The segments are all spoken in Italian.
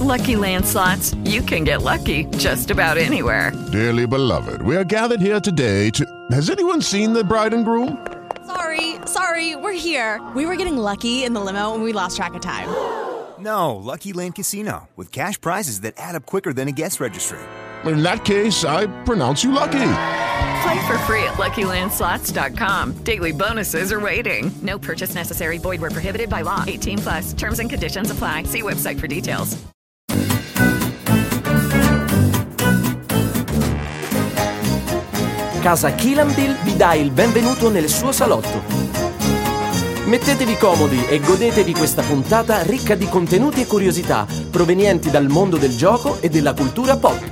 Lucky Land Slots, you can get lucky just about anywhere. Dearly beloved, we are gathered here today to... Has anyone seen the bride and groom? Sorry, we're here. We were getting lucky in the limo and we lost track of time. No, Lucky Land Casino, with cash prizes that add up quicker than a guest registry. In that case, I pronounce you lucky. Play for free at LuckyLandSlots.com. Daily bonuses are waiting. No purchase necessary. Void where prohibited by law. 18+. Terms and conditions apply. See website for details. Casa Kilambil vi dà il benvenuto nel suo salotto. Mettetevi comodi e godetevi questa puntata ricca di contenuti e curiosità provenienti dal mondo del gioco e della cultura pop.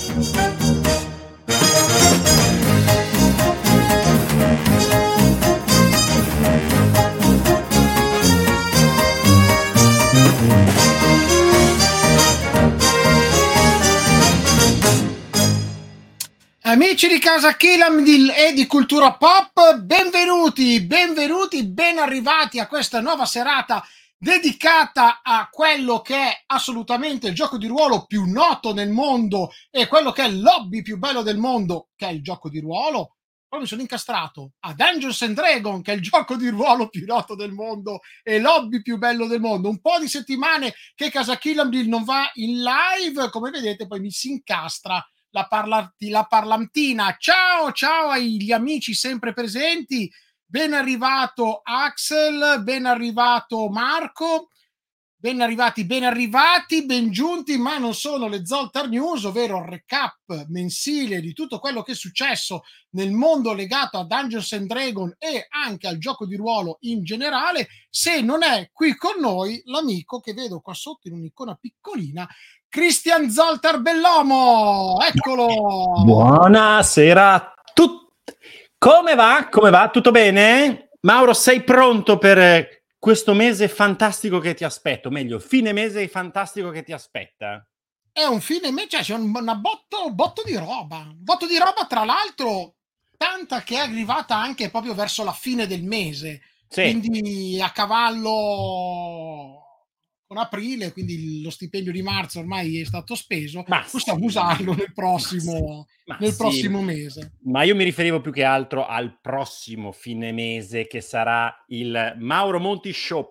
Amici di Casa Kilambil e di Cultura Pop, benvenuti, ben arrivati a questa nuova serata dedicata a quello che è assolutamente il gioco di ruolo più noto nel mondo e quello che è l'hobby più bello del mondo, che è il gioco di ruolo. Poi mi sono incastrato a Dungeons and Dragons, che è il gioco di ruolo più noto del mondo e l'hobby più bello del mondo. Un po' di settimane che Casa Kilambil non va in live, come vedete poi mi si incastra la parlantina. Ciao agli amici sempre presenti, ben arrivato Axel, ben arrivato Marco, ben arrivati, ben giunti, ma non sono le Zoltar News, ovvero il recap mensile di tutto quello che è successo nel mondo legato a Dungeons and Dragons e anche al gioco di ruolo in generale, se non è qui con noi l'amico che vedo qua sotto in un'icona piccolina, Christian Zoltar Bellomo, eccolo! Buonasera a tutti! Come va? Tutto bene? Mauro, sei pronto per questo mese fantastico che ti aspetto? Meglio, fine mese fantastico che ti aspetta? È un fine mese, cioè c'è un botto di roba. Botto di roba, tra l'altro, tanta che è arrivata anche proprio verso la fine del mese. Sì. Quindi a cavallo con aprile, quindi lo stipendio di marzo ormai è stato speso, possiamo usarlo nel prossimo mese. Ma io mi riferivo più che altro al prossimo fine mese, che sarà il Mauro Monti Show.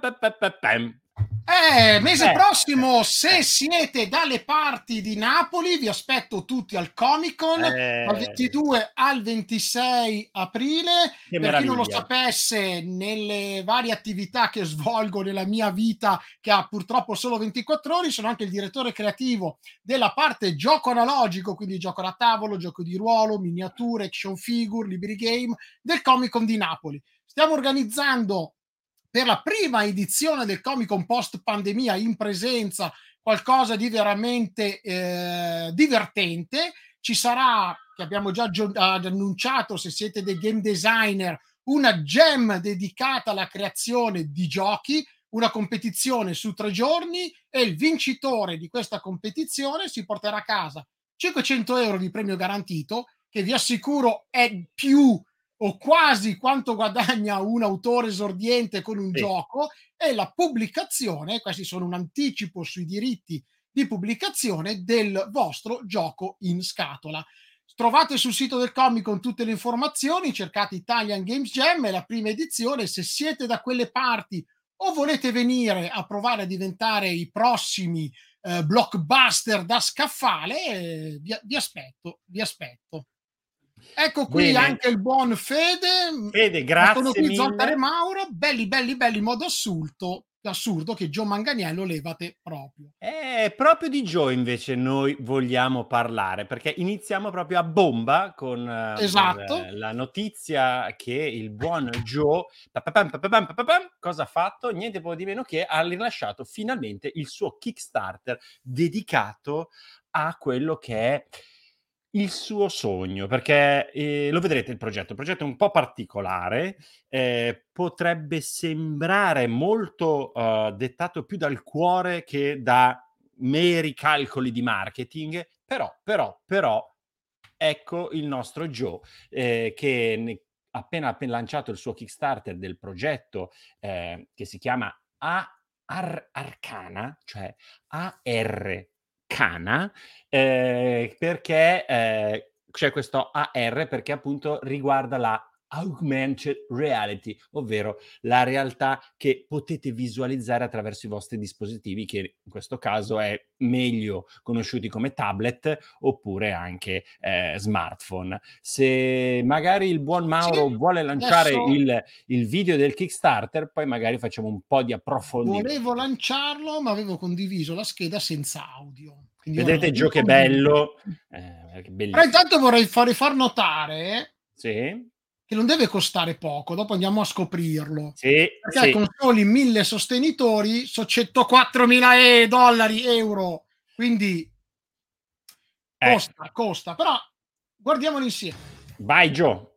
Mese prossimo, se siete dalle parti di Napoli, vi aspetto tutti al Comic Con dal 22 al 26 aprile. Che per chi non lo sapesse, nelle varie attività che svolgo nella mia vita, che ha purtroppo solo 24 ore, sono anche il direttore creativo della parte gioco analogico, quindi gioco da tavolo, gioco di ruolo, miniature, action figure, libri game, del Comic Con di Napoli. Stiamo organizzando per la prima edizione del Comic Con post pandemia in presenza qualcosa di veramente divertente. Ci sarà, che abbiamo già annunciato, se siete dei game designer, una jam dedicata alla creazione di giochi, una competizione su 3 giorni, e il vincitore di questa competizione si porterà a casa 500 euro di premio garantito, che vi assicuro è più o quasi quanto guadagna un autore esordiente con un gioco, e la pubblicazione, questi sono un anticipo sui diritti di pubblicazione del vostro gioco in scatola. Trovate sul sito del Comic Con tutte le informazioni, cercate Italian Games Jam, è la prima edizione. Se siete da quelle parti o volete venire a provare a diventare i prossimi blockbuster da scaffale, vi aspetto. Ecco qui. Bene. Anche il buon Fede, grazie sono qui mille. Zoltar e Mauro, belli in modo assurdo, che Gio Manganiello levate proprio. Proprio di Gio invece noi vogliamo parlare, perché iniziamo proprio a bomba con la notizia che il buon Gio cosa ha fatto? Niente po' di meno che ha rilasciato finalmente il suo Kickstarter dedicato a quello che è il suo sogno, perché lo vedrete il progetto è un po' particolare, potrebbe sembrare molto dettato più dal cuore che da meri calcoli di marketing, però ecco il nostro Joe che appena lanciato il suo Kickstarter del progetto che si chiama Arcana, cioè Arcana, perché c'è questo AR perché appunto riguarda la augmented reality, ovvero la realtà che potete visualizzare attraverso i vostri dispositivi, che in questo caso è meglio conosciuti come tablet oppure anche smartphone. Se magari il buon Mauro vuole lanciare il video del Kickstarter, poi magari facciamo un po' di approfondimento. Volevo lanciarlo, ma avevo condiviso la scheda senza audio. Vedete Gio che bello, però intanto vorrei far notare che non deve costare poco, dopo andiamo a scoprirlo, perché con soli 1000 sostenitori sono $104.000 euro, quindi costa, però guardiamolo insieme. Vai Gio.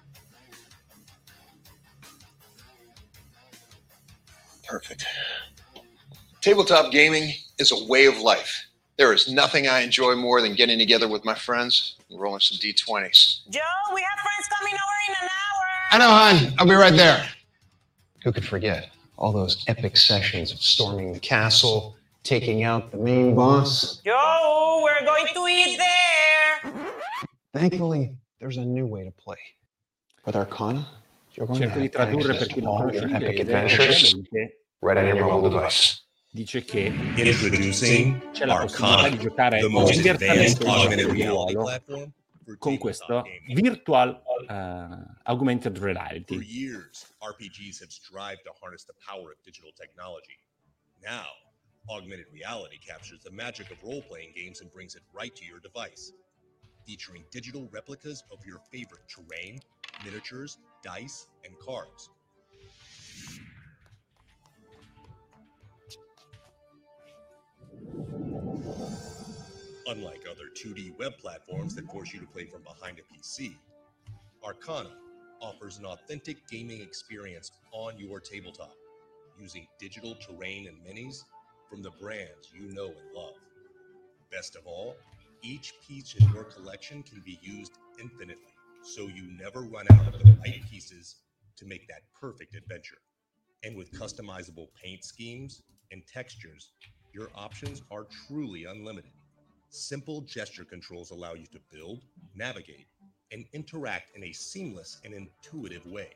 Perfect. Tabletop gaming is a way of life. There is nothing I enjoy more than getting together with my friends and rolling some D20s. Joe, we have friends coming over in an hour. I know, hon. I'll be right there. Who could forget all those epic sessions of storming the castle, taking out the main boss? Joe, we're going to eat there. Thankfully, there's a new way to play. With Arcana, you're going Cerco to di tradurre access perché all non your conosco epic l'inglese, adventures right on your mobile device. Dice che Introducing c'è la possibilità di giocare the most diversamente advanced augmented reality ruolo platform con questo virtual augmented reality. For years, RPGs have strived to harness the power of digital technology. Now, augmented reality captures the magic of role-playing games and brings it right to your device. Featuring digital replicas of your favorite terrain, miniatures, dice, and cards. Unlike other 2D web platforms that force you to play from behind a PC, Arcana offers an authentic gaming experience on your tabletop, using digital terrain and minis from the brands you know and love. Best of all, each piece in your collection can be used infinitely, so you never run out of the right pieces to make that perfect adventure. And with customizable paint schemes and textures, your options are truly unlimited. Simple gesture controls allow you to build, navigate, and interact in a seamless and intuitive way.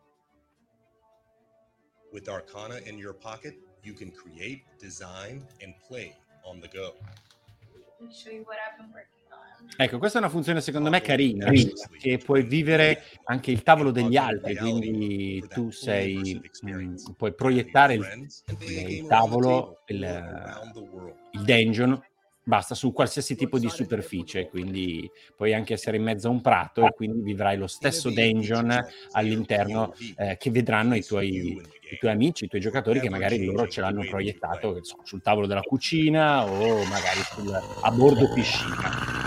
With Arcana in your pocket, you can create, design, and play on the go. I'll show you what I've been working on. Ecco, questa è una funzione secondo me carina, che puoi vivere anche il tavolo degli altri, quindi tu puoi proiettare il tavolo, il dungeon, basta, su qualsiasi tipo di superficie, quindi puoi anche essere in mezzo a un prato e quindi vivrai lo stesso dungeon all'interno che vedranno i tuoi amici, i tuoi giocatori, che magari loro ce l'hanno proiettato sul tavolo della cucina o magari a bordo piscina.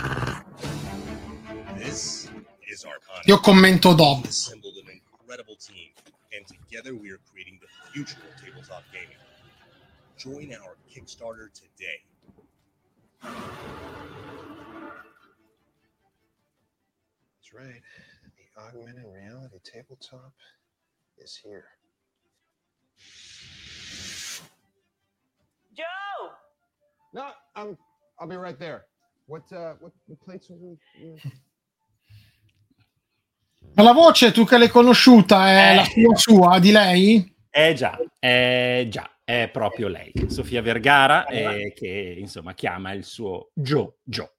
Io commento dopo. Join our Kickstarter today. That's right. The augmented reality tabletop is here. Joe! No, I'll be right there. What plates are we? Ma la voce, tu che l'hai conosciuta, è la sua, di lei? Già, è proprio lei, Sofia Vergara, che insomma chiama il suo Joe.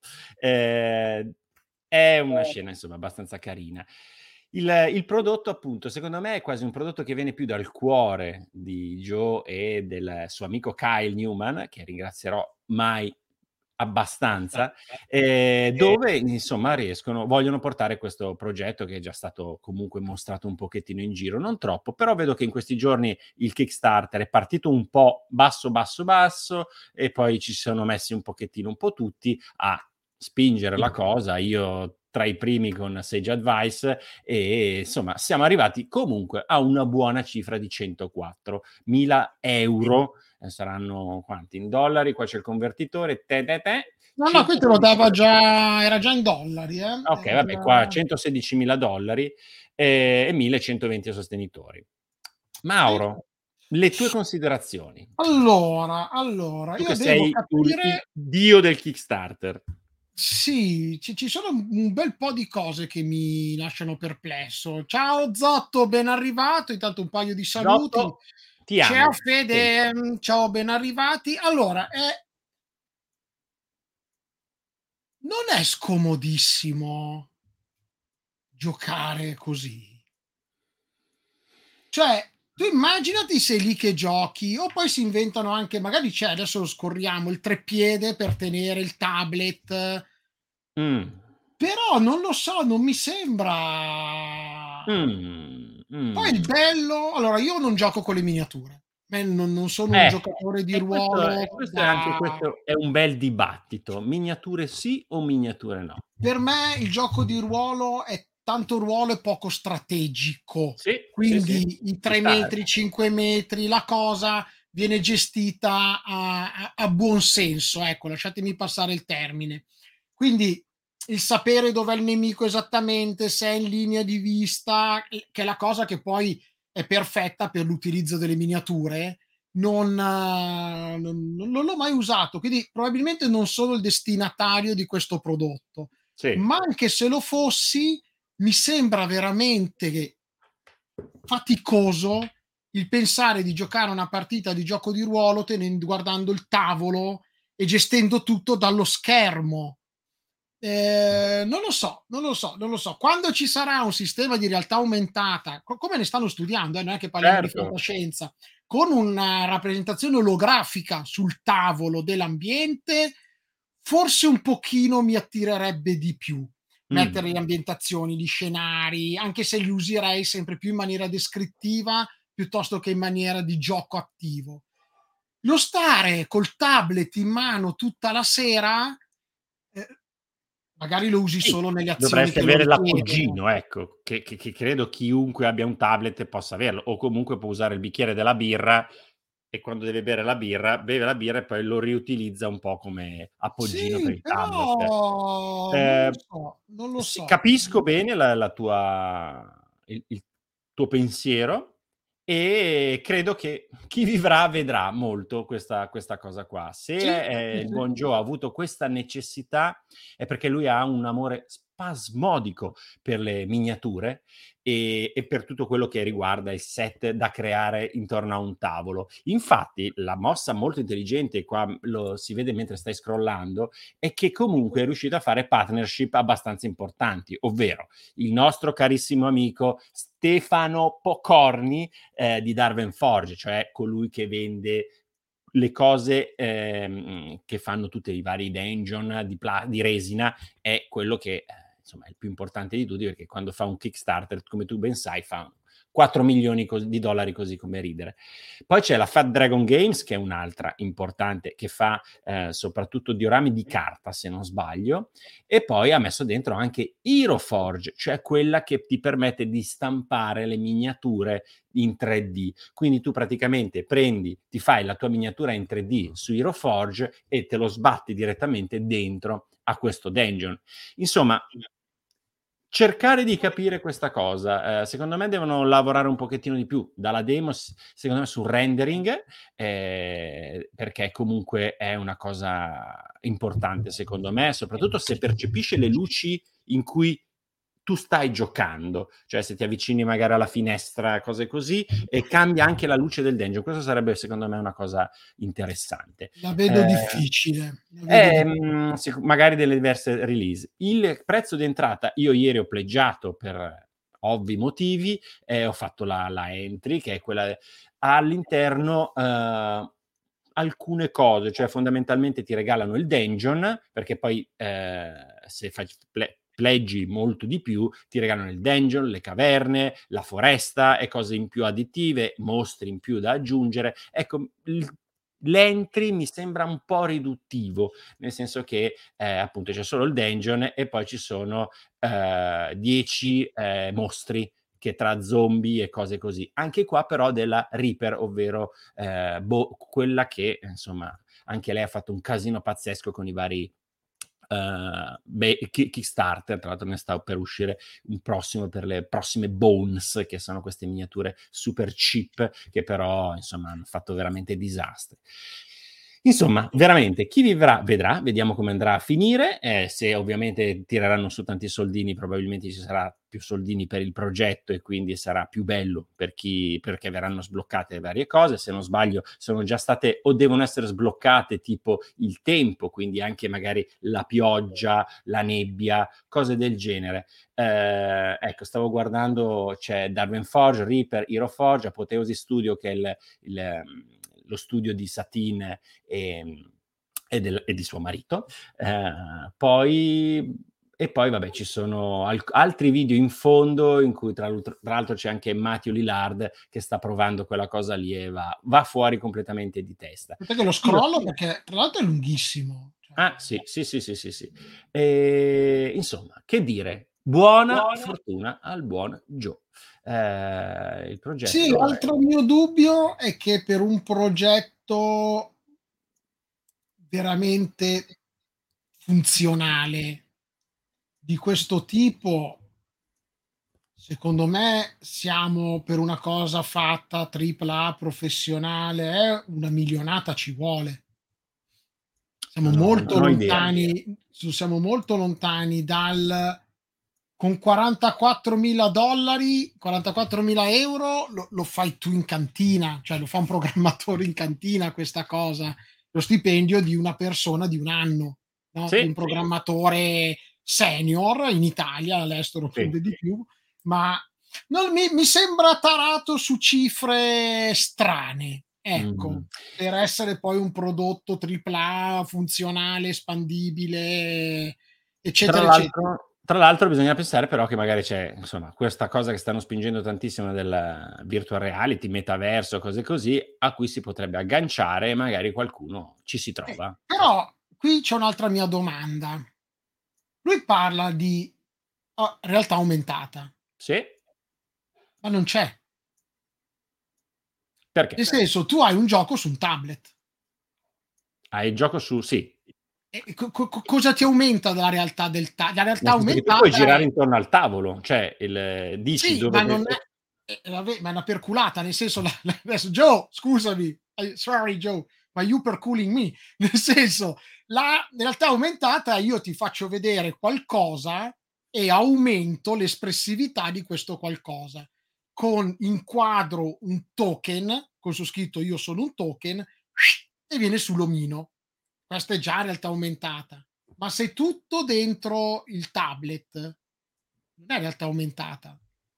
È una scena insomma abbastanza carina. Il prodotto, appunto, secondo me è quasi un prodotto che viene più dal cuore di Joe e del suo amico Kyle Newman, che ringrazierò mai abbastanza, dove insomma vogliono portare questo progetto che è già stato comunque mostrato un pochettino in giro, non troppo, però vedo che in questi giorni il Kickstarter è partito un po' basso e poi ci sono messi un po' tutti a spingere la cosa, io tra i primi con Sage Advice, e insomma siamo arrivati comunque a una buona cifra di 104.000 euro. Saranno quanti in dollari? Qua c'è il convertitore. No, qui te lo dava già, era già in dollari. Ok, vabbè, qua $116.000 e 1.120 sostenitori. Mauro, Le tue considerazioni. Allora, Tu io che devo sei il capire... dio del Kickstarter. Sì, ci sono un bel po' di cose che mi lasciano perplesso. Ciao Zotto, ben arrivato. Intanto un paio di saluti. Zotto, ti Ciao amo. Fede, ciao, ben arrivati. Allora, non è scomodissimo giocare così. Cioè, tu immaginati sei lì che giochi, o poi si inventano anche, magari c'è, adesso lo scorriamo, il treppiede per tenere il tablet. Però non lo so, non mi sembra. Poi il bello, allora io non gioco con le miniature, non sono un giocatore di ruolo. Questo è un bel dibattito. Miniature sì o miniature no? Per me il gioco di ruolo è tanto ruolo e poco strategico. Sì, quindi i 3 metri, 5 metri, la cosa viene gestita a buon senso, ecco, lasciatemi passare il termine. Quindi il sapere dov'è il nemico esattamente, se è in linea di vista, che è la cosa che poi è perfetta per l'utilizzo delle miniature, non l'ho mai usato, quindi probabilmente non sono il destinatario di questo prodotto. Ma anche se lo fossi, mi sembra veramente faticoso il pensare di giocare una partita di gioco di ruolo guardando il tavolo e gestendo tutto dallo schermo. Non lo so. Quando ci sarà un sistema di realtà aumentata, come ne stanno studiando, non è che parliamo di fantascienza, con una rappresentazione olografica sul tavolo dell'ambiente, forse un pochino mi attirerebbe di più mettere le ambientazioni, gli scenari, anche se li userei sempre più in maniera descrittiva piuttosto che in maniera di gioco attivo. Lo stare col tablet in mano tutta la sera, magari lo usi solo nelle azioni. Dovresti avere l'appoggino, ecco, che credo chiunque abbia un tablet possa averlo, o comunque può usare il bicchiere della birra e quando deve bere la birra, beve la birra e poi lo riutilizza un po' come appoggino per il tablet. Non lo so. Capisco bene la tua, il tuo pensiero e credo che chi vivrà vedrà molto questa cosa qua. Se il buon Joe ha avuto questa necessità è perché lui ha un amore spasmodico per le miniature e per tutto quello che riguarda il set da creare intorno a un tavolo. Infatti la mossa molto intelligente, qua lo si vede mentre stai scrollando, è che comunque è riuscito a fare partnership abbastanza importanti, ovvero il nostro carissimo amico Stefano Pocorni di Darwin Forge, cioè colui che vende le cose che fanno tutti i vari dungeon di resina, è quello che insomma è il più importante di tutti, perché quando fa un Kickstarter, come tu ben sai, fa 4 milioni di dollari così come ridere. Poi c'è la Fat Dragon Games, che è un'altra importante, che fa soprattutto diorami di carta, se non sbaglio, e poi ha messo dentro anche Hero Forge, cioè quella che ti permette di stampare le miniature in 3D. Quindi tu praticamente ti fai la tua miniatura in 3D su Hero Forge e te lo sbatti direttamente dentro a questo dungeon. Insomma, cercare di capire questa cosa. Secondo me devono lavorare un pochettino di più dalla demo, secondo me, sul rendering, perché comunque è una cosa importante, secondo me, soprattutto se percepisce le luci in cui tu stai giocando, cioè se ti avvicini magari alla finestra, cose così, e cambia anche la luce del dungeon. Questo sarebbe, secondo me, una cosa interessante. La vedo difficile. Magari delle diverse release. Il prezzo di entrata, io ieri ho pleggiato per ovvi motivi, ho fatto la entry, che è quella all'interno alcune cose, cioè fondamentalmente ti regalano il dungeon, perché poi se fai pleggi molto di più, ti regalano il dungeon, le caverne, la foresta e cose in più additive, mostri in più da aggiungere. Ecco, l'entry mi sembra un po' riduttivo, nel senso che appunto c'è solo il dungeon e poi ci sono 10 mostri, che tra zombie e cose così. Anche qua però della Reaper, ovvero quella che insomma anche lei ha fatto un casino pazzesco con i vari Kickstarter, tra l'altro ne sta per uscire un prossimo per le prossime Bones, che sono queste miniature super cheap che però insomma hanno fatto veramente disastri. Insomma, veramente, chi vivrà vedrà, vediamo come andrà a finire, se ovviamente tireranno su tanti soldini, probabilmente ci sarà più soldini per il progetto e quindi sarà più bello perché verranno sbloccate varie cose, se non sbaglio sono già state o devono essere sbloccate tipo il tempo, quindi anche magari la pioggia, la nebbia, cose del genere. Ecco, stavo guardando, c'è Darwin Forge, Reaper, Hero Forge, Apoteosi Studio che è lo studio di Satine e di suo marito. Poi vabbè, ci sono altri video in fondo in cui tra l'altro c'è anche Matthew Lillard che sta provando quella cosa lì e va fuori completamente di testa. Aspetta che lo scrollo perché tra l'altro è lunghissimo. Sì. Insomma, che dire? Buona fortuna al buon Joe. Il progetto. Sì, l'altro mio dubbio è che per un progetto veramente funzionale di questo tipo, secondo me siamo per una cosa fatta AAA professionale, una milionata ci vuole. Siamo molto lontani dal con $44.000, 44.000 euro lo fai tu in cantina, cioè lo fa un programmatore in cantina questa cosa, lo stipendio di una persona di un anno, no? Sì, di un programmatore senior in Italia, all'estero prende di più, ma non mi sembra tarato su cifre strane, ecco, per essere poi un prodotto AAA funzionale, espandibile, eccetera, eccetera. Tra l'altro bisogna pensare però che magari c'è insomma questa cosa che stanno spingendo tantissimo del virtual reality, metaverso, cose così, a cui si potrebbe agganciare e magari qualcuno ci si trova. Però qui c'è un'altra mia domanda. Lui parla di realtà aumentata. Sì. Ma non c'è. Perché? Nel senso, tu hai un gioco su un tablet. Hai il gioco su... Sì. Cosa ti aumenta dalla realtà del tablet? La realtà aumentata puoi girare intorno al tavolo, cioè dici sì, dove... ma non ma è una perculata, nel senso adesso Joe, scusami, sorry Joe, ma you perculing me, nel senso la realtà aumentata io ti faccio vedere qualcosa e aumento l'espressività di questo qualcosa con inquadro un token con su scritto io sono un token e viene sull'omino. Questa è già realtà aumentata, ma se tutto dentro il tablet non è realtà aumentata.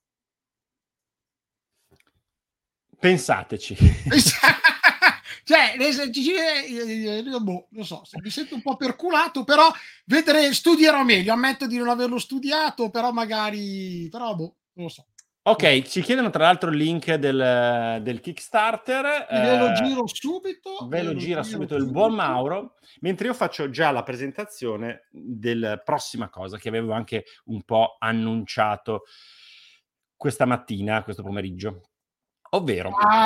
Pensateci. Cioè, non so, mi sento un po' perculato, però studierò meglio, ammetto di non averlo studiato, però magari, non lo so. Ok, ci chiedono tra l'altro il link del Kickstarter. Ve lo giro subito. Ve lo gira subito il buon Mauro, mentre io faccio già la presentazione della prossima cosa che avevo anche un po' annunciato questa mattina, questo pomeriggio. Ovvero...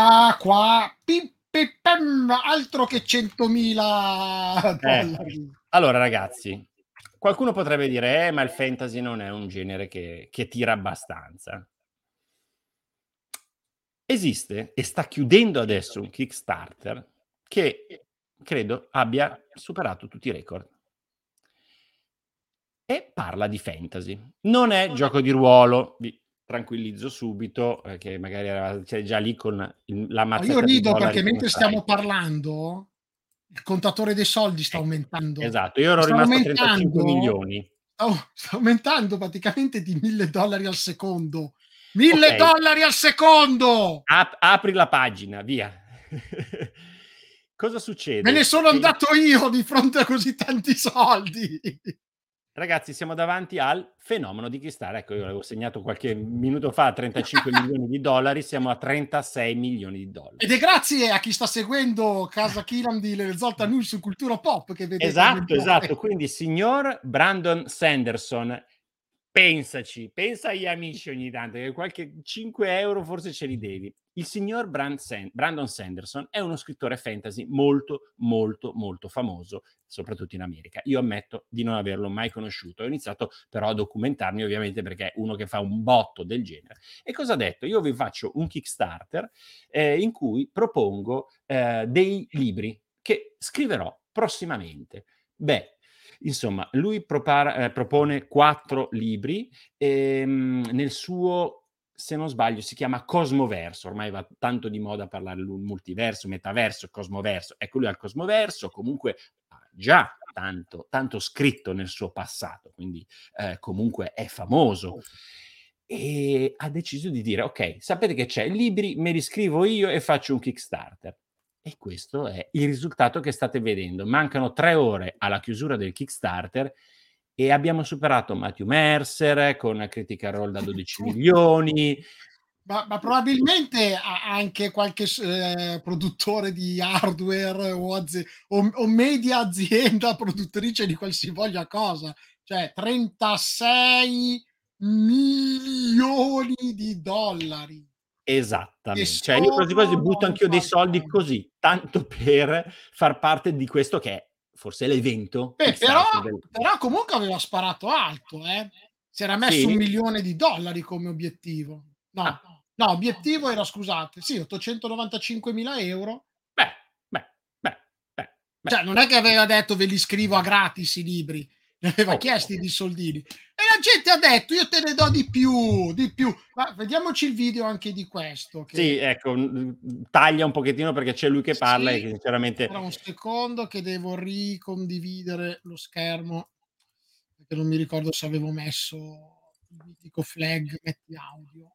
altro che $100.000. Allora ragazzi, qualcuno potrebbe dire ma il fantasy non è un genere che tira abbastanza. Esiste e sta chiudendo adesso un Kickstarter che credo abbia superato tutti i record. E parla di fantasy. Non è gioco di ruolo, vi tranquillizzo subito, che magari c'è già lì con la mazzetta. Io rido perché mentre stiamo parlando il contatore dei soldi sta aumentando. Esatto, io ero rimasto a 35 milioni. Sta aumentando praticamente di $1.000 al secondo. $1.000 al secondo! Apri la pagina, via. Cosa succede? Me ne sono andato io di fronte a così tanti soldi. Ragazzi, siamo davanti al fenomeno di Kickstarter. Ecco, io l'avevo segnato qualche minuto fa, 35 milioni di dollari, siamo a 36 milioni di dollari. Ed è grazie a chi sta seguendo Casa Kilam di Le Zolta News su Cultura Pop che vedete. Esatto. Quindi, signor Brandon Sanderson, pensa agli amici ogni tanto, che qualche 5 euro forse ce li devi. Il signor Brandon Sanderson è uno scrittore fantasy molto, molto, molto famoso, soprattutto in America. Io ammetto di non averlo mai conosciuto. Ho iniziato però a documentarmi, ovviamente, perché è uno che fa un botto del genere. E cosa ha detto? Io vi faccio un Kickstarter in cui propongo dei libri che scriverò prossimamente. Beh, insomma, lui propone 4 libri nel suo, se non sbaglio, si chiama Cosmoverso. Ormai va tanto di moda parlare del multiverso, metaverso, cosmoverso. Ecco, lui al Cosmoverso comunque ha già tanto scritto nel suo passato, quindi comunque è famoso. E ha deciso di dire, ok, sapete che c'è, libri me li scrivo io e faccio un Kickstarter. E questo è il risultato che state vedendo. Mancano 3 ore alla chiusura del Kickstarter e abbiamo superato Matthew Mercer con Critical Role da 12 milioni. Ma probabilmente anche qualche produttore di hardware o media azienda produttrice di qualsivoglia cosa. Cioè 36 milioni di dollari. Esattamente. Cioè io quasi butto anch'io dei soldi così, tanto per far parte di questo che è forse l'evento. Però comunque aveva sparato alto, si era messo $1 milione come obiettivo. No, obiettivo era, scusate, sì, 895.000 euro. Beh. Cioè, non è che aveva detto ve li scrivo a gratis i libri, ne aveva chiesti di soldini. E la gente ha detto io te ne do di più. Ma vediamoci il video anche di questo. Che... Sì, ecco, taglia un pochettino perché c'è lui che parla e che sinceramente... Però un secondo che devo ricondividere lo schermo, perché non mi ricordo se avevo messo il mitico flag, metti audio.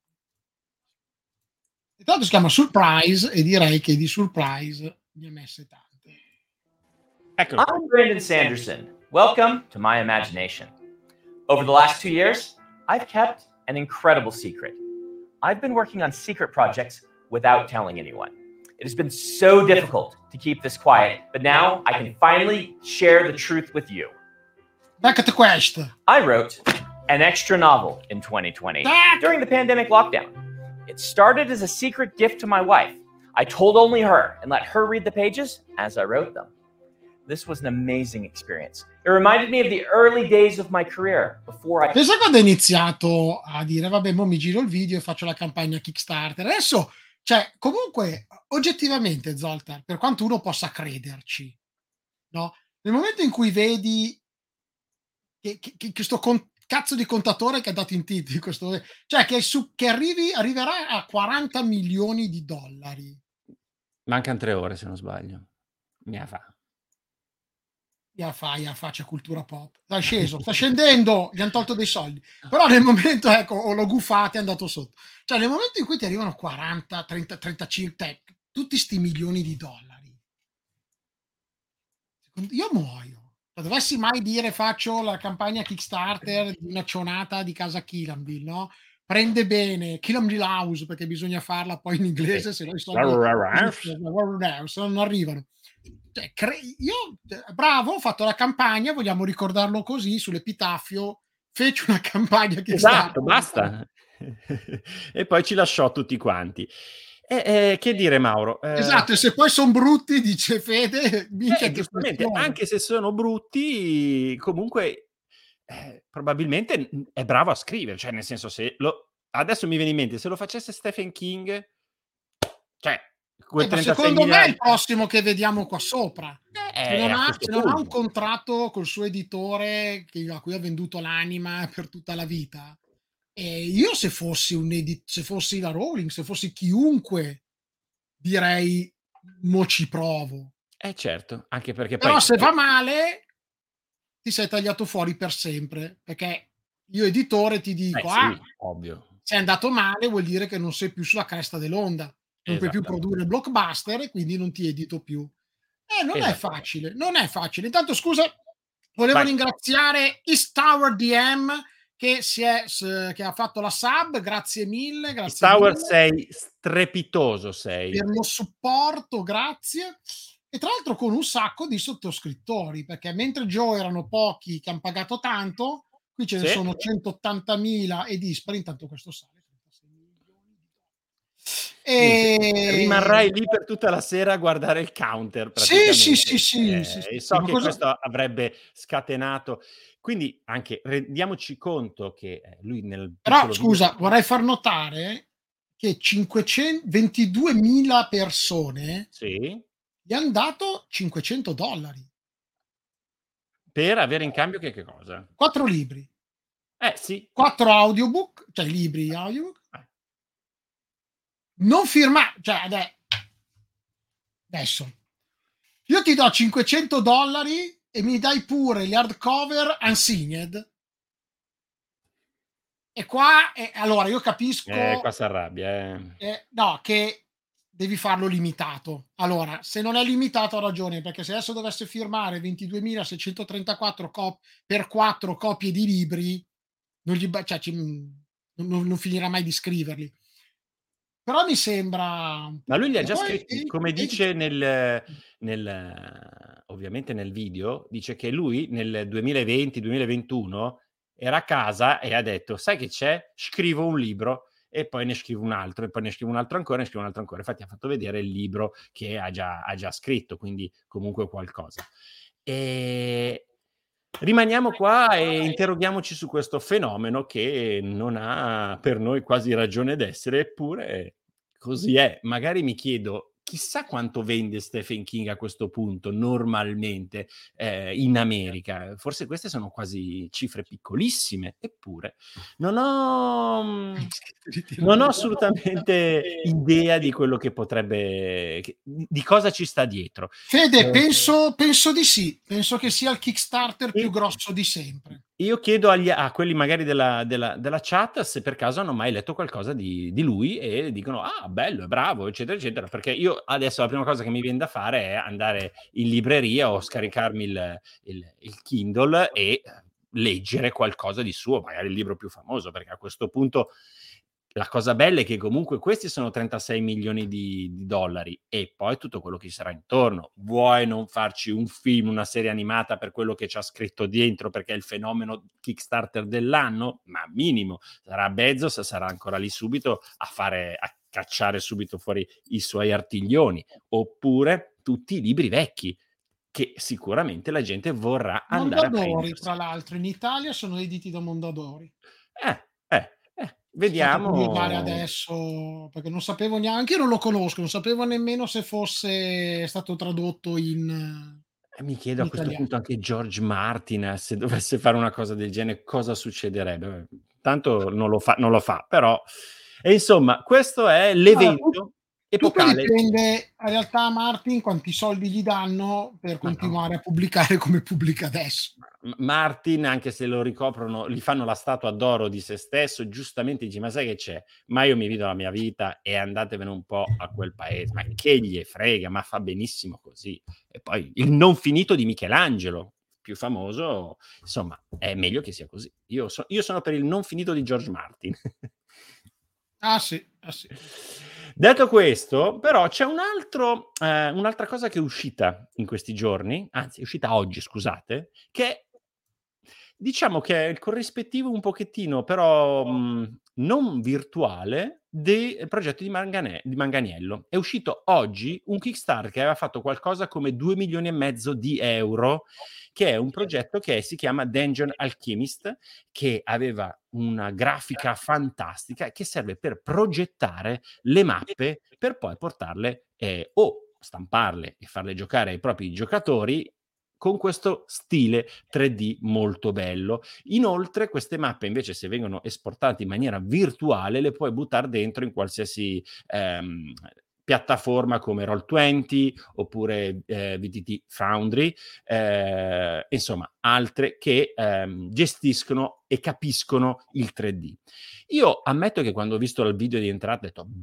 E tanto si chiama Surprise e direi che di Surprise ne ha messe tante. I'm Brandon Sanderson. Welcome to my imagination. Over the last 2 years, I've kept an incredible secret. I've been working on secret projects without telling anyone. It has been so difficult to keep this quiet, but now I can finally share the truth with you. Back at the question. I wrote an extra novel in 2020 during the pandemic lockdown. It started as a secret gift to my wife. I told only her and let her read the pages as I wrote them. This was an amazing experience. It reminded me of the early days of my career before I... Pensa quando ho iniziato a dire, vabbè, mo mi giro il video e faccio la campagna Kickstarter. Adesso, cioè, comunque, oggettivamente, Zoltan, per quanto uno possa crederci, no? Nel momento in cui vedi che sto cazzo di contatore che è dato in titoli, cioè che arriverà a 40 milioni di dollari. Mancano 3 ore, se non sbaglio. Ne fa. C'è cultura pop. È sceso, sta scendendo, gli hanno tolto dei soldi. Però nel momento, ecco, o lo gufate, è andato sotto. Cioè nel momento in cui ti arrivano 40, 30, 35, tutti sti milioni di dollari, io muoio. Se dovessi mai dire faccio la campagna Kickstarter di una cionata di casa Killamville, no? Prende bene Killamville House, perché bisogna farla poi in inglese, se no i soldi non arrivano. Cioè, io bravo, ho fatto la campagna, vogliamo ricordarlo così, sull'epitafio fece una campagna che esatto, basta. E poi ci lasciò tutti quanti. Che dire, Mauro? Esatto, e se poi sono brutti, dice Fede, giustamente, anche se sono brutti, comunque probabilmente è bravo a scrivere, cioè nel senso, adesso mi viene in mente, se lo facesse Stephen King, cioè secondo me è il prossimo che vediamo qua sopra. Se non ha un contratto col suo editore a cui ha venduto l'anima per tutta la vita, e io se fossi la Rowling, se fossi chiunque, direi mo ci provo. Certo, anche perché però se va male ti sei tagliato fuori per sempre, perché io editore ti dico ovvio. Se è andato male vuol dire che non sei più sulla cresta dell'onda. Non puoi più produrre blockbuster e quindi non ti edito più. Non è facile. Intanto, scusa, volevo ringraziare East Tower DM che ha fatto la sub, grazie mille. East Tower sei strepitoso, per lo supporto, grazie. E tra l'altro con un sacco di sottoscrittori, perché mentre Joe erano pochi che hanno pagato tanto, qui ce ne sono 180.000 e dispari, intanto questo sale. Rimarrai lì per tutta la sera a guardare il counter praticamente. So che questo avrebbe scatenato, quindi anche rendiamoci conto che lui però scusa, vorrei far notare che 22.000 persone gli hanno dato $500 per avere in cambio che cosa? 4 libri. Sì. 4 audiobook, cioè libri audiobook. Non firma, cioè adesso io ti do $500 e mi dai pure gli hardcover unsigned. E qua allora io capisco qua si arrabbia no, che devi farlo limitato. Allora, se non è limitato ha ragione, perché se adesso dovesse firmare 22.634 per 4 copie di libri non finirà mai di scriverli. Però mi sembra... Ma lui li ha già scritti, come dice ovviamente nel video, dice che lui nel 2020-2021 era a casa e ha detto, sai che c'è? Scrivo un libro e poi ne scrivo un altro, e poi ne scrivo un altro ancora, ne scrivo un altro ancora. Infatti ha fatto vedere il libro che ha già scritto, quindi comunque qualcosa. E rimaniamo qua e interroghiamoci su questo fenomeno che non ha per noi quasi ragione d'essere, eppure così è. Magari mi chiedo, chissà quanto vende Stephen King a questo punto normalmente in America. Forse queste sono quasi cifre piccolissime, eppure non ho assolutamente idea di quello che potrebbe, di cosa ci sta dietro. Fede, penso di sì. Penso che sia il Kickstarter più grosso di sempre. Io chiedo a quelli magari della chat se per caso hanno mai letto qualcosa di lui e dicono bello, è bravo, eccetera eccetera, perché io adesso la prima cosa che mi viene da fare è andare in libreria o scaricarmi il Kindle e leggere qualcosa di suo, magari il libro più famoso, perché a questo punto la cosa bella è che comunque questi sono 36 milioni di dollari e poi tutto quello che ci sarà intorno. Vuoi non farci un film, una serie animata per quello che ci ha scritto dentro, perché è il fenomeno Kickstarter dell'anno? Ma minimo. Sarà Bezos, sarà ancora lì subito a cacciare subito fuori i suoi artiglioni. Oppure tutti i libri vecchi, che sicuramente la gente vorrà andare a Mondadori, tra l'altro, in Italia sono editi da Mondadori. Vediamo adesso, perché non sapevo neanche, io non lo conosco, non sapevo nemmeno se fosse stato tradotto in mi chiedo a questo punto anche George Martin, se dovesse fare una cosa del genere, cosa succederebbe? Tanto non lo fa, però insomma, questo è l'evento epocale. Tutto dipende in realtà, Martin, quanti soldi gli danno per continuare a pubblicare come pubblica adesso. Martin, anche se lo ricoprono, gli fanno la statua d'oro di se stesso, giustamente dici, ma sai che c'è? Ma io mi vivo la mia vita e andatevene un po' a quel paese. Ma che gli frega, ma fa benissimo così. E poi il non finito di Michelangelo, più famoso, insomma, è meglio che sia così. Io sono per il non finito di George Martin. Sì. Detto questo, però c'è un'altra cosa che è uscita in questi giorni, anzi è uscita oggi, scusate, che diciamo che è il corrispettivo un pochettino, però non virtuale, del progetto di Manganiello. È uscito oggi un Kickstarter che aveva fatto qualcosa come 2,5 milioni di euro, che è un progetto che si chiama Dungeon Alchemist, che aveva una grafica fantastica che serve per progettare le mappe per poi portarle o stamparle e farle giocare ai propri giocatori con questo stile 3D molto bello. Inoltre queste mappe invece, se vengono esportate in maniera virtuale, le puoi buttare dentro in qualsiasi piattaforma come Roll20 oppure VTT Foundry, insomma altre che gestiscono e capiscono il 3D. Io ammetto che quando ho visto il video di entrata ho detto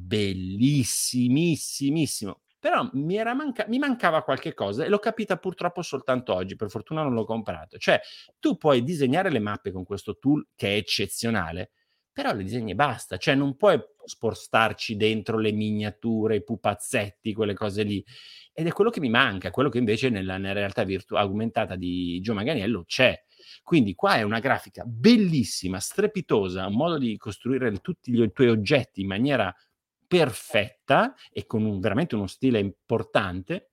bellissimissimissimo, però mi mancava qualche cosa e l'ho capita purtroppo soltanto oggi, per fortuna non l'ho comprato. Cioè, tu puoi disegnare le mappe con questo tool che è eccezionale, però le disegni e basta, cioè non puoi spostarci dentro le miniature, i pupazzetti, quelle cose lì. Ed è quello che mi manca, quello che invece nella realtà augmentata di Joe Manganiello c'è. Quindi qua è una grafica bellissima, strepitosa, un modo di costruire tutti i tuoi oggetti in maniera perfetta e con veramente uno stile importante.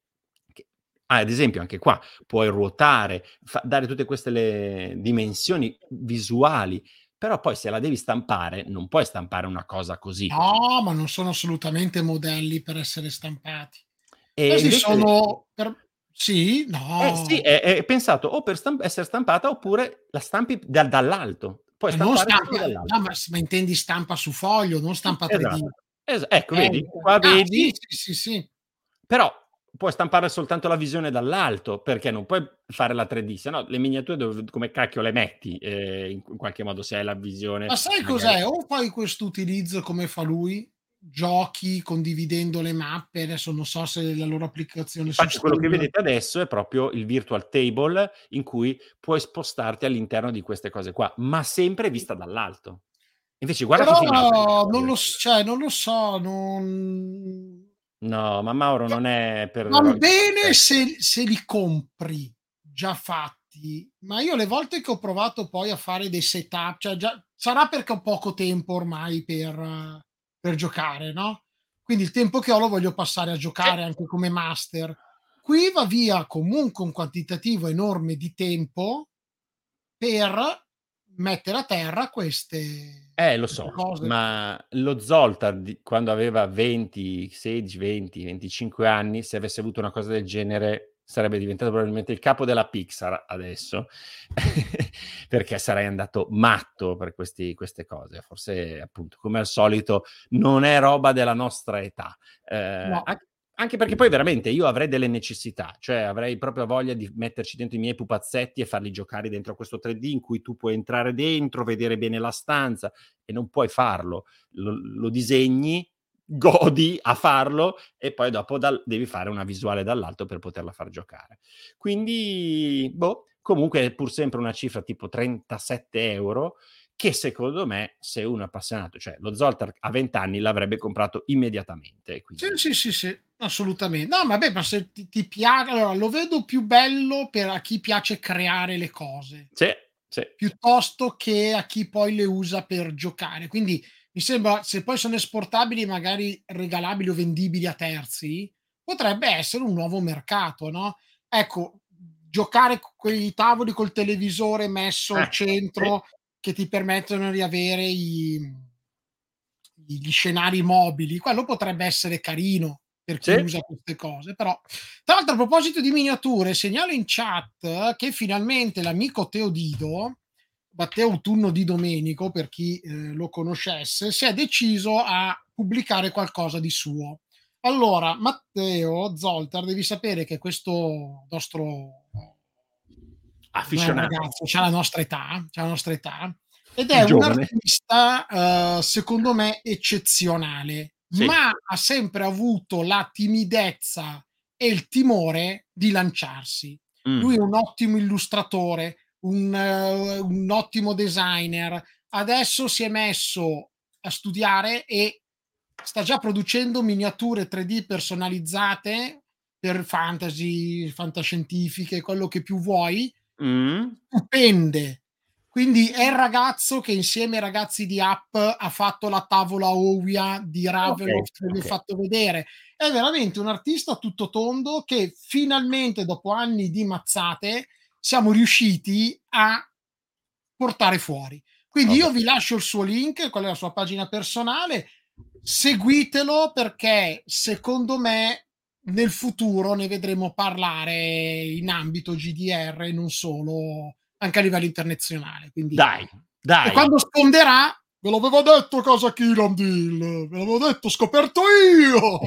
Ad esempio anche qua puoi ruotare, dare tutte queste le dimensioni visuali, però poi se la devi stampare non puoi stampare una cosa così. No, ma non sono assolutamente modelli per essere stampati. E Questi invece sono sì? sì, No. è pensato o per essere stampata oppure la stampi dall'alto. Puoi Non stampare stampa, solo dall'alto. no, ma intendi stampa su foglio, non stampa 3D. Esatto. Ecco, vedi? Qua Sì, vedi, sì. però puoi stampare soltanto la visione dall'alto, perché non puoi fare la 3D, se no le miniature come cacchio le metti, in qualche modo, se hai la visione Ma sai magari. cos'è? O fai questo utilizzo come fa lui, giochi condividendo le mappe, adesso non so se la loro applicazione su Infatti quello che Steam. vedete adesso è proprio il virtual table in cui puoi spostarti all'interno di queste cose qua, ma sempre vista dall'alto. Invece guarda Però tutti gli altri. non lo so, non No, ma Mauro non è per van rogne bene pazzesche. se li compri già fatti, ma io le volte che ho provato poi a fare dei setup, cioè già sarà perché ho poco tempo ormai per giocare, no, quindi il tempo che ho lo voglio passare a giocare anche come master. Qui va via comunque un quantitativo enorme di tempo per mettere a terra queste Lo so, cose. ma lo Zoltar quando aveva 16, 20, 25 anni, se avesse avuto una cosa del genere, sarebbe diventato probabilmente il capo della Pixar adesso, perché sarei andato matto per queste cose. Forse, appunto, come al solito, non è roba della nostra età. No. Anche perché poi veramente io avrei delle necessità, cioè avrei proprio voglia di metterci dentro i miei pupazzetti e farli giocare dentro a questo 3D in cui tu puoi entrare dentro, vedere bene la stanza, e non puoi farlo. Lo disegni, godi a farlo e poi dopo devi fare una visuale dall'alto per poterla far giocare. Quindi, comunque è pur sempre una cifra tipo 37 euro, che secondo me, se uno è appassionato, cioè lo Zoltar a 20 anni l'avrebbe comprato immediatamente. Quindi. Sì, assolutamente. No, vabbè, ma se ti piace, allora lo vedo più bello per a chi piace creare le cose. Sì. Piuttosto che a chi poi le usa per giocare. Quindi mi sembra, se poi sono esportabili, magari regalabili o vendibili a terzi, potrebbe essere un nuovo mercato, no? Ecco, giocare quei tavoli col televisore messo al centro che ti permettono di avere gli scenari mobili, quello potrebbe essere carino per chi usa queste cose. Però, tra l'altro, a proposito di miniature, segnalo in chat che finalmente l'amico Teodido, Matteo Autunno di Domenico, per chi lo conoscesse, si è deciso a pubblicare qualcosa di suo. Allora, Matteo Zoltar, devi sapere che questo nostro ragazzo c'ha la nostra età, ed è un artista secondo me eccezionale, ma ha sempre avuto la timidezza e il timore di lanciarsi. Lui è un ottimo illustratore, un ottimo designer. Adesso si è messo a studiare e sta già producendo miniature 3D personalizzate per fantasy, fantascientifiche, quello che più vuoi, stupende. Quindi è il ragazzo che insieme ai ragazzi di App ha fatto la tavola Ouvia di Ravenloft, che vi ho fatto vedere. È veramente un artista a tutto tondo che finalmente, dopo anni di mazzate, siamo riusciti a portare fuori. Quindi io vi lascio il suo link, quella è la sua pagina personale, seguitelo perché secondo me nel futuro ne vedremo parlare in ambito GDR e non solo, anche a livello internazionale. Quindi, dai. E quando sfonderà, ve l'avevo detto cosa Kill Deal, ve l'avevo detto, scoperto io.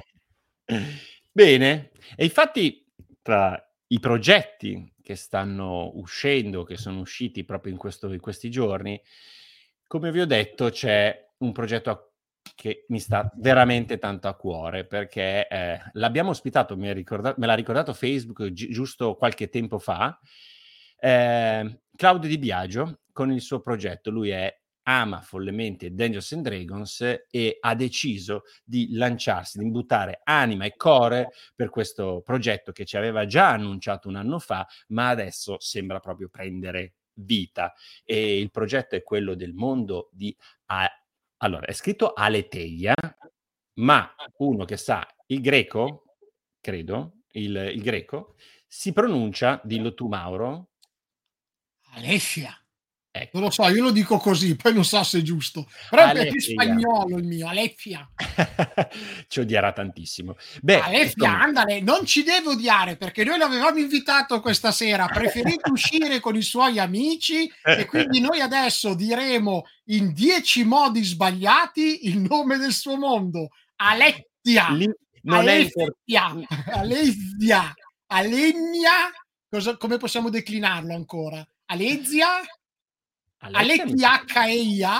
Bene, e infatti tra i progetti che stanno uscendo, che sono usciti proprio in questi giorni, come vi ho detto, c'è un progetto che mi sta veramente tanto a cuore, perché l'abbiamo ospitato, me l'ha ricordato Facebook giusto qualche tempo fa, Claudio Di Biagio con il suo progetto. Lui ama follemente Dungeons and Dragons e ha deciso di lanciarsi, di buttare anima e core per questo progetto che ci aveva già annunciato un anno fa, ma adesso sembra proprio prendere vita. E il progetto è quello del mondo di allora, è scritto Aletheia, ma uno che sa il greco, credo, il greco, si pronuncia, dillo tu Mauro. Alessia. Ecco. Non lo so, io lo dico così, poi non so se è giusto. Però è più spagnolo il mio, Alessia. Ci odierà tantissimo. Alessia, andale, non ci deve odiare perché noi l'avevamo invitato questa sera, preferite uscire con i suoi amici e quindi noi adesso diremo in 10 modi sbagliati il nome del suo mondo. Alessia. Alessia. Alenia. Come possiamo declinarlo ancora? Alessia? Alessia?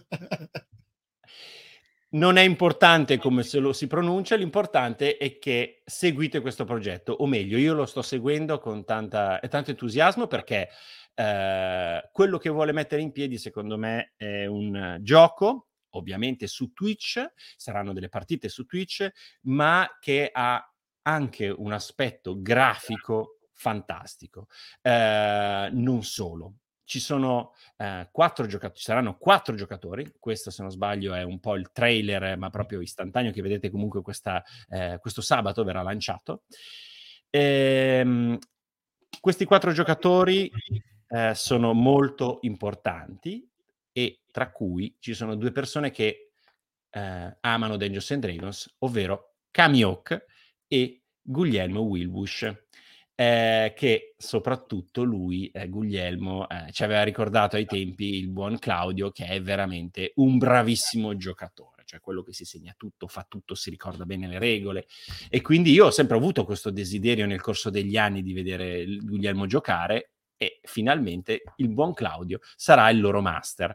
Non è importante come se lo si pronuncia, l'importante è che seguite questo progetto, o meglio, io lo sto seguendo con tanto entusiasmo perché quello che vuole mettere in piedi, secondo me, è un gioco, ovviamente su Twitch, saranno delle partite su Twitch, ma che ha anche un aspetto grafico fantastico. Non solo. Ci sono 4 giocatori, ci saranno 4 giocatori. Questo, se non sbaglio, è un po' il trailer, ma proprio istantaneo, che vedete comunque questo sabato verrà lanciato. Questi 4 giocatori sono molto importanti, e tra cui ci sono 2 persone che amano Dungeons and Dragons, ovvero Kamiok e Guglielmo Wilbush. Che soprattutto lui, Guglielmo, ci aveva ricordato ai tempi il buon Claudio, che è veramente un bravissimo giocatore, cioè quello che si segna tutto, fa tutto, si ricorda bene le regole, e quindi io ho sempre avuto questo desiderio nel corso degli anni di vedere Guglielmo giocare, e finalmente il buon Claudio sarà il loro master.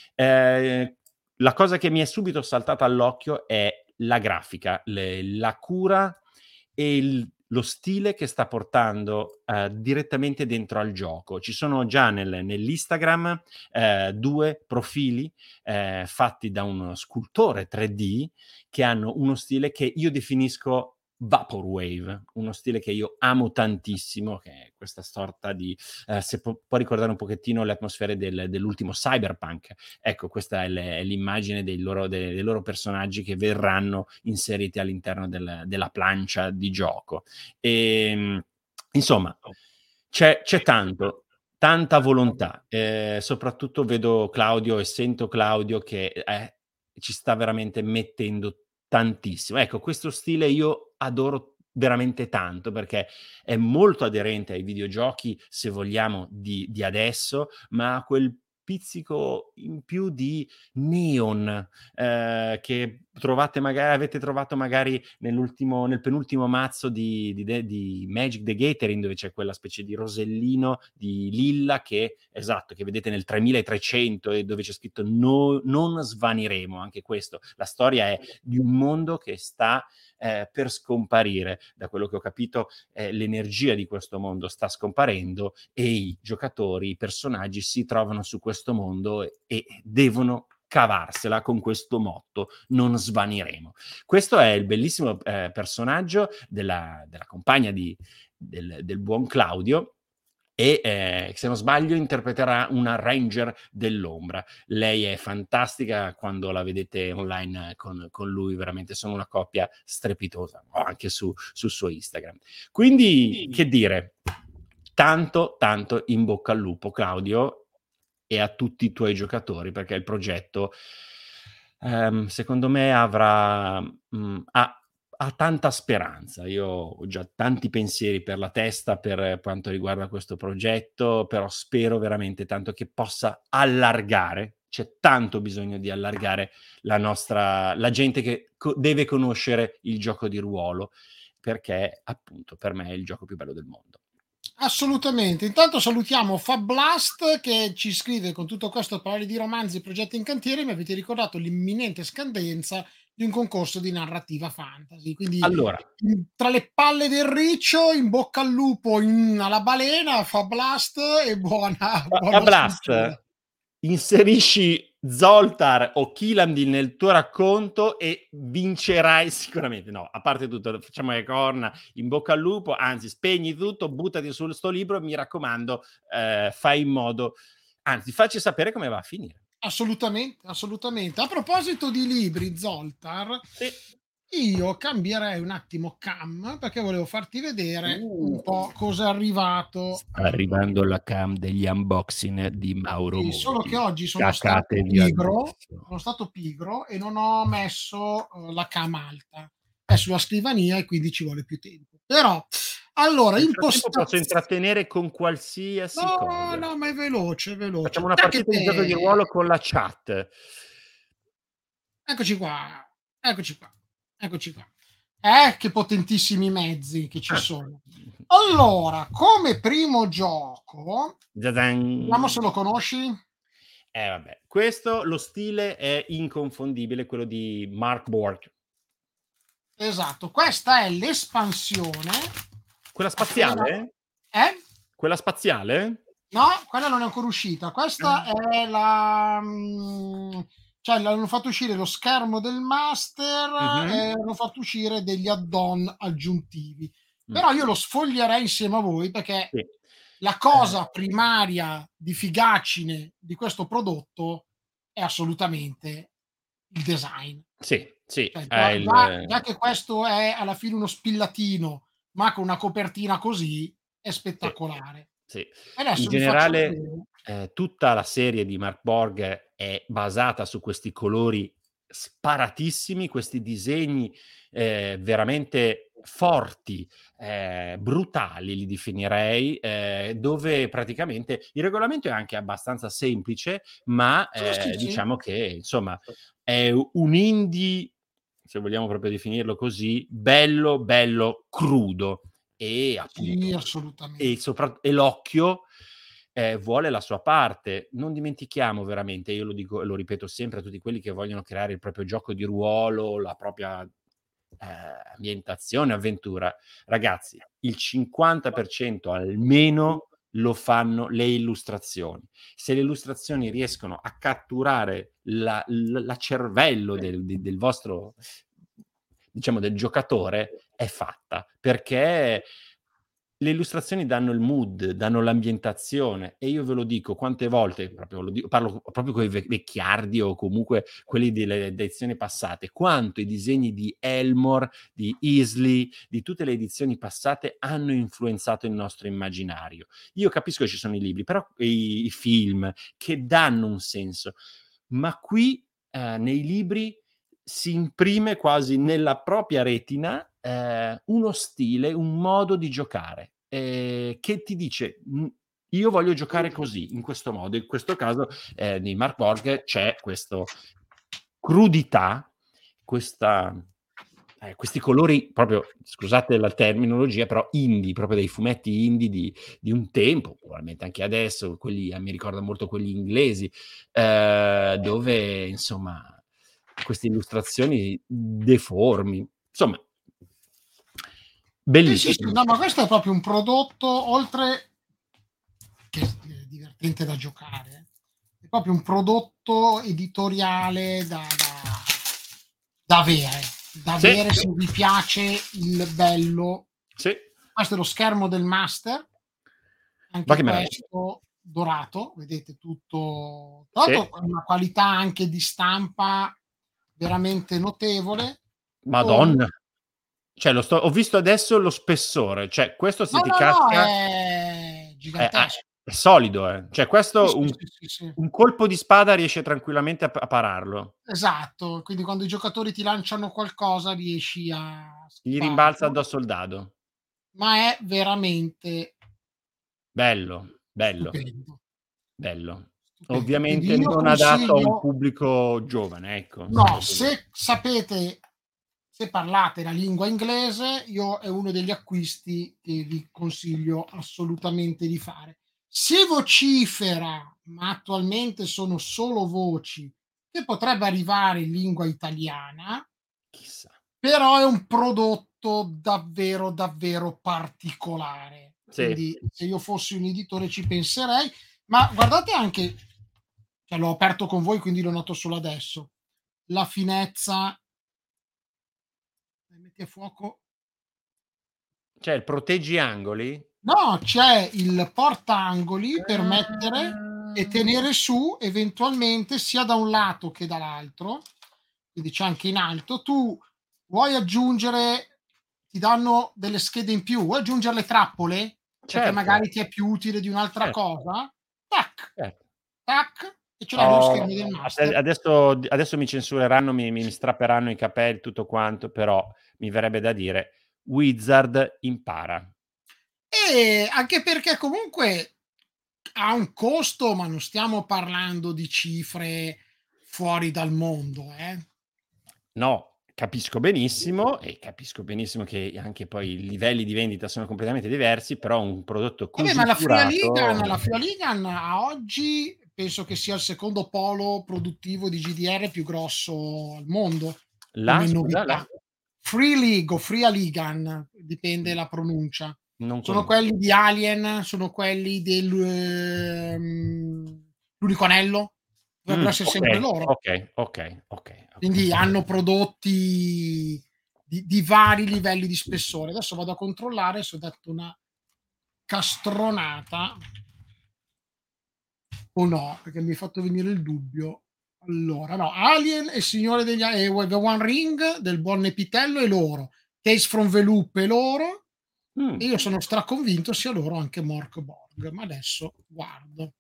La cosa che mi è subito saltata all'occhio è la grafica, la cura e lo stile che sta portando direttamente dentro al gioco. Ci sono già nell'Instagram 2 profili fatti da uno scultore 3D che hanno uno stile che io definisco Vaporwave, uno stile che io amo tantissimo, che è questa sorta di se può ricordare un pochettino le atmosfere dell'ultimo Cyberpunk. Ecco, questa è l'immagine dei loro personaggi che verranno inseriti all'interno della plancia di gioco. E insomma, c'è tanta volontà, soprattutto vedo Claudio e sento Claudio che ci sta veramente mettendo tantissimo. Ecco, questo stile io adoro veramente tanto, perché è molto aderente ai videogiochi, se vogliamo, di adesso, ma ha quel pizzico in più di neon che avete trovato magari nel penultimo mazzo di Magic the Gathering, dove c'è quella specie di rosellino di lilla che vedete nel 3300 e dove c'è scritto non svaniremo. Anche questo, la storia è di un mondo che sta per scomparire. Da quello che ho capito, l'energia di questo mondo sta scomparendo e i giocatori, i personaggi si trovano su questo mondo e devono cavarsela con questo motto: non svaniremo. Questo è il bellissimo personaggio della compagna del buon Claudio, e se non sbaglio interpreterà una Ranger dell'ombra. Lei è fantastica, quando la vedete online con lui veramente sono una coppia strepitosa, anche sul suo Instagram. Quindi, che dire, tanto in bocca al lupo, Claudio, e a tutti i tuoi giocatori, perché il progetto secondo me ha tanta speranza. Io ho già tanti pensieri per la testa per quanto riguarda questo progetto, però spero veramente tanto che possa allargare. C'è tanto bisogno di allargare la gente che deve conoscere il gioco di ruolo, perché appunto per me è il gioco più bello del mondo. Assolutamente. Intanto salutiamo Fablast che ci scrive: con tutto questo parlare di romanzi e progetti in cantiere, mi avete ricordato l'imminente scadenza di un concorso di narrativa fantasy. Quindi tra le palle del riccio, in bocca al lupo, alla balena, Fablast, e buona Fablast, inserisci Zoltar o Kilamdil nel tuo racconto e vincerai sicuramente. No, a parte tutto, facciamo le corna, in bocca al lupo, anzi spegni tutto, buttati su sto libro e mi raccomando, fai in modo, anzi facci sapere come va a finire. Assolutamente. A proposito di libri, Zoltar, Io cambierei un attimo cam perché volevo farti vedere un po' cosa è arrivato. Sta arrivando la cam degli unboxing di Mauro Monti. Solo che oggi sono stato pigro e non ho messo la cam alta. È sulla scrivania e quindi ci vuole più tempo. Però, allora, posso intrattenere con qualsiasi cosa. No, ma è veloce. Facciamo una partita di gioco di ruolo con la chat. Eccoci qua. Che potentissimi mezzi che ci sono. Allora, come primo gioco, vediamo se lo conosci. Vabbè, questo, lo stile è inconfondibile, quello di Mark Borg. Esatto, questa è l'espansione. Quella spaziale? Quella spaziale? No, quella non è ancora uscita. Questa è la... Cioè, hanno fatto uscire lo schermo del master e hanno fatto uscire degli add-on aggiuntivi. Però io lo sfoglierei insieme a voi perché la cosa primaria di figaccine di questo prodotto è assolutamente il design. Sì. Cioè, già che questo è alla fine uno spillatino, ma con una copertina così, è spettacolare. Sì. In generale, tutta la serie di Mark Borg è basata su questi colori sparatissimi, questi disegni veramente forti, brutali li definirei, dove praticamente il regolamento è anche abbastanza semplice, ma diciamo che insomma è un indie, se vogliamo proprio definirlo così, bello crudo. E appunto, assolutamente. E l'occhio vuole la sua parte. Non dimentichiamo veramente, io lo dico e lo ripeto sempre a tutti quelli che vogliono creare il proprio gioco di ruolo, la propria ambientazione, avventura. Ragazzi, il 50% almeno lo fanno le illustrazioni. Se le illustrazioni riescono a catturare la cervello del vostro, diciamo, del giocatore, è fatta, perché le illustrazioni danno il mood, danno l'ambientazione, e io ve lo dico quante volte, parlo proprio con i vecchiardi o comunque quelli delle edizioni passate, quanto i disegni di Elmore, di Easley, di tutte le edizioni passate hanno influenzato il nostro immaginario. Io capisco che ci sono i libri, però i film che danno un senso, ma qui nei libri si imprime quasi nella propria retina uno stile, un modo di giocare che ti dice io voglio giocare così, in questo modo. In questo caso di Mark Borg c'è questa crudità, questi colori proprio, scusate la terminologia, però indie, proprio dei fumetti indie di un tempo, probabilmente anche adesso, quelli mi ricorda molto quelli inglesi, dove insomma queste illustrazioni deformi, insomma, bellissimo. Sì. No, ma questo è proprio un prodotto, oltre che è divertente da giocare, è proprio un prodotto editoriale da avere, se vi piace il bello. Sì. Questo è lo schermo del master, anche questo dorato, vedete tutto, tra l'altro con una qualità anche di stampa veramente notevole. Madonna, cioè ho visto adesso lo spessore, cioè questo se ti casca è gigantesco, è solido, cioè questo sì. Un colpo di spada riesce tranquillamente a pararlo. Esatto, quindi quando i giocatori ti lanciano qualcosa riesci a gli rimbalza addosso il dado, ma è veramente bello. Stupendo. Ovviamente non adatto a un pubblico giovane, ecco. No, se parlate la lingua inglese, io è uno degli acquisti che vi consiglio assolutamente di fare. Si vocifera, ma attualmente sono solo voci, che potrebbe arrivare in lingua italiana, chissà. Però è un prodotto davvero particolare. Sì. Quindi se io fossi un editore ci penserei, ma guardate anche, cioè l'ho aperto con voi quindi lo noto solo adesso, la finezza, metti a fuoco, c'è il proteggi angoli? No, c'è il portaangoli per mettere e tenere su eventualmente sia da un lato che dall'altro, quindi c'è anche in alto. Tu vuoi aggiungere, ti danno delle schede in più, vuoi aggiungere le trappole? Perché magari ti è più utile di un'altra cosa? Tac, tac, e ce l'hai nello schermo del master. Adesso mi censureranno, mi strapperanno i capelli, tutto quanto, però mi verrebbe da dire Wizard impara. E anche perché comunque ha un costo, ma non stiamo parlando di cifre fuori dal mondo, No, capisco benissimo che anche poi i livelli di vendita sono completamente diversi, però un prodotto così ma la curato... Free Ligan a oggi penso che sia il secondo polo produttivo di GDR più grosso al mondo. Free League o Free Ligan, dipende la pronuncia. Sono quelli di Alien, sono quelli dell'Unico Anello, dovrebbero essere sempre loro. Ok. Quindi hanno prodotti di vari livelli di spessore. Adesso vado a controllare se ho detto una castronata o no, perché mi hai fatto venire il dubbio. Allora, no, Alien e Signore degli The One Ring del buon Nepitello è loro, Tales from the Loop è loro, e io sono straconvinto sia loro anche Mork Borg, ma adesso guardo.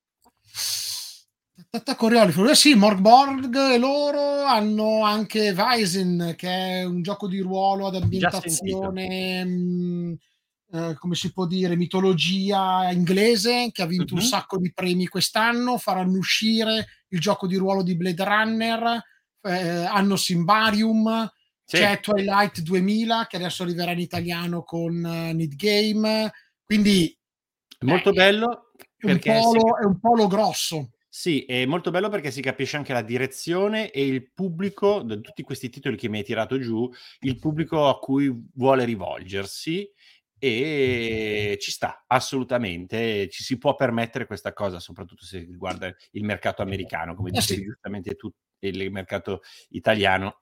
Sì, Mork Borg e loro hanno anche Weizen, che è un gioco di ruolo ad ambientazione, come si può dire, mitologia inglese, che ha vinto un sacco di premi quest'anno. Faranno uscire il gioco di ruolo di Blade Runner, hanno Simbarium, c'è Twilight 2000 che adesso arriverà in italiano con Need Game, quindi molto bello, perché è un polo grosso. Sì, è molto bello perché si capisce anche la direzione e il pubblico, da tutti questi titoli che mi hai tirato giù, il pubblico a cui vuole rivolgersi, e ci sta, assolutamente, ci si può permettere questa cosa, soprattutto se riguarda il mercato americano, come dicevi giustamente tu, il mercato italiano.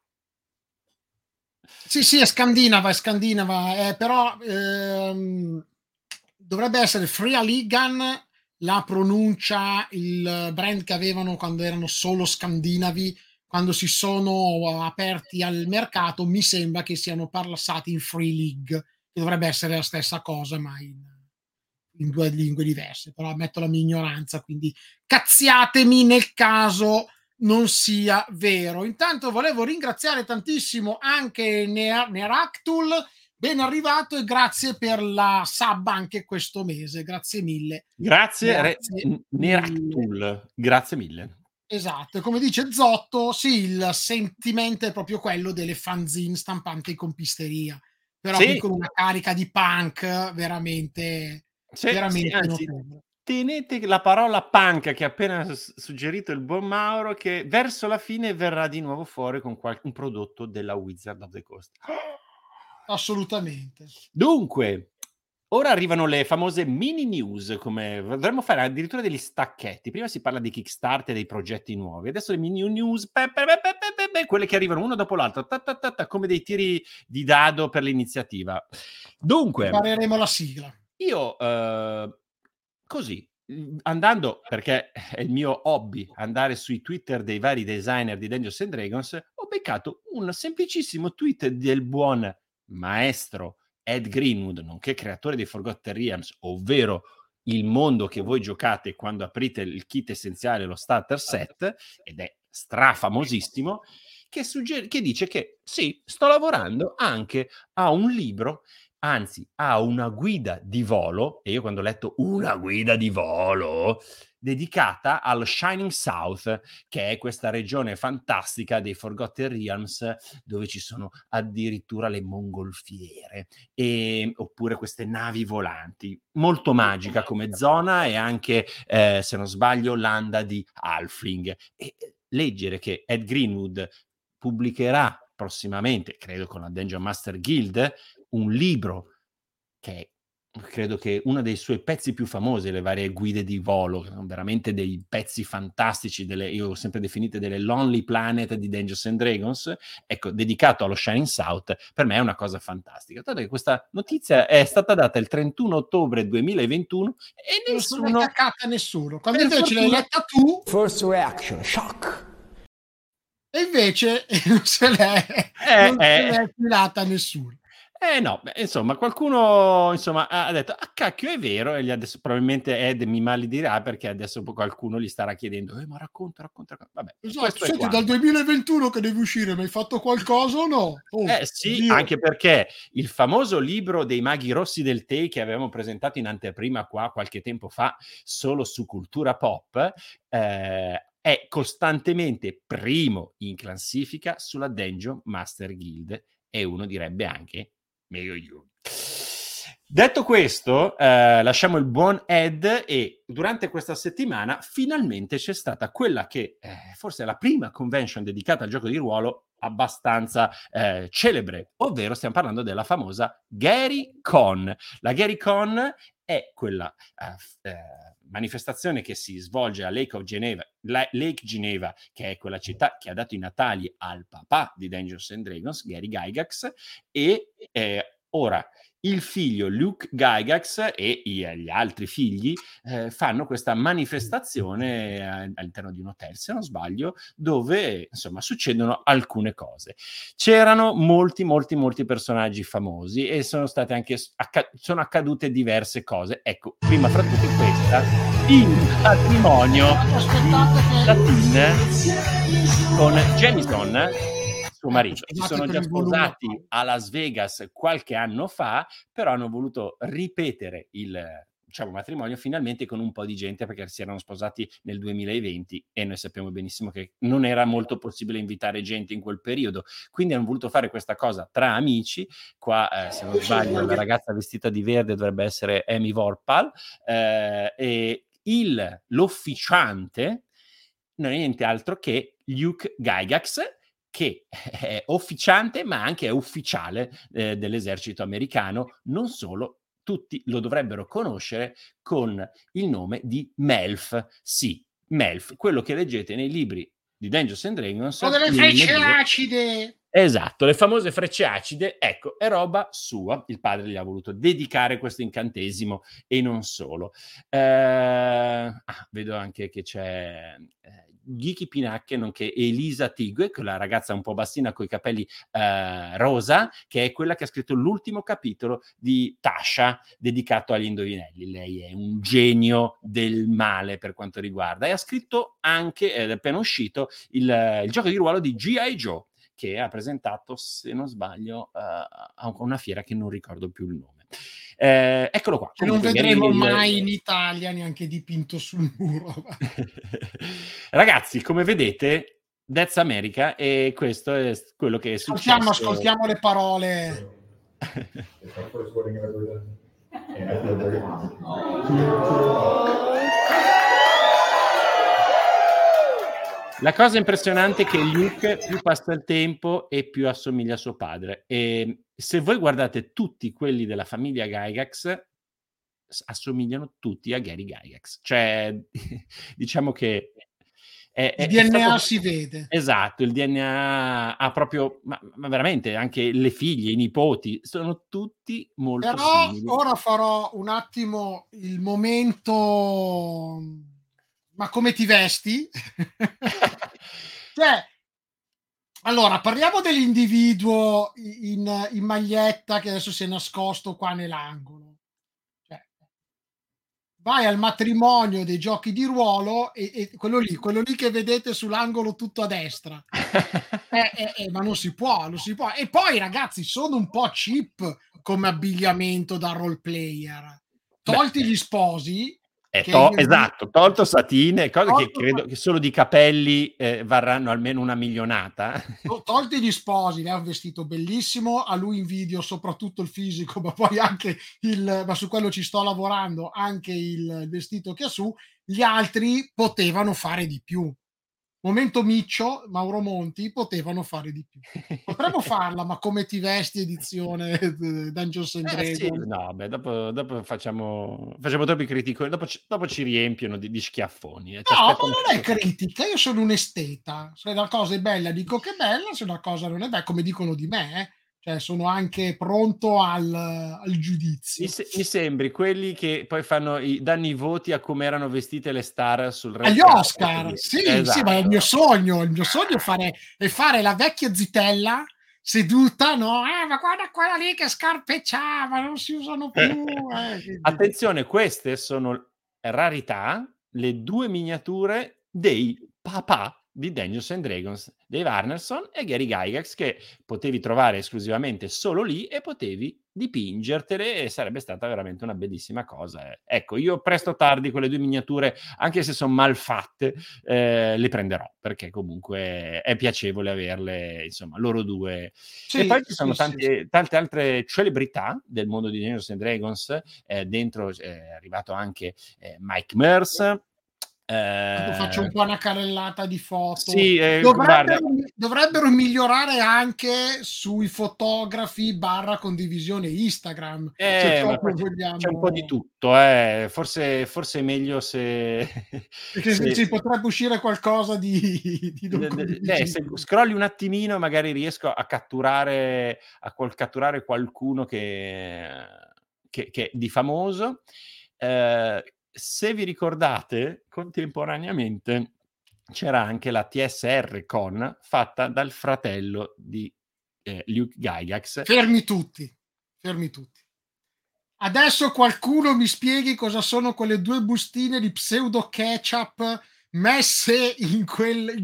Sì, è scandinava, però dovrebbe essere Free Ligan la pronuncia, il brand che avevano quando erano solo scandinavi. Quando si sono aperti al mercato mi sembra che siano passati in Free League, che dovrebbe essere la stessa cosa ma in due lingue diverse, però ammetto la mia ignoranza, quindi cazziatemi nel caso non sia vero. Intanto volevo ringraziare tantissimo anche Neractul, ben arrivato, e grazie per la sub anche questo mese, grazie mille. Grazie Neractul, grazie mille. Esatto, come dice Zotto, sì, il sentimento è proprio quello delle fanzine stampanti con pisteria, però qui con una carica di punk veramente notevole. Tenete la parola punk che ha appena suggerito il buon Mauro, che verso la fine verrà di nuovo fuori con un prodotto della Wizard of the Coast. Assolutamente. Dunque, ora arrivano le famose mini news, come dovremmo fare addirittura degli stacchetti. Prima si parla di Kickstarter e dei progetti nuovi, adesso le mini news, quelle che arrivano uno dopo l'altro, come dei tiri di dado per l'iniziativa. Dunque, prepareremo la sigla. Io così, andando, perché è il mio hobby, andare sui Twitter dei vari designer di Dungeons & Dragons, ho beccato un semplicissimo tweet del buon maestro Ed Greenwood, nonché creatore dei Forgotten Realms, ovvero il mondo che voi giocate quando aprite il kit essenziale, lo starter set, ed è strafamosissimo, che dice che sì, sto lavorando anche a un libro, anzi ha una guida di volo, e io quando ho letto una guida di volo dedicata al Shining South, che è questa regione fantastica dei Forgotten Realms dove ci sono addirittura le mongolfiere oppure queste navi volanti, molto magica come zona, e anche se non sbaglio l'anda di Halfling. E leggere che Ed Greenwood pubblicherà prossimamente, credo con la Dungeon Master Guild, un libro che credo che uno dei suoi pezzi più famosi, le varie guide di volo, che sono veramente dei pezzi fantastici, io ho sempre definite delle Lonely Planet di Dungeons & Dragons, ecco, dedicato allo Shining South, per me è una cosa fantastica. Tanto che questa notizia è stata data il 31 ottobre 2021 e nessuno... Non è attaccata a nessuno. Quando invece l'hai letta tu... First reaction, shock. E invece non se l'è filata nessuno. No, insomma, qualcuno ha detto, cacchio, è vero, e adesso probabilmente Ed mi maledirà perché adesso qualcuno gli starà chiedendo, ma racconta. Vabbè, esatto, senti, dal 2021 che devi uscire, mi hai fatto qualcosa o no? Sì, Dio. Anche perché il famoso libro dei maghi rossi del tè che avevamo presentato in anteprima qua qualche tempo fa, solo su Cultura Pop, è costantemente primo in classifica sulla Dungeon Master Guild, e uno direbbe anche meglio io. Detto questo, lasciamo il buon Ed, e durante questa settimana finalmente c'è stata quella che forse è la prima convention dedicata al gioco di ruolo abbastanza celebre, ovvero stiamo parlando della famosa GaryCon. La GaryCon è quella manifestazione che si svolge a Lake Geneva, che è quella città che ha dato i natali al papà di Dungeons and Dragons, Gary Gygax, e ora il figlio Luke Gygax e gli altri figli fanno questa manifestazione all'interno di un hotel, se non sbaglio, dove insomma succedono alcune cose. C'erano molti personaggi famosi e sono state anche sono accadute diverse cose. Ecco, prima fra tutte questa, il matrimonio di Satine con Jamison, suo marito. Si sono già sposati a Las Vegas qualche anno fa, però hanno voluto ripetere il matrimonio finalmente con un po' di gente, perché si erano sposati nel 2020 e noi sappiamo benissimo che non era molto possibile invitare gente in quel periodo, quindi hanno voluto fare questa cosa tra amici. Qua se non sbaglio la ragazza vestita di verde dovrebbe essere Amy Vorpal, e l'officiante non è niente altro che Luke Gygax, che è officiante ma anche è ufficiale dell'esercito americano. Non solo, tutti lo dovrebbero conoscere con il nome di Melf. Sì, Melf, quello che leggete nei libri di Dungeons and Dragons. O delle frecce acide! Esatto, le famose frecce acide. Ecco, è roba sua. Il padre gli ha voluto dedicare questo incantesimo e non solo. Vedo anche che c'è Ghiki Pinacche, nonché Elisa Tigue, quella ragazza un po' bassina coi capelli rosa, che è quella che ha scritto l'ultimo capitolo di Tasha dedicato agli indovinelli. Lei è un genio del male per quanto riguarda, e ha scritto anche, è appena uscito, il gioco di ruolo di G.I. Joe, che ha presentato, se non sbaglio, a una fiera che non ricordo più il nome. Eccolo qua. Che non vedremo mai in Italia neanche dipinto sul muro. Ragazzi, come vedete, That's America, e questo è quello che è successo. Ascoltiamo le parole. La cosa impressionante è che Luke più passa il tempo e più assomiglia a suo padre, e se voi guardate tutti quelli della famiglia Gygax assomigliano tutti a Gary Gygax, cioè diciamo che il DNA si vede. Esatto, il DNA ha proprio, ma veramente anche le figlie, i nipoti, sono tutti molto simili. Ora farò un attimo il momento... Ma come ti vesti? Cioè, allora, parliamo dell'individuo in maglietta che adesso si è nascosto qua nell'angolo. Cioè, vai al matrimonio dei giochi di ruolo e quello lì che vedete sull'angolo tutto a destra. Ma non si può. E poi, ragazzi, sono un po' cheap come abbigliamento da role player. Tolti gli sposi... Esatto, tolto Satine, cose che credo che solo di capelli varranno almeno una milionata. Tolti gli sposi, lei ha un vestito bellissimo, a lui invidio soprattutto il fisico, ma poi anche ma su quello ci sto lavorando, anche il vestito che ha su. Gli altri potevano fare di più. Momento Miccio, Mauro Monti, potevano fare di più. Potremmo farla, ma come ti vesti edizione Dungeons and Dragons? Sì. No, beh, dopo facciamo troppi criticoni, dopo ci riempiono di schiaffoni. No, ma non è critica, io sono un esteta. Se una cosa è bella dico che è bella, se una cosa non è bella, come dicono di me, cioè sono anche pronto al giudizio. Mi sembri quelli che poi danno i voti a come erano vestite le star sul Red Agli Carpet. Oscar, sì, Esatto. sì, ma è il mio sogno è fare la vecchia zitella seduta, no? Ma guarda quella lì che scarpe c'ha, ma non si usano più. Attenzione, queste sono rarità, le 2 miniature dei papà di Dungeons and Dragons, Dave Arneson e Gary Gygax, che potevi trovare esclusivamente solo lì e potevi dipingertele e sarebbe stata veramente una bellissima cosa. Ecco, io presto o tardi quelle 2 miniature, anche se sono mal fatte, le prenderò, perché comunque è piacevole averle, insomma, loro due. Sì, e poi ci sono sì. tante altre celebrità del mondo di Dungeons and Dragons, dentro è arrivato anche Mike Merce. Faccio un po' una carrellata di foto. Sì, dovrebbero migliorare anche sui fotografi / condivisione Instagram. C'è un po' di tutto, forse è meglio se perché potrebbe uscire qualcosa di se scrolli un attimino magari riesco a catturare qualcuno che di famoso. Se vi ricordate, contemporaneamente c'era anche la TSR Con fatta dal fratello di Luke Gygax. Fermi tutti. Adesso qualcuno mi spieghi cosa sono quelle 2 bustine di pseudo ketchup messe in quel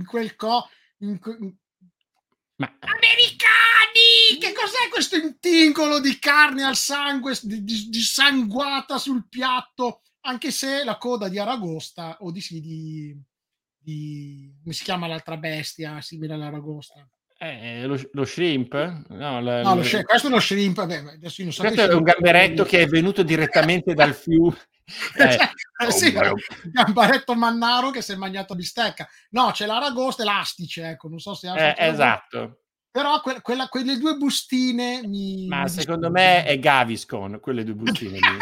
Americani! Che cos'è questo intingolo di carne al sangue dissanguata sul piatto? Anche se la coda di aragosta o di come si chiama l'altra bestia simile all'aragosta? Lo shrimp? No, questo è uno shrimp. Adesso non so, questo è un gamberetto che è venuto direttamente dal fiume. Sì, un gambaretto mannaro che si è mangiato bistecca. No, c'è l'aragosta e l'astice, ecco, non so se esatto. Però quelle 2 bustine ma secondo me è Gaviscon, quelle 2 bustine lì.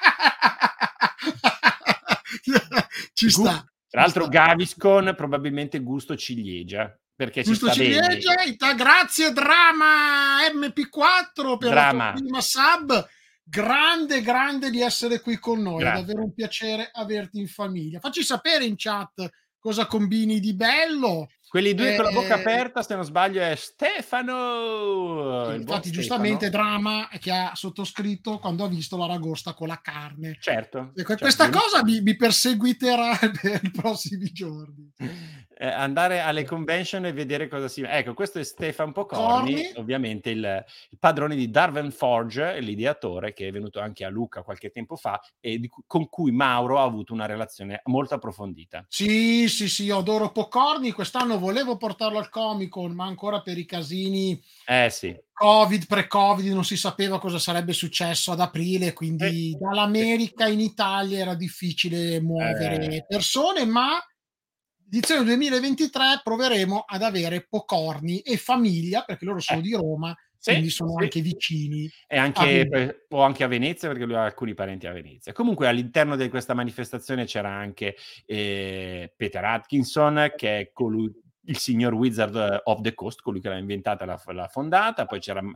Ci sta. Tra l'altro Gaviscon probabilmente gusto ciliegia, perché gusto ci sta ciliegia, grazie Drama MP4 per la tua prima sub. Grande di essere qui con noi. Grazie. È davvero un piacere averti in famiglia. Facci sapere in chat cosa combini di bello. Quelli 2 con la bocca aperta, se non sbaglio, è Stefano. Infatti, giustamente, Drama che ha sottoscritto quando ha visto l'aragosta con la carne. Certo. Questa cosa mi perseguiterà nei prossimi giorni. Andare alle convention e vedere cosa si... Ecco, questo è Stefan Pocorni, ovviamente il padrone di Darven Forge, l'ideatore, che è venuto anche a Lucca qualche tempo fa e con cui Mauro ha avuto una relazione molto approfondita. Sì, io adoro Pocorni. Quest'anno volevo portarlo al Comic-Con, ma ancora per i casini sì. Covid, pre-Covid, non si sapeva cosa sarebbe successo ad aprile, quindi dall'America in Italia era difficile muovere persone, ma edizione 2023 proveremo ad avere Pocorni e famiglia, perché loro sono di Roma, quindi sono anche vicini. E anche, o anche a Venezia, perché lui ha alcuni parenti a Venezia. Comunque all'interno di questa manifestazione c'era anche Peter Atkinson, che è il signor Wizard of the Coast, colui che l'ha inventata, l'ha fondata. Poi c'era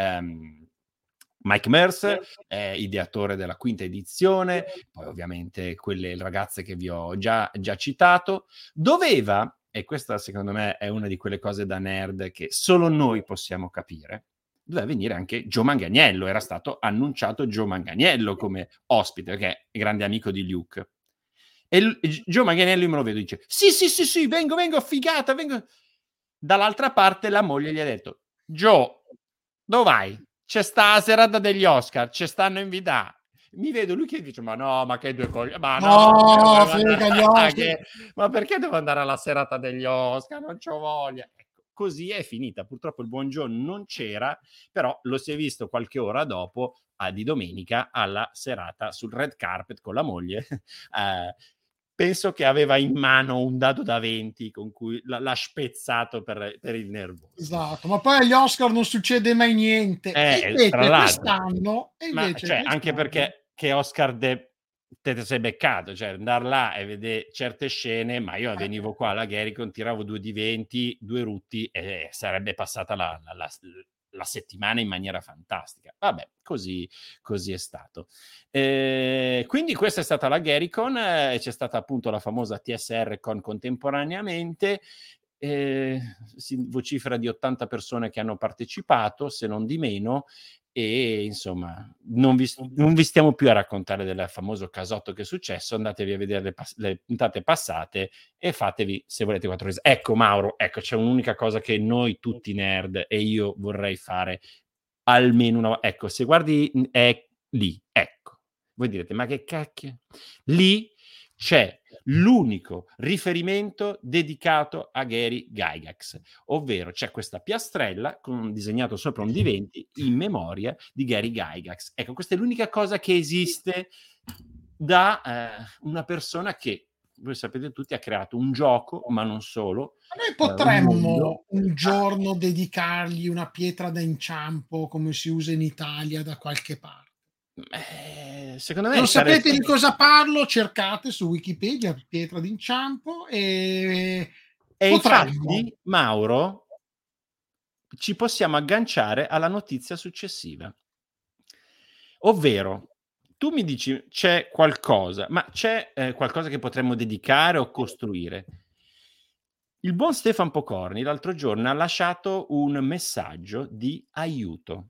Mike Merce, ideatore della 5ª edizione, poi ovviamente quelle ragazze che vi ho già citato. Doveva, e questa secondo me è una di quelle cose da nerd che solo noi possiamo capire, doveva venire anche Joe Manganiello, era stato annunciato Joe Manganiello come ospite, perché è grande amico di Luke. E Joe Manganiello, io me lo vedo, dice sì, vengo, figata, vengo. Dall'altra parte la moglie gli ha detto: Joe, dove vai? C'è sta la serata degli Oscar, ci stanno invitati. Mi vedo lui che dice: ma no, ma che 2 coglioni, ma no, ma perché devo andare alla serata degli Oscar? Non c'ho voglia. Ecco, così è finita. Purtroppo il buon Joe non c'era, però lo si è visto qualche ora dopo, di domenica, alla serata sul red carpet con la moglie. Penso che aveva in mano un dado da 20 con cui l'ha spezzato per il nervoso. Esatto, ma poi agli Oscar non succede mai niente. Invece quest'anno... anche perché che Oscar te sei beccato, cioè andare là e vedere certe scene, ma io venivo qua alla Garicon, tiravo 2 di 20, 2 rutti e sarebbe passata la settimana in maniera fantastica. Vabbè, così è stato. Quindi questa è stata la GaryCon, c'è stata appunto la famosa TSR Con contemporaneamente. Si vocifera di 80 persone che hanno partecipato, se non di meno, e insomma non vi stiamo più a raccontare del famoso casotto che è successo. Andatevi a vedere le puntate passate e fatevi, se volete, 4 risate. Ecco Mauro, ecco, c'è un'unica cosa che noi tutti nerd e io vorrei fare almeno una... Ecco, se guardi è lì, ecco, voi direte ma che cacchio, lì c'è l'unico riferimento dedicato a Gary Gygax, ovvero c'è questa piastrella con disegnato sopra un D20 in memoria di Gary Gygax. Ecco, questa è l'unica cosa che esiste da una persona che, voi sapete tutti, ha creato un gioco, ma non solo. Noi potremmo un giorno dedicargli una pietra da inciampo, come si usa in Italia da qualche parte. Secondo me non sapete di cosa parlo, cercate su Wikipedia pietra d'inciampo e infatti, Mauro, ci possiamo agganciare alla notizia successiva, ovvero tu mi dici c'è qualcosa, ma c'è qualcosa che potremmo dedicare o costruire. Il buon Stefan Pocorni l'altro giorno ha lasciato un messaggio di aiuto,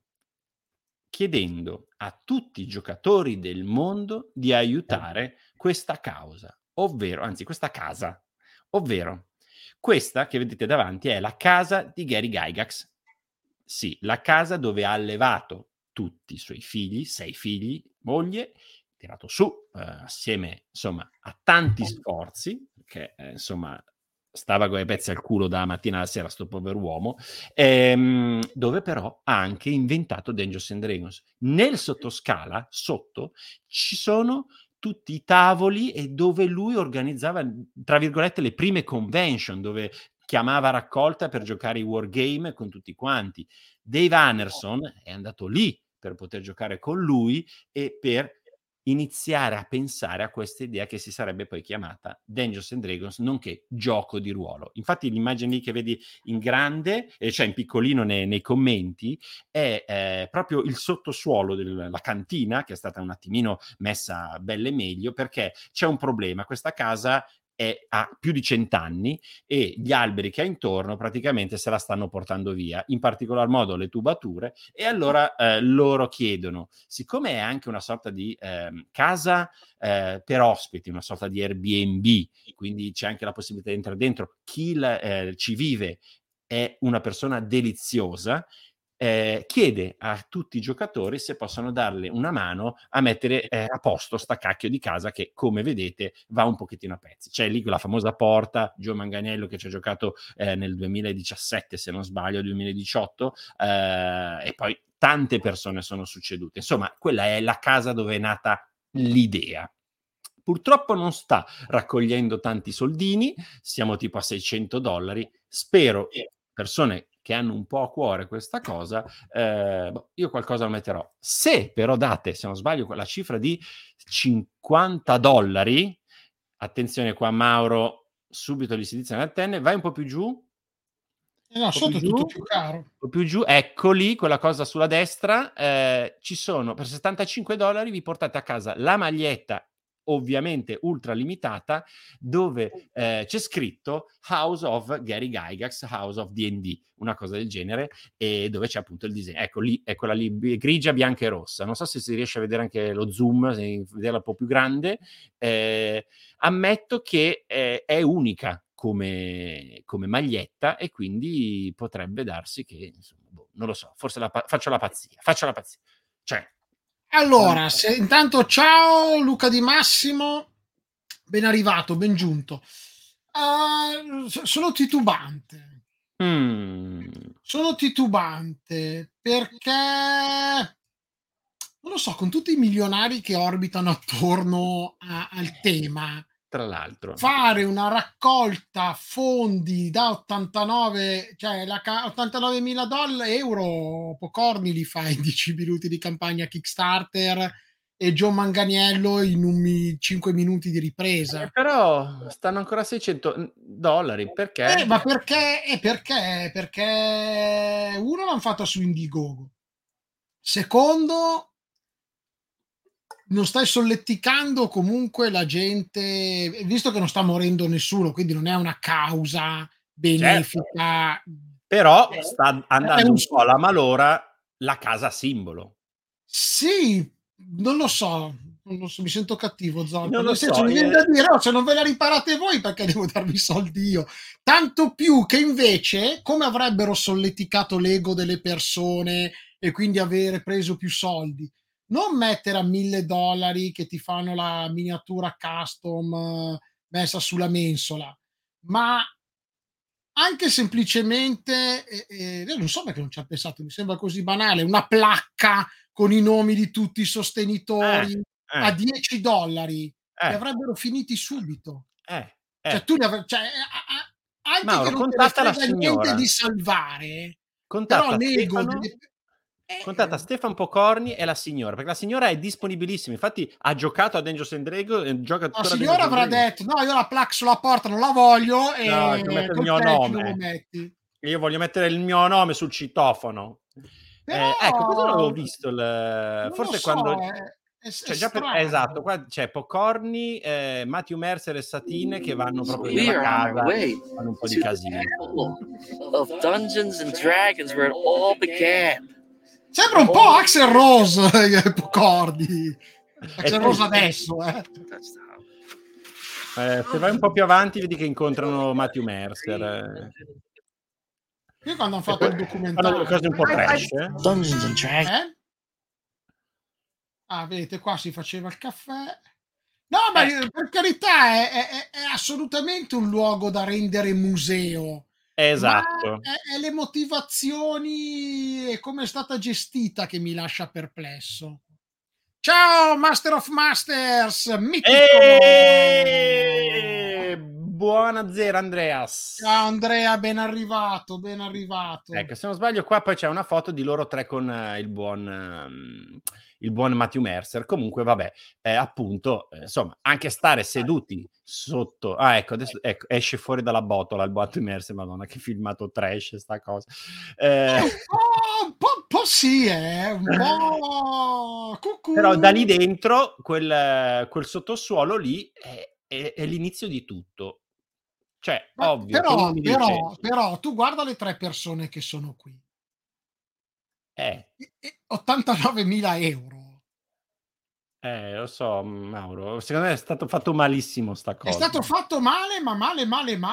chiedendo a tutti i giocatori del mondo di aiutare questa causa, questa casa, ovvero questa che vedete davanti è la casa di Gary Gygax. Sì, la casa dove ha allevato tutti i suoi figli, 6 figli, moglie, tirato su assieme, insomma, a tanti sforzi, che insomma stava con i pezzi al culo da mattina alla sera sto pover'uomo, dove però ha anche inventato Dungeons and Dragons. Nel sottoscala, sotto, ci sono tutti i tavoli e dove lui organizzava, tra virgolette, le prime convention, dove chiamava raccolta per giocare i wargame con tutti quanti. Dave Anderson è andato lì per poter giocare con lui e per iniziare a pensare a questa idea che si sarebbe poi chiamata Dungeons and Dragons, nonché gioco di ruolo. Infatti l'immagine lì che vedi in grande, cioè in piccolino nei commenti, è proprio il sottosuolo della cantina, che è stata un attimino messa belle meglio, perché c'è un problema. Questa casa ha più di 100 anni e gli alberi che ha intorno praticamente se la stanno portando via, in particolar modo le tubature, e allora loro chiedono, siccome è anche una sorta di casa per ospiti, una sorta di Airbnb, quindi c'è anche la possibilità di entrare dentro, chi ci vive è una persona deliziosa, chiede a tutti i giocatori se possono darle una mano a mettere a posto sta cacchio di casa che, come vedete, va un pochettino a pezzi. C'è lì quella famosa porta, Joe Manganiello che ci ha giocato nel 2017, se non sbaglio, 2018, e poi tante persone sono succedute. Insomma, quella è la casa dove è nata l'idea. Purtroppo non sta raccogliendo tanti soldini, siamo tipo a $600, spero persone che hanno un po' a cuore questa cosa, io qualcosa lo metterò. Se però date, se non sbaglio, la cifra di $50, attenzione qua Mauro, subito gli si dice l'antenne, vai un po' più giù. No, sotto è tutto più caro. Un po' più giù, ecco lì, quella cosa sulla destra, ci sono, per $75 vi portate a casa la maglietta, ovviamente ultra limitata, dove c'è scritto House of Gary Gygax, House of D&D, una cosa del genere, e dove c'è appunto il disegno. Ecco lì, eccola lì, grigia, bianca e rossa. Non so se si riesce a vedere anche lo zoom, se vederla un po' più grande. Ammetto che è unica come maglietta e quindi potrebbe darsi che, insomma, non lo so, forse faccio la pazzia. Cioè, allora, intanto ciao Luca Di Massimo, ben arrivato, ben giunto. Sono titubante. Sono titubante perché, non lo so, con tutti i milionari che orbitano attorno al tema, tra l'altro, fare una raccolta fondi da 89, cioè $89.000 euro, Pocorni li fa in 10 minuti di campagna Kickstarter e Joe Manganiello in 5 minuti di ripresa. Però stanno ancora a 600. dollari, perché? Ma perché uno l'hanno fatta su Indiegogo, secondo non stai solleticando comunque la gente, visto che non sta morendo nessuno, quindi non è una causa benefica. Certo. Però sta andando un po' alla malora la casa simbolo. Sì, non lo so, mi sento cattivo, Zoltan. Non lo Nel senso, so, mi viene da dire, se non ve la riparate voi, perché devo darvi soldi io? Tanto più che invece, come avrebbero solleticato l'ego delle persone e quindi avere preso più soldi? Non mettere a $1.000 che ti fanno la miniatura custom messa sulla mensola, ma anche semplicemente, io non so perché non ci ha pensato, mi sembra così banale, una placca con i nomi di tutti i sostenitori a $10 che avrebbero finiti subito. Cioè tu anche Mauro, che non te ne frega niente di salvare, però l'ego contatta Stefan Pocorni e la signora, perché la signora è disponibilissima, infatti ha giocato a Dungeons and Dragons e gioca tuttora. La signora avrà detto no, io la placa sulla porta non la voglio e devo mettere il mio nome. Io voglio mettere il mio nome sul citofono. Però, ecco, questo non l'avevo visto forse so, quando esatto, qua c'è Pocorni, Matthew Mercer e Satine che vanno proprio nella casa, fanno un po' di casino. Of Dungeons and Dragons where it all began. Sembra un po' Axl Rose, Pocorni. Axl Rose adesso, se vai un po' più avanti vedi che incontrano Matthew Mercer. Io quando hanno fatto il documentario fanno cose un po' trash, Dungeons and Dragons. Vedete, qua si faceva il caffè. No, ma per carità è assolutamente un luogo da rendere museo. Esatto. Ma è le motivazioni e come è stata gestita che mi lascia perplesso. Ciao Master of Masters, mitico! Buonasera Andreas. Ciao Andrea, ben arrivato. Ecco, se non sbaglio qua poi c'è una foto di loro tre con il buon Matthew Mercer. Comunque vabbè, appunto, insomma, anche stare seduti sotto. Ecco, adesso esce fuori dalla botola il Matthew Mercer, madonna che filmato trash sta cosa. Un po' sì, un po'. Però da lì dentro quel sottosuolo lì è l'inizio di tutto. Cioè, ovvio. Però tu guarda le 3 persone che sono qui. 89.000 euro. Lo so, Mauro. Secondo me è stato fatto malissimo sta cosa. È stato fatto male, ma male.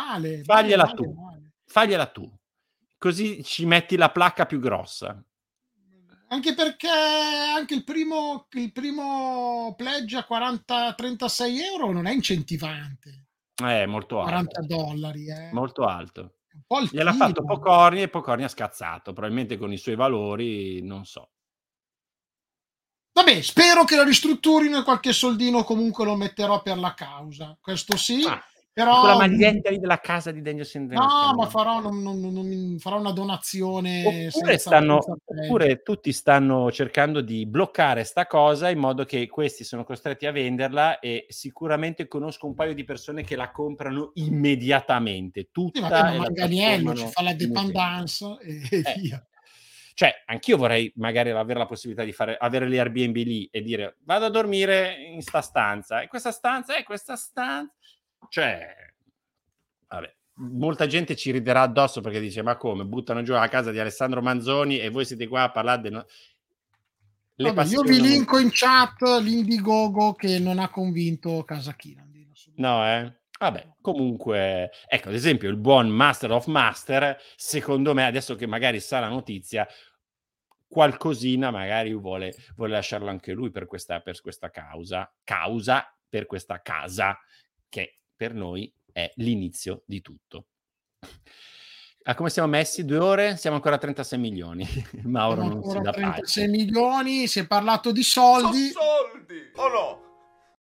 Fagliela tu. Così ci metti la placca più grossa. Anche perché anche il primo pledge a 36 euro non è incentivante. Molto alto. $40. Molto alto. Gliel'ha fatto Pocorni e Pocorni ha scazzato, probabilmente con i suoi valori, non so. Vabbè, spero che la ristrutturino e qualche soldino comunque lo metterò per la causa. Questo sì. Però con la maglietta lì della casa di Dungeons and Dragons. No, ma farò una donazione. Oppure tutti stanno cercando di bloccare sta cosa in modo che questi sono costretti a venderla e sicuramente conosco un paio di persone che la comprano immediatamente. Ma Manganiello ci fa la dependance e via. Cioè, anch'io vorrei magari avere la possibilità di avere le Airbnb lì e dire vado a dormire in sta stanza e questa stanza. Cioè, vabbè, molta gente ci riderà addosso perché dice ma come, buttano giù la casa di Alessandro Manzoni e voi siete qua a parlare io vi linko in chat l'Indiegogo che non ha convinto Casachina. No, vabbè, comunque, ecco, ad esempio il buon Master of Master, secondo me, adesso che magari sa la notizia, qualcosina magari vuole lasciarlo anche lui per questa causa, per questa casa, che per noi è l'inizio di tutto. Come siamo messi? 2 ore? Siamo ancora a 36 milioni. Mauro non si dà 36 milioni, si è parlato di soldi. Sono soldi! O no?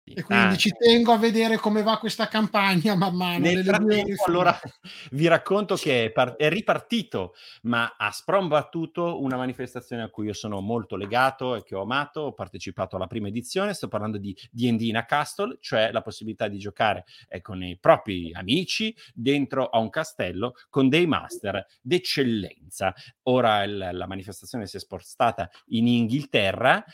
E quindi ci tengo a vedere come va questa campagna man mano. Nel frattempo, allora vi racconto che è ripartito, ma ha sprombattuto una manifestazione a cui io sono molto legato e che ho amato. Ho partecipato alla prima edizione, sto parlando di D&D in a Castle, cioè la possibilità di giocare con i propri amici dentro a un castello con dei master d'eccellenza. Ora la manifestazione si è spostata in Inghilterra,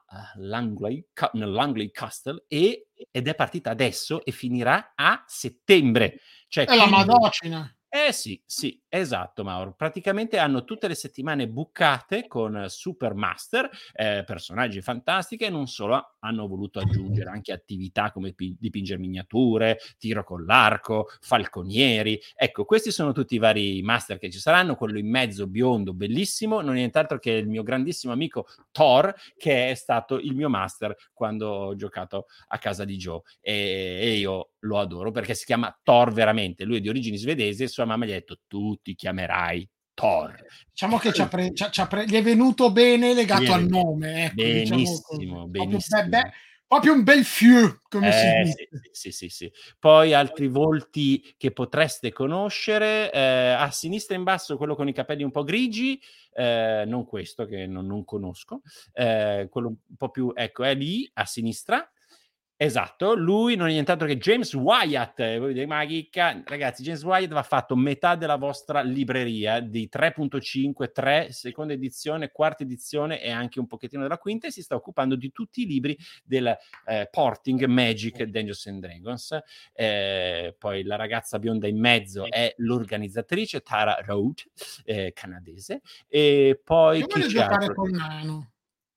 nell'Langley Castle, ed è partita adesso e finirà a settembre. Cioè, è la Madocina. Sì, esatto, Mauro. Praticamente hanno tutte le settimane bucate con super master, personaggi fantastici, e non solo, hanno voluto aggiungere anche attività come dipingere miniature, tiro con l'arco, falconieri. Ecco, questi sono tutti i vari master che ci saranno. Quello in mezzo, biondo, bellissimo, non è nient'altro che il mio grandissimo amico Thor, che è stato il mio master quando ho giocato a casa di Joe, e io lo adoro perché si chiama Thor veramente. Lui è di origini svedesi, sua mamma gli ha detto: tu ti chiamerai Thor. Diciamo che gli è venuto bene legato al nome, ecco, benissimo, diciamo benissimo. Proprio un bel fiu, come si dice. Sì. Poi altri volti che potreste conoscere, a sinistra in basso quello con i capelli un po' grigi, non questo che non conosco, quello un po' più, ecco, è lì a sinistra. Esatto, lui non è nient'altro che James Wyatt. Voi dite, ma chicca, ragazzi, James Wyatt va fatto metà della vostra libreria di 3.5, 3, seconda edizione, quarta edizione e anche un pochettino della quinta, e si sta occupando di tutti i libri del porting Magic Dungeons and Dragons. Poi la ragazza bionda in mezzo è l'organizzatrice Tara Road, canadese, e poi io voglio giocare con Nano.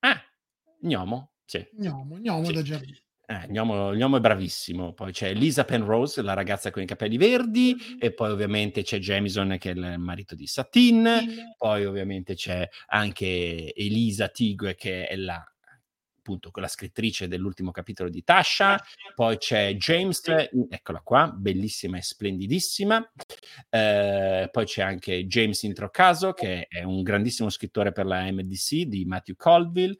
Gnomo, sì. Gnomo sì. da giardino. Gnomo è bravissimo. Poi c'è Lisa Penrose, la ragazza con i capelli verdi, e poi ovviamente c'è Jamison, che è il marito di Satine. Poi ovviamente c'è anche Elisa Tigue, che è appunto quella scrittrice dell'ultimo capitolo di Tasha. Poi c'è James, eccola qua, bellissima e splendidissima. Poi c'è anche James Introcaso, che è un grandissimo scrittore per la MDC di Matthew Colville,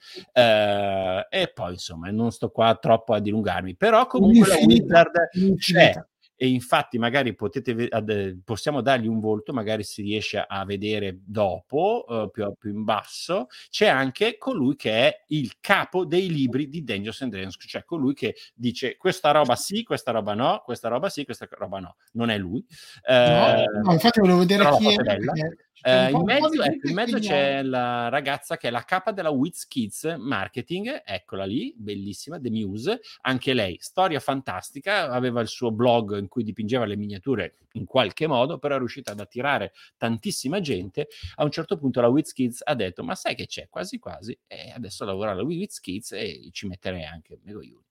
e poi insomma non sto qua troppo a dilungarmi, però comunque la Wizard c'è. E infatti magari possiamo dargli un volto, magari si riesce a vedere dopo, più in basso. C'è anche colui che è il capo dei libri di Dungeons and Dragons, cioè colui che dice questa roba sì, questa roba no, questa roba sì, questa roba no. Non è lui. No, infatti volevo vedere chi è. In mezzo c'è la ragazza che è la capa della WizKids Marketing, eccola lì, bellissima, The Muse, anche lei, storia fantastica, aveva il suo blog in cui dipingeva le miniature in qualche modo, però è riuscita ad attirare tantissima gente. A un certo punto la WizKids ha detto, ma sai che c'è, quasi quasi, e adesso lavora alla WizKids e ci metterei anche Megoiuri.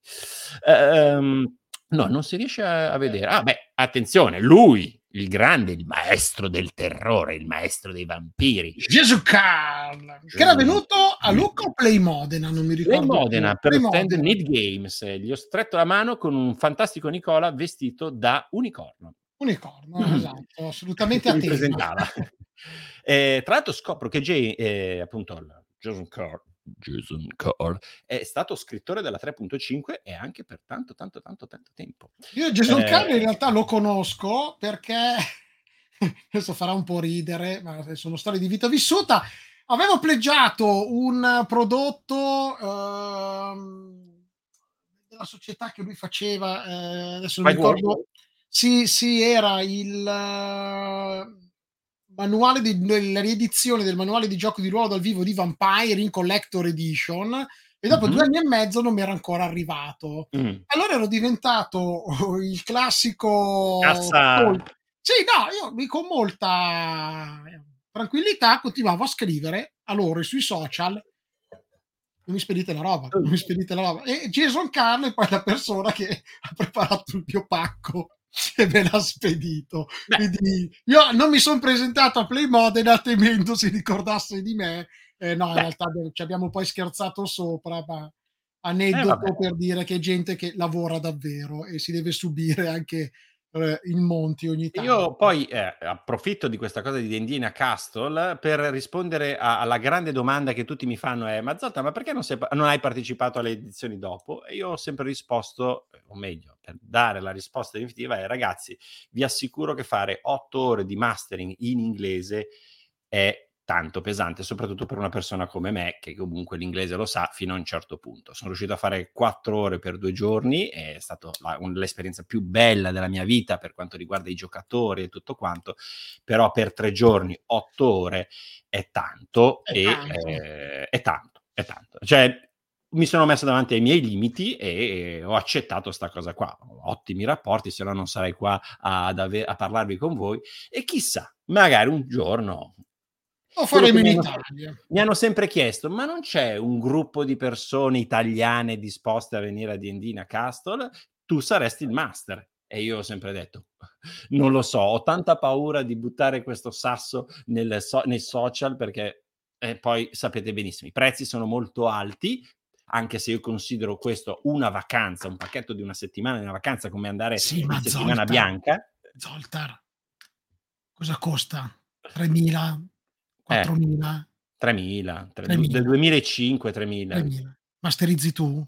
No, non si riesce a vedere. Attenzione, lui, il grande, il maestro del terrore, il maestro dei vampiri. Gesù Carl, che era venuto a Lucca o Play Modena, non mi ricordo. Play Modena, per lo stand Need Games. Gli ho stretto la mano con un fantastico Nicola vestito da unicorno. Esatto, assolutamente a tema. Tra l'altro scopro che appunto Jason Carl è stato scrittore della 3.5 e anche per tanto tempo. Io Jason Carl in realtà lo conosco perché adesso farà un po' ridere, ma sono storie di vita vissuta. Avevo pleggiato un prodotto della società che lui faceva, adesso non mi ricordo. Sì, era il manuale la riedizione del manuale di gioco di ruolo dal vivo di Vampire in Collector Edition, e dopo 2 anni e mezzo non mi era ancora arrivato. Allora ero diventato il classico io con molta tranquillità continuavo a scrivere a loro sui social: non mi spedite la roba. E Jason Carl è poi la persona che ha preparato il mio pacco e me l'ha spedito. Quindi io non mi sono presentato a Play Modena temendo si ricordasse di me. In realtà ci abbiamo poi scherzato sopra, ma aneddoto per dire che è gente che lavora davvero e si deve subire anche il Monti ogni tanto. Io poi approfitto di questa cosa di D&D in a Castle per rispondere alla grande domanda che tutti mi fanno è: ma Zotta, ma perché non hai partecipato alle edizioni dopo? E io ho sempre risposto, o meglio, per dare la risposta definitiva è: ragazzi, vi assicuro che fare 8 ore di mastering in inglese è tanto pesante, soprattutto per una persona come me, che comunque l'inglese lo sa fino a un certo punto. Sono riuscito a fare 4 ore per 2 giorni, è stata l'esperienza più bella della mia vita per quanto riguarda i giocatori e tutto quanto, però per 3 giorni, 8 ore è tanto, è tanto. Cioè, mi sono messo davanti ai miei limiti e ho accettato sta cosa qua. Ho ottimi rapporti, se no non sarei qua a parlarvi con voi, e chissà, magari un giorno... Lo faremo in Italia. Mi hanno sempre chiesto: ma non c'è un gruppo di persone italiane disposte a venire a D&D a Castle? Tu saresti il master. E io ho sempre detto: non lo so, ho tanta paura di buttare questo sasso nei social, perché poi sapete benissimo, i prezzi sono molto alti, anche se io considero questo una vacanza, un pacchetto di una settimana di una vacanza, come andare in settimana bianca. Zoltar, cosa costa? 3.000? 4.000? 3.000. Del 2005, 3.000. Masterizzi tu?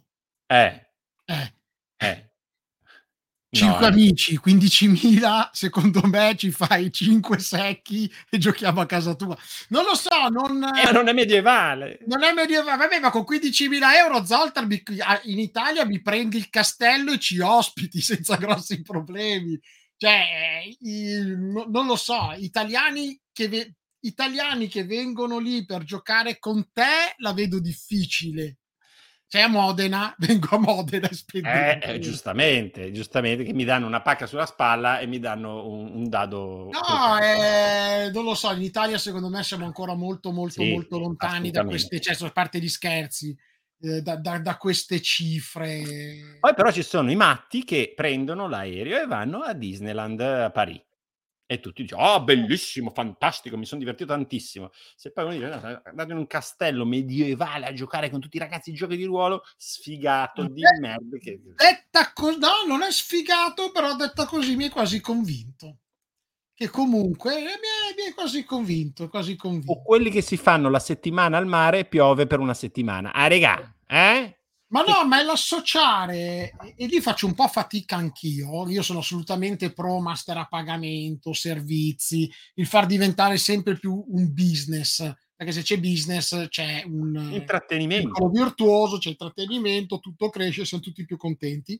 5 amici, 15.000, secondo me ci fai 5 secchi e giochiamo a casa tua. Non lo so, non è medievale. Non è medievale, vabbè, ma con 15.000 euro Zoltar in Italia mi prendi il castello e ci ospiti senza grossi problemi. Cioè, non lo so, italiani che vengono lì per giocare con te la vedo difficile. Sei a Modena, vengo a Modena e spendo. Giustamente, che mi danno una pacca sulla spalla e mi danno un dado. No, non lo so, in Italia secondo me siamo ancora molto lontani da queste, cioè, a parte gli scherzi, da queste cifre. Poi però ci sono i matti che prendono l'aereo e vanno a Disneyland a Parigi. E tutti dicono: oh, bellissimo, fantastico, mi sono divertito tantissimo. Se poi uno dice: andate in un castello medievale a giocare con tutti i ragazzi di giochi di ruolo, sfigato di merda. No, non è sfigato, però detta così mi è quasi convinto. Che comunque mi è quasi convinto. O quelli che si fanno la settimana al mare e piove per una settimana. Ah, regà, Ma no, ma è l'associare, e lì faccio un po' fatica anch'io. Io sono assolutamente pro master a pagamento, servizi, il far diventare sempre più un business, perché se c'è business c'è un intrattenimento virtuoso, c'è intrattenimento, tutto cresce, siamo tutti più contenti.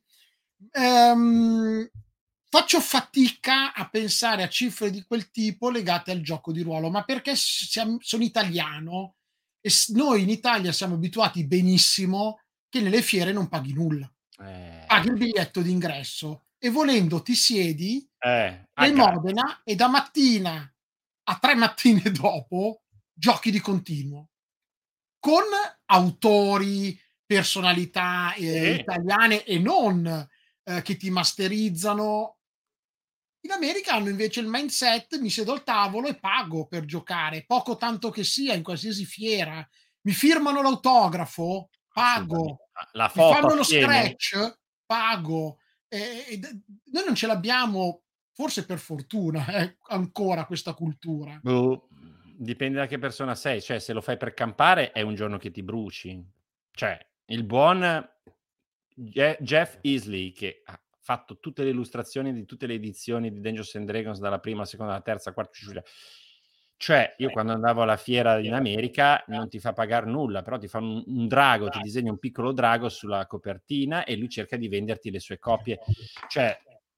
Faccio fatica a pensare a cifre di quel tipo legate al gioco di ruolo, ma perché sono italiano e noi in Italia siamo abituati benissimo che nelle fiere non paghi nulla, paghi il biglietto d'ingresso e volendo ti siedi in Modena e da mattina a 3 mattine dopo giochi di continuo con autori, personalità italiane e non che ti masterizzano. In America hanno invece il mindset: mi siedo al tavolo e pago per giocare, poco tanto che sia, in qualsiasi fiera. Mi firmano l'autografo, pago. La foto, mi fanno lo scratch, pago. Noi non ce l'abbiamo, forse per fortuna, ancora questa cultura. Dipende da che persona sei, cioè se lo fai per campare è un giorno che ti bruci. Cioè, il buon Jeff Easley, che ha fatto tutte le illustrazioni di tutte le edizioni di Dungeons and Dragons dalla prima, alla seconda, alla terza, quarta, cioè io quando andavo alla fiera in America non ti fa pagare nulla, però ti fa un drago, ti disegna un piccolo drago sulla copertina e lui cerca di venderti le sue copie, cioè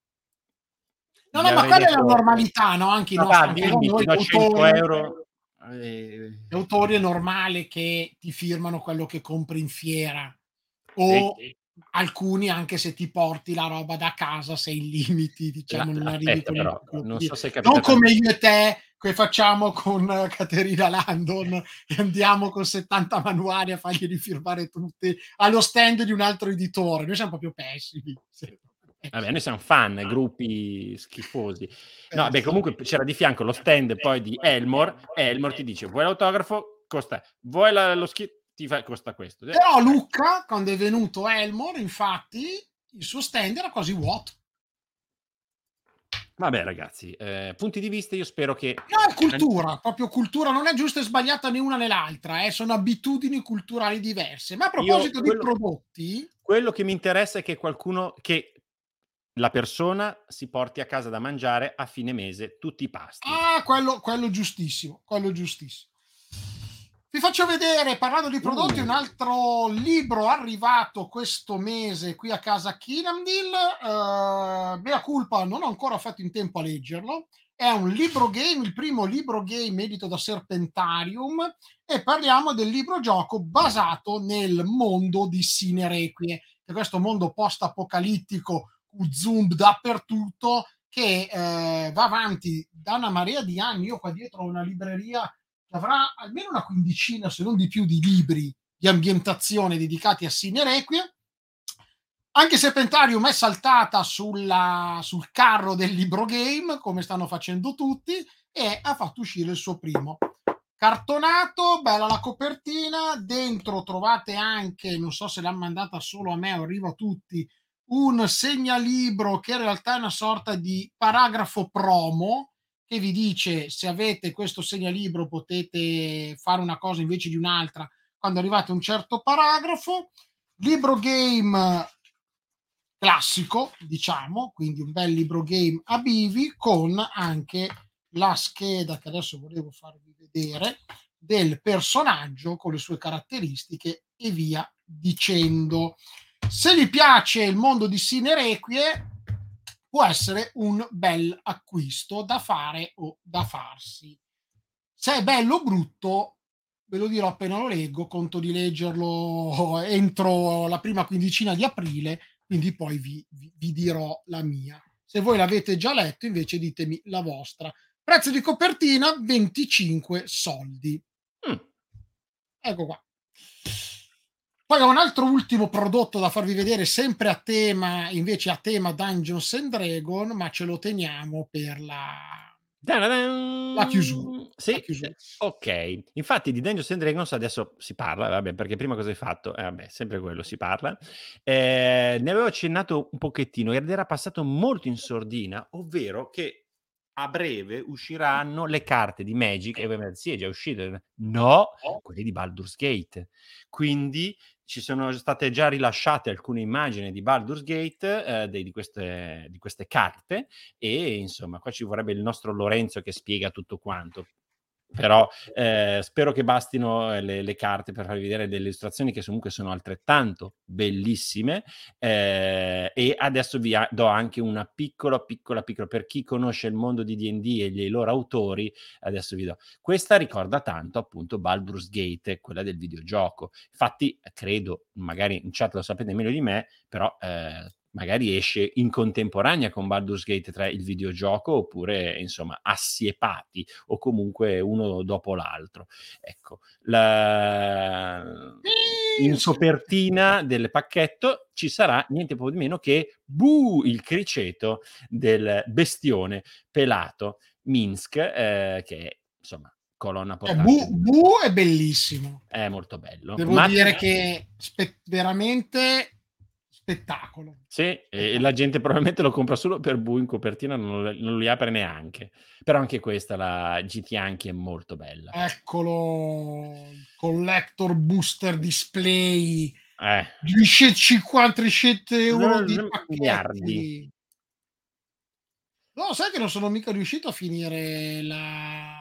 no, ma quella è la normalità, no? Anche i nostri noi, 100 euro. Gli autori è normale che ti firmano quello che compri in fiera, o alcuni anche se ti porti la roba da casa sei in limiti, diciamo, non arrivi con però, non so se non come io e te che facciamo con Caterina Landon e andiamo con 70 manuali a farglieli firmare tutti allo stand di un altro editore. Noi siamo proprio pessimi. Vabbè, noi siamo fan, gruppi schifosi. No, beh, comunque c'era di fianco lo stand poi di Elmore, e Elmore ti dice: vuoi l'autografo? Costa. Vuoi lo costa questo. Però Lucca, quando è venuto Elmore, infatti il suo stand era quasi vuoto. Vabbè ragazzi, punti di vista, io spero che... No, è cultura, proprio cultura, non è giusta e sbagliata né una né l'altra, sono abitudini culturali diverse. Ma a proposito di prodotti... Quello che mi interessa è che che la persona si porti a casa da mangiare a fine mese tutti i pasti. Ah, quello giustissimo, quello giustissimo. Vi faccio vedere, parlando di prodotti, un altro libro arrivato questo mese qui a casa Kinamdil. Mea culpa, non ho ancora fatto in tempo a leggerlo. È un libro game, il primo libro game edito da Serpentarium, e parliamo del libro gioco basato nel mondo di Sine Requie, che è questo mondo post-apocalittico, zoom dappertutto, che va avanti da una marea di anni. Io qua dietro ho una libreria che avrà almeno una quindicina, se non di più, di libri di ambientazione dedicati a Sine Requie. Anche Serpentarium è saltata sul carro del libro game, come stanno facendo tutti, e ha fatto uscire il suo primo. Cartonato, bella la copertina, dentro trovate anche, non so se l'hanno mandata solo a me o arriva a tutti, un segnalibro che in realtà è una sorta di paragrafo promo, che vi dice se avete questo segnalibro potete fare una cosa invece di un'altra quando arrivate a un certo paragrafo. Libro game classico, diciamo, quindi un bel libro game a bivi, con anche la scheda che adesso volevo farvi vedere del personaggio con le sue caratteristiche e via dicendo. Se vi piace il mondo di Sine Requie, può essere un bel acquisto da fare o da farsi. Se è bello o brutto, ve lo dirò appena lo leggo, conto di leggerlo entro la prima quindicina di aprile, quindi poi vi dirò la mia. Se voi l'avete già letto, invece ditemi la vostra. Prezzo di copertina 25 soldi. Ecco qua. Poi ho un altro ultimo prodotto da farvi vedere, sempre a tema, invece a tema Dungeons and Dragons, ma ce lo teniamo per la chiusura. Sì, la chiusura. Ok. Infatti di Dungeons and Dragons adesso si parla, vabbè, perché prima cosa hai fatto? Vabbè, sempre quello, si parla. Ne avevo accennato un pochettino ed era passato molto in sordina, ovvero che a breve usciranno le carte di Magic, e ovviamente sì, è già uscito, no, quelle di Baldur's Gate. Quindi ci sono state già rilasciate alcune immagini di Baldur's Gate, di queste carte, e insomma qua ci vorrebbe il nostro Lorenzo che spiega tutto quanto. Però spero che bastino le carte per farvi vedere delle illustrazioni che comunque sono altrettanto bellissime, e adesso vi do anche una piccola per chi conosce il mondo di D&D e i loro autori. Adesso vi do questa, ricorda tanto appunto Baldur's Gate, quella del videogioco. Infatti credo, magari in chat lo sapete meglio di me, però magari esce in contemporanea con Baldur's Gate 3 il videogioco, oppure insomma assiepati o comunque uno dopo l'altro. Ecco, in copertina del pacchetto ci sarà niente po' di meno che il criceto del bestione pelato Minsk, che è insomma colonna portante. Bu è bellissimo. È molto bello. Devo dire che veramente spettacolo. Sì, e la gente probabilmente lo compra solo per Bu in copertina, non li apre neanche. Però anche questa, la GT Anki, è molto bella. Eccolo, Collector Booster Display. 57 euro di pacchetti. No, sai che non sono mica riuscito a finire la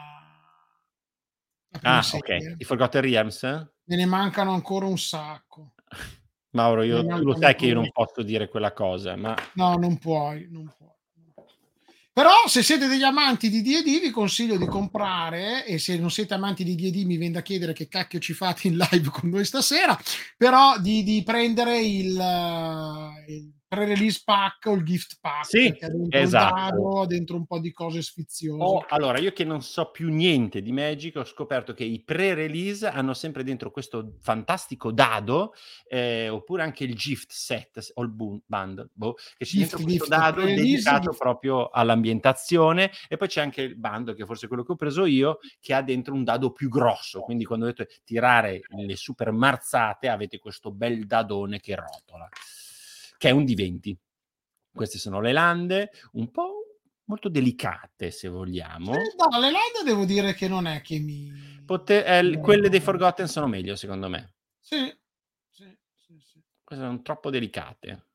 serie. Ok. I Forgotten Realms? Me ne mancano ancora un sacco. Mauro, tu lo sai che io non posso dire quella cosa, ma... No, non puoi. Però se siete degli amanti di D&D vi consiglio di comprare, e se non siete amanti di D&D mi viene da chiedere che cacchio ci fate in live con noi stasera, però di prendere il pre-release pack o il gift pack, sì, perché dentro esatto. un dado, dentro un po' di cose sfiziose. Allora, io che non so più niente di Magic, ho scoperto che i pre-release hanno sempre dentro questo fantastico dado, oppure anche il gift set o il bundle, che c'è dentro questo dado dedicato proprio all'ambientazione, e poi c'è anche il bundle, che forse è quello che ho preso io, che ha dentro un dado più grosso, quindi quando dovete tirare le super marzate avete questo bel dadone che rotola, che è un D20. Queste sono le lande, un po' molto delicate, se vogliamo. No, le Land devo dire che non è che mi... Quelle dei Forgotten sono meglio, secondo me. Sì. Queste sono troppo delicate.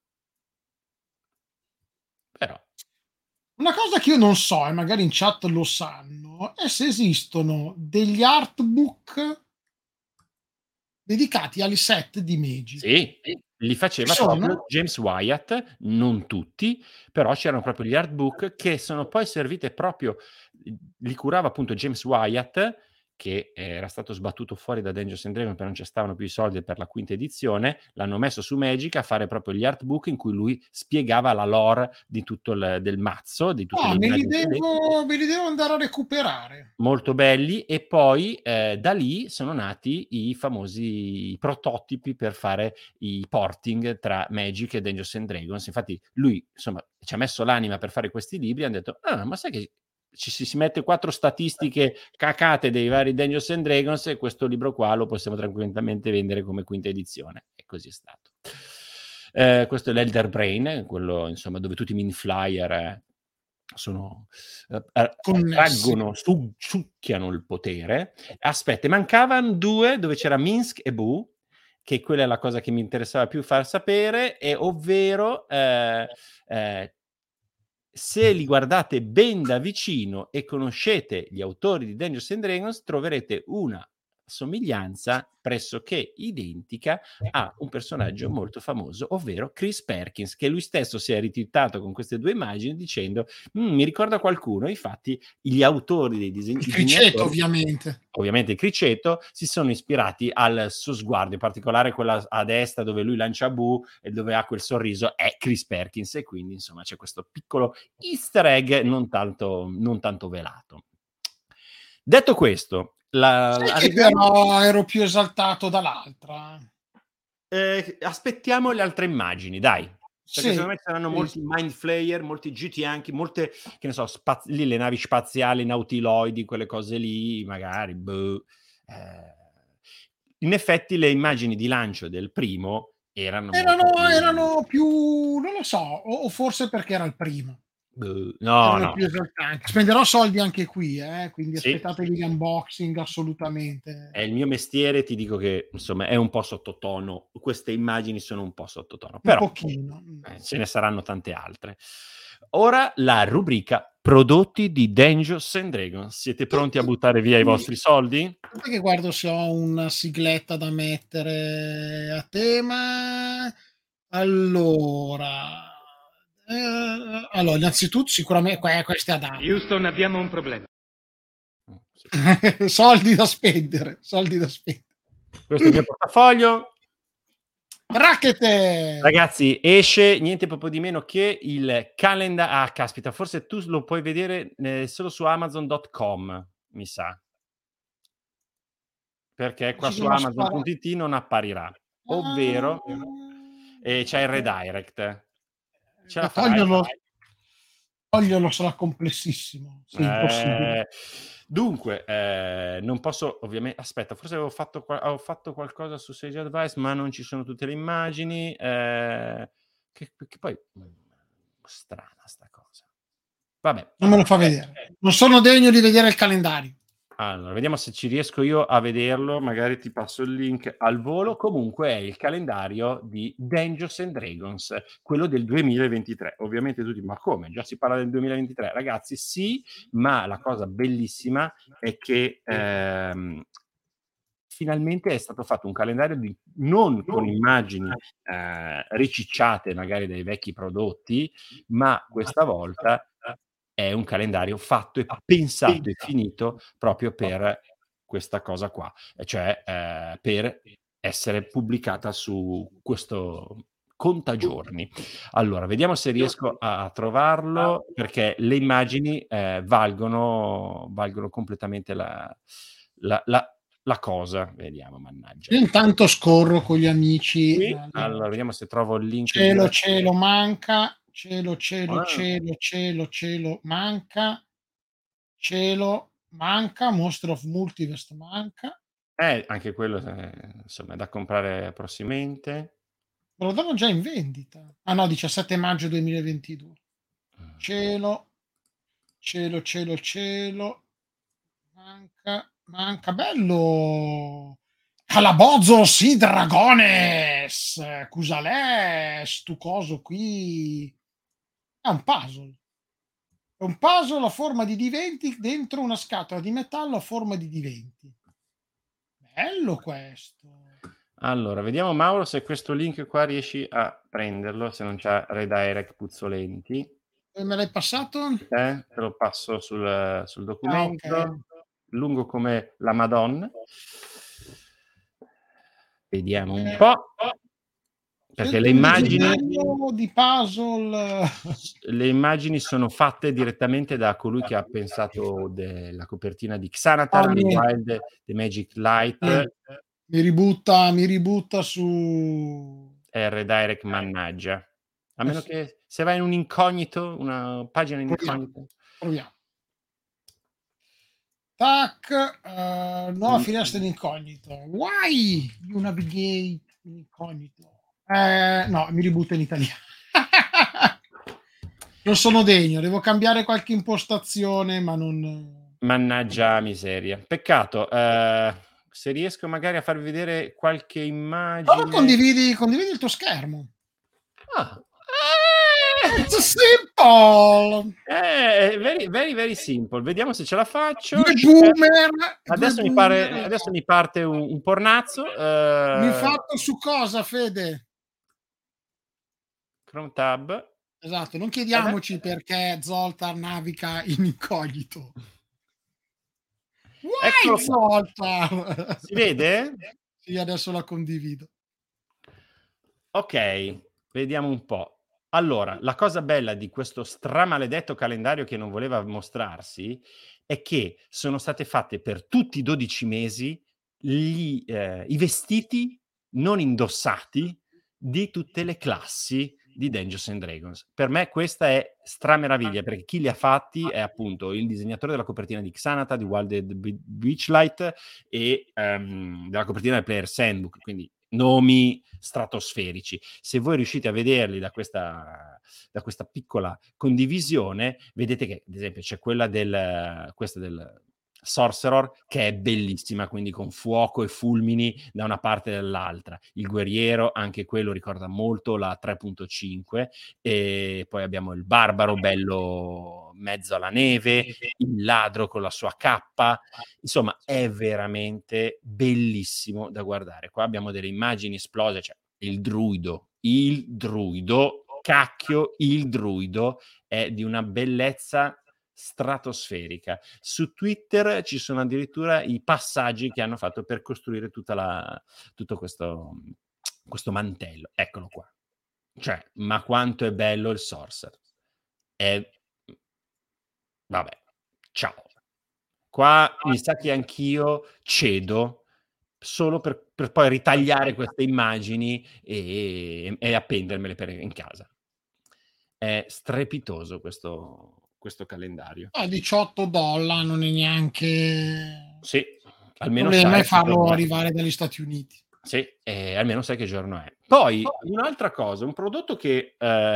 Però. Una cosa che io non so, e magari in chat lo sanno, è se esistono degli artbook dedicati ai set di Magic. Sì, li faceva proprio James Wyatt, non tutti, però c'erano proprio gli artbook che sono poi servite proprio, li curava appunto James Wyatt, che era stato sbattuto fuori da Dungeons & Dragons perché non ci stavano più i soldi per la quinta edizione, l'hanno messo su Magic a fare proprio gli artbook in cui lui spiegava la lore di tutto del mazzo, di tutte le immagini. Me li devo andare a recuperare. Molto belli, e poi da lì sono nati i famosi prototipi per fare i porting tra Magic e Dungeons & Dragons. Infatti lui, insomma, ci ha messo l'anima per fare questi libri e hanno detto, ma sai che si mette 4 statistiche cacate dei vari Dungeons & Dragons e questo libro qua lo possiamo tranquillamente vendere come quinta edizione. E così è stato. Questo è l'Elder Brain, quello insomma dove tutti i mini flyer sono traggono, succhiano il potere. Aspetta, mancavano 2 dove c'era Minsk e Boo, che quella è la cosa che mi interessava più far sapere, e ovvero se li guardate ben da vicino e conoscete gli autori di Dungeons & Dragons, troverete una somiglianza pressoché identica a un personaggio molto famoso, ovvero Chris Perkins, che lui stesso si è ritwittato con queste 2 immagini dicendo mi ricorda qualcuno. Infatti gli autori dei disegni, il criceto ovviamente il criceto, si sono ispirati al suo sguardo, in particolare quella a destra dove lui lancia Boo e dove ha quel sorriso è Chris Perkins, e quindi insomma c'è questo piccolo easter egg non tanto velato. Detto questo, però ero più esaltato dall'altra. Aspettiamo le altre immagini, dai. Perché secondo me saranno molti mind flayer, molti GT, anche molte, che ne so, lì le navi spaziali, nautiloidi, quelle cose lì, magari. In effetti le immagini di lancio del primo erano più, non lo so, o forse perché era il primo. No. Più spenderò soldi anche qui, quindi aspettatevi gli unboxing assolutamente. È il mio mestiere, ti dico che insomma è un po' sottotono, queste immagini sono un po' sottotono, però un pochino. Ce ne saranno tante altre. Ora la rubrica prodotti di Dungeons & Dragons. Siete pronti a buttare via i vostri soldi? Aspetta che guardo se ho una sigletta da mettere a tema. Allora, innanzitutto sicuramente questa è da Houston, abbiamo un problema. soldi da spendere. Questo è il mio portafoglio. Racchete! Ragazzi, esce niente proprio di meno che il calendar. Caspita, forse tu lo puoi vedere solo su Amazon.com, mi sa. Perché qua su Amazon.it non apparirà. Ovvero c'è il redirect. Ce la fai? Toglierlo sarà complessissimo. Sì, impossibile. Dunque, non posso ovviamente. Aspetta, forse avevo fatto qualcosa su Sage Advice, ma non ci sono tutte le immagini. Che poi strana sta cosa. Vabbè. Non me lo fa vedere. Non sono degno di vedere il calendario. Allora, vediamo se ci riesco io a vederlo, magari ti passo il link al volo. Comunque è il calendario di Dungeons & Dragons, quello del 2023. Ovviamente tutti, ma come? Già si parla del 2023? Ragazzi, sì, ma la cosa bellissima è che finalmente è stato fatto un calendario non con immagini ricicciate magari dai vecchi prodotti, ma questa volta è un calendario fatto e pensato e finito proprio per questa cosa qua, cioè per essere pubblicata su questo contagiorni. Allora, vediamo se riesco a trovarlo, perché le immagini valgono completamente la cosa. Vediamo, mannaggia. Io intanto scorro con gli amici. Sì. Allora, vediamo se trovo il link. Cielo manca. Cielo, manca. Cielo manca. Monster of Multiverse manca. Anche quello insomma è da comprare prossimamente. Me lo danno già in vendita. 17 maggio 2022. Cielo Cielo. Manca bello. Calabozo, sì, Dragones. Cus'è stu coso qui? È un puzzle. È un puzzle a forma di diventi dentro una scatola di metallo a forma di diventi. Bello questo. Allora, vediamo Mauro se questo link qua riesci a prenderlo, se non c'ha redirect puzzolenti. Me l'hai passato? Te lo passo sul documento, Okay. lungo come la Madonna. Vediamo un po'. Perché le immagini di puzzle. Le immagini sono fatte direttamente da colui che ha pensato della copertina di Xanatar, di Wild the Magic Light. Mi ributta su redirect, mannaggia. A meno che se vai in un incognito, una pagina in incognito. Proviamo. Tac, nuova finestra in incognito. Why you navigate in incognito? No, mi ributta in italiano. Non sono degno, devo cambiare qualche impostazione, ma non... Mannaggia miseria. Peccato. Se riesco magari a farvi vedere qualche immagine... Allora condividi il tuo schermo. It's simple. Very simple. Vediamo se ce la faccio. Adesso mi parte un pornazzo. Mi fatto su cosa, Fede? Chrome tab. Esatto, non chiediamoci perché Zoltar naviga in incognito. Eccolo Zoltar! Si vede? Sì, adesso la condivido. Ok, vediamo un po'. Allora, la cosa bella di questo stramaledetto calendario che non voleva mostrarsi è che sono state fatte per tutti i 12 mesi i vestiti non indossati di tutte le classi di Dungeons and Dragons. Per me questa è strameraviglia, perché chi li ha fatti è appunto il disegnatore della copertina di Xanata, di Wild Witchlight e della copertina del Player's Handbook, quindi nomi stratosferici. Se voi riuscite a vederli da questa piccola condivisione, vedete che ad esempio c'è quella del Sorcerer, che è bellissima, quindi con fuoco e fulmini da una parte e dall'altra. Il guerriero, anche quello ricorda molto la 3.5, e poi abbiamo il barbaro bello mezzo alla neve, il ladro con la sua cappa. Insomma, è veramente bellissimo da guardare. Qua abbiamo delle immagini esplose, cioè il druido, cacchio, il druido è di una bellezza stratosferica. Su Twitter ci sono addirittura i passaggi che hanno fatto per costruire tutto questo mantello. Eccolo qua. Cioè, ma quanto è bello il Sorcerer. Vabbè, ciao. Qua mi sa che anch'io cedo solo per poi ritagliare queste immagini e appendermele in casa. È strepitoso questo calendario. $18 non è neanche... Sì, almeno il problema è farlo arrivare dagli Stati Uniti. Sì, almeno sai che giorno è. Poi un'altra cosa, un prodotto che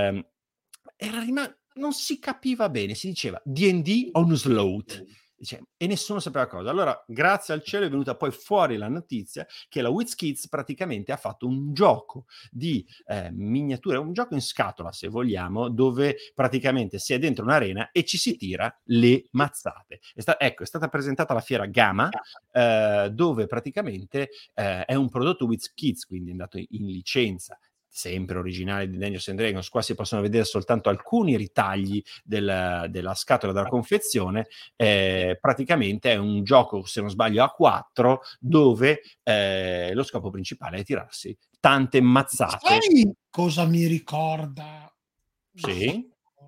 non si capiva bene, si diceva D&D on Sloat, e nessuno sapeva cosa. Allora, grazie al cielo è venuta poi fuori la notizia che la WizKids praticamente ha fatto un gioco di miniature, un gioco in scatola se vogliamo, dove praticamente si è dentro un'arena e ci si tira le mazzate. È stata presentata alla fiera Gamma, dove praticamente è un prodotto WizKids, quindi è andato in licenza, sempre originale di Dungeons and Dragons. Qua si possono vedere soltanto alcuni ritagli della scatola della confezione. Praticamente è un gioco, se non sbaglio, a 4, dove lo scopo principale è tirarsi tante mazzate. Sai cosa mi ricorda? Sì.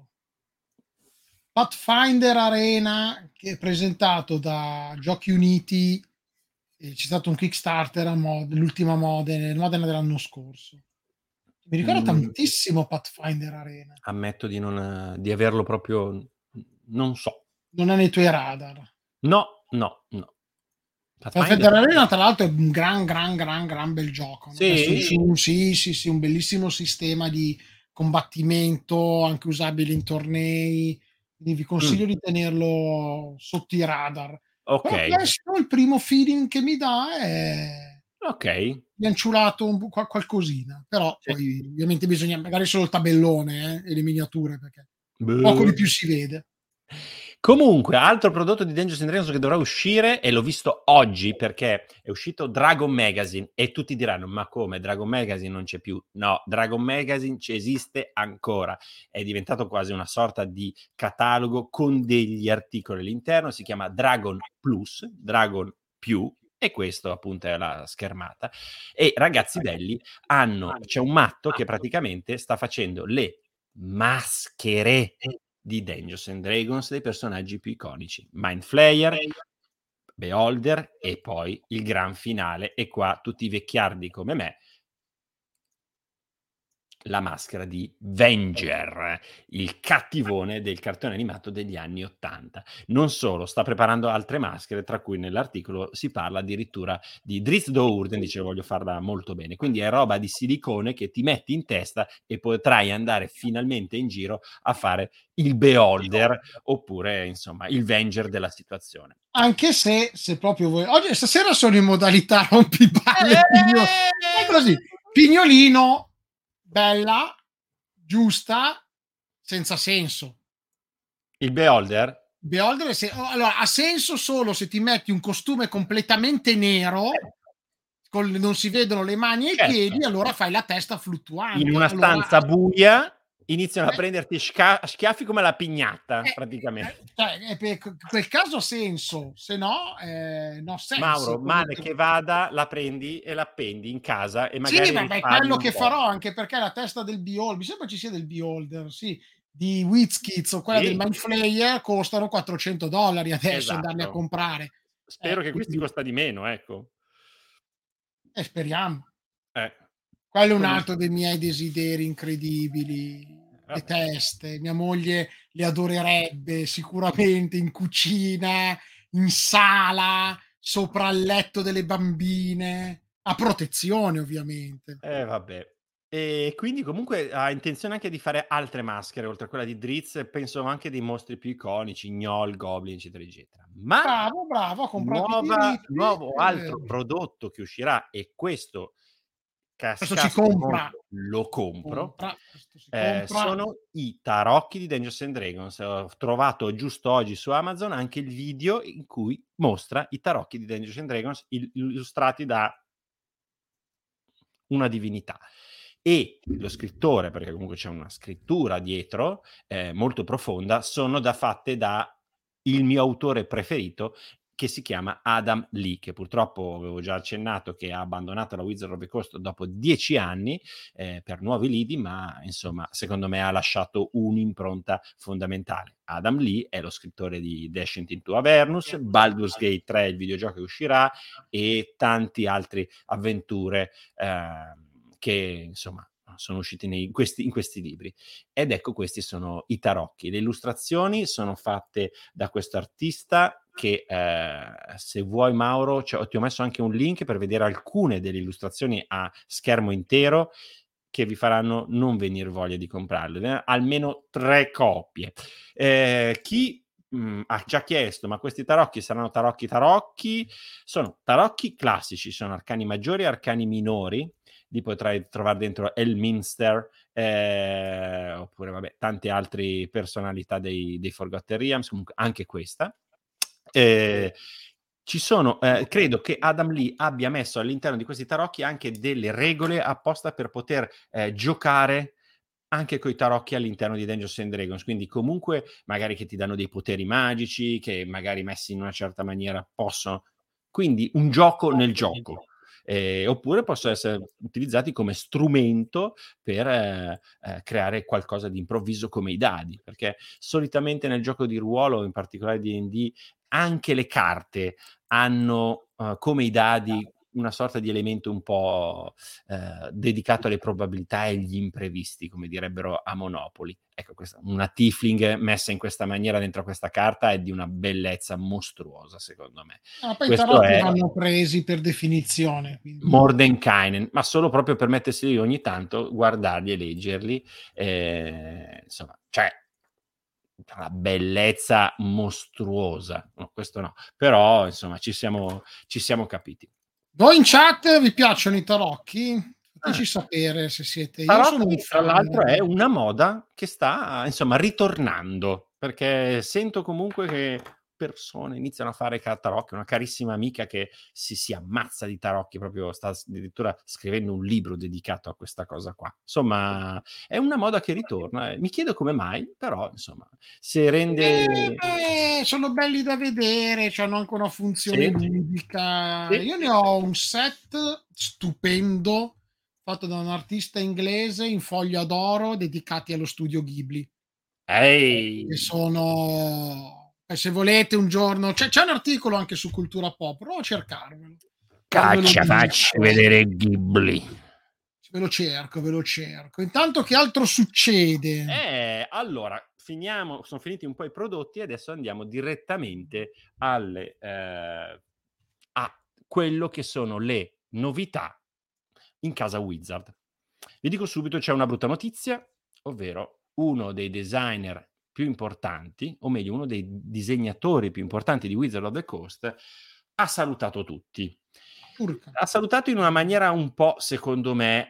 Pathfinder Arena, che è presentato da Giochi Uniti, e c'è stato un Kickstarter l'ultima Modena dell'anno scorso. Mi ricorda tantissimo Pathfinder Arena. Ammetto di averlo proprio, non so. Non è nei tuoi radar? No. Pathfinder Arena, tra l'altro, è un gran bel gioco. Sì, un bellissimo sistema di combattimento, anche usabile in tornei. quindi vi consiglio di tenerlo sotto i radar. Ok. Però adesso il primo feeling che mi dà è lanciulato qualcosina, però poi ovviamente bisogna magari solo il tabellone e le miniature, perché poco di più si vede. Comunque, altro prodotto di Dungeons & Dragons che dovrà uscire, e l'ho visto oggi perché è uscito Dragon Magazine, e tutti diranno, ma come, Dragon Magazine non c'è più? No, Dragon Magazine esiste ancora, è diventato quasi una sorta di catalogo con degli articoli all'interno, si chiama Dragon Plus, Dragon più, e questo appunto è la schermata. E ragazzi belli, c'è un matto che praticamente sta facendo le maschere di Dungeons & Dragons dei personaggi più iconici, Mind Flayer, Beholder e poi il gran finale, e qua tutti i vecchiardi come me, la maschera di Venger, il cattivone del cartone animato degli anni '80. Non solo, sta preparando altre maschere, tra cui nell'articolo si parla addirittura di Drizzt Do'Urden, dice voglio farla molto bene, quindi è roba di silicone che ti metti in testa e potrai andare finalmente in giro a fare il Beholder oppure insomma il Venger della situazione. Anche se proprio voi oggi stasera sono in modalità rompipalle, è così, pignolino, bella, giusta, senza senso. Il Beholder? Beholder allora, ha senso solo se ti metti un costume completamente nero, non si vedono le mani e i piedi, allora fai la testa fluttuante. In una stanza buia iniziano a prenderti schiaffi come la pignata, praticamente. Per quel caso ha senso, se no no senso. Mauro, male che vada, la prendi e l'appendi in casa e magari... Sì, vabbè, quello che farò, anche perché la testa del Beholder, mi sembra ci sia del Beholder, sì, di WizKids o quella del Mind Flayer costano $400 adesso, andarli a comprare. Spero che questi costa di meno, ecco. Speriamo. Quello è un altro dei miei desideri incredibili. Le teste, mia moglie le adorerebbe sicuramente in cucina, in sala, sopra il letto delle bambine, a protezione ovviamente. Vabbè. E quindi comunque ha intenzione anche di fare altre maschere oltre a quella di Drizzt, penso anche dei mostri più iconici, Gnoll, Goblin, eccetera eccetera. Ma bravo, ho comprato nuovo altro prodotto che uscirà, e questo si compra, lo compro, sono i tarocchi di Dungeons & Dragons. Ho trovato giusto oggi su Amazon anche il video in cui mostra i tarocchi di Dungeons & Dragons illustrati da una divinità, e lo scrittore, perché comunque c'è una scrittura dietro molto profonda, sono fatte da il mio autore preferito, che si chiama Adam Lee, che purtroppo avevo già accennato che ha abbandonato la Wizard of the Coast dopo 10 anni per nuovi lidi, ma insomma secondo me ha lasciato un'impronta fondamentale. Adam Lee è lo scrittore di Descent into Avernus, Baldur's Gate 3 il videogioco che uscirà, e tanti altri avventure che insomma sono usciti in questi libri. Ed ecco, questi sono i tarocchi. Le illustrazioni sono fatte da questo artista che se vuoi, Mauro, ti ho messo anche un link per vedere alcune delle illustrazioni a schermo intero che vi faranno non venire voglia di comprarle, almeno 3 copie. Chi ha già chiesto, ma questi tarocchi saranno tarocchi? Sono tarocchi classici, sono arcani maggiori e arcani minori. Li potrai trovare dentro Elminster, oppure vabbè, tante altre personalità dei Forgotten Realms, comunque anche questa. Ci sono, credo che Adam Lee abbia messo all'interno di questi tarocchi anche delle regole apposta per poter giocare anche coi tarocchi all'interno di Dungeons & Dragons, quindi comunque magari che ti danno dei poteri magici, che magari messi in una certa maniera possono... Quindi un gioco nel gioco. Oppure possono essere utilizzati come strumento per creare qualcosa di improvviso come i dadi, perché solitamente nel gioco di ruolo, in particolare di D&D, anche le carte hanno come i dadi una sorta di elemento un po' dedicato alle probabilità e agli imprevisti, come direbbero a Monopoli. Ecco, una tiefling messa in questa maniera dentro questa carta è di una bellezza mostruosa, secondo me. Poi i tarocchi vanno presi per definizione. Quindi. Mordenkainen, ma solo proprio per mettersi lì ogni tanto, guardarli e leggerli. Insomma, cioè, una bellezza mostruosa. No, questo no, però insomma ci siamo capiti. Voi in chat vi piacciono i tarocchi? Fateci sapere se siete. Io sono un Tra fan. l'altro è una moda che sta insomma ritornando, perché sento comunque che persone iniziano a fare tarocchi. Una carissima amica che si ammazza di tarocchi, proprio sta addirittura scrivendo un libro dedicato a questa cosa qua. Insomma, è una moda che ritorna. Mi chiedo come mai, però insomma, se rende... Sono belli da vedere, hanno anche una funzione ludica. Sì. Io ne ho un set stupendo fatto da un artista inglese in foglia d'oro dedicati allo studio Ghibli. Ehi! Che sono... se volete un giorno c'è un articolo anche su Cultura Pop, provo a cercarvelo. Caccia, facci vedere Ghibli. Ve lo cerco. Intanto che altro succede? Allora, sono finiti un po' i prodotti e adesso andiamo direttamente alle a quello che sono le novità in casa Wizard. Vi dico subito, c'è una brutta notizia, ovvero uno dei designer più importanti, o meglio uno dei disegnatori più importanti di Wizard of the Coast ha salutato tutti. Ha salutato in una maniera un po', secondo me,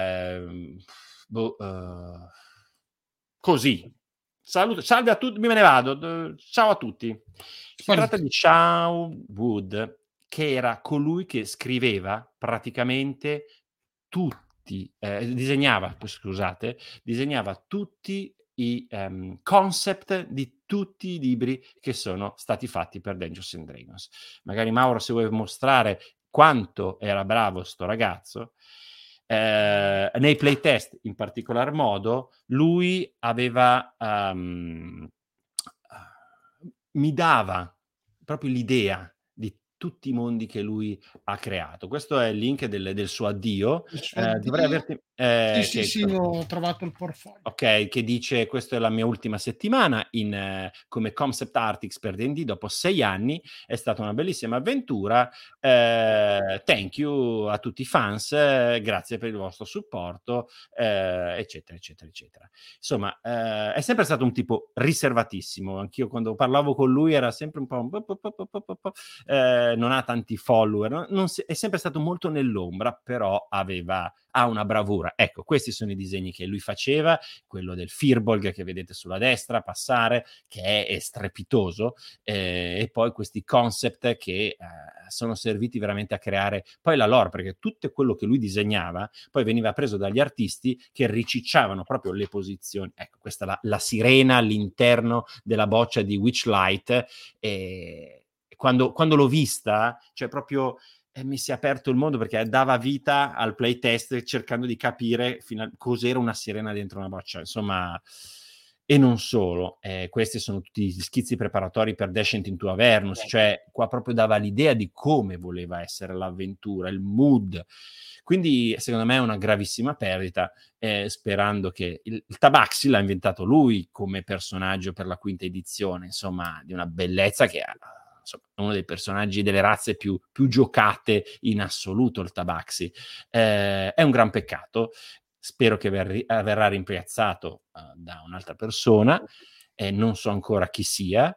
così. Salve a tutti, me ne vado. Ciao a tutti. Si tratta di Shawn Wood, che era colui che scriveva praticamente disegnava tutti i concept di tutti i libri che sono stati fatti per Dungeons and Dragons. Magari Mauro, se vuoi mostrare quanto era bravo sto ragazzo, nei playtest in particolar modo, lui aveva mi dava proprio l'idea di tutti i mondi che lui ha creato. Questo è il link del suo addio. Dovrei averti... Sì, ho trovato il portfolio. Ok, che dice: questa è la mia ultima settimana come concept artist per D&D dopo 6 anni, è stata una bellissima avventura, thank you a tutti i fans, grazie per il vostro supporto, eccetera eccetera eccetera. Insomma, è sempre stato un tipo riservatissimo. Anch'io quando parlavo con lui era sempre un po' non ha tanti follower, è sempre stato molto nell'ombra, però ha una bravura. Ecco, questi sono i disegni che lui faceva, quello del Firbolg che vedete sulla destra passare, che è strepitoso, e poi questi concept che sono serviti veramente a creare poi la lore, perché tutto quello che lui disegnava poi veniva preso dagli artisti che ricicciavano proprio le posizioni. Ecco, questa è la sirena all'interno della boccia di Witchlight, e quando l'ho vista, cioè proprio... mi si è aperto il mondo, perché dava vita al playtest cercando di capire cos'era una sirena dentro una boccia, insomma, e non solo. Questi sono tutti gli schizzi preparatori per Descent into Avernus, cioè qua proprio dava l'idea di come voleva essere l'avventura, il mood. Quindi secondo me è una gravissima perdita, sperando che il Tabaxi l'ha inventato lui come personaggio per la 5ª edizione, insomma, di una bellezza che ha uno dei personaggi delle razze più giocate in assoluto, il Tabaxi. È un gran peccato, spero che verrà rimpiazzato da un'altra persona, non so ancora chi sia.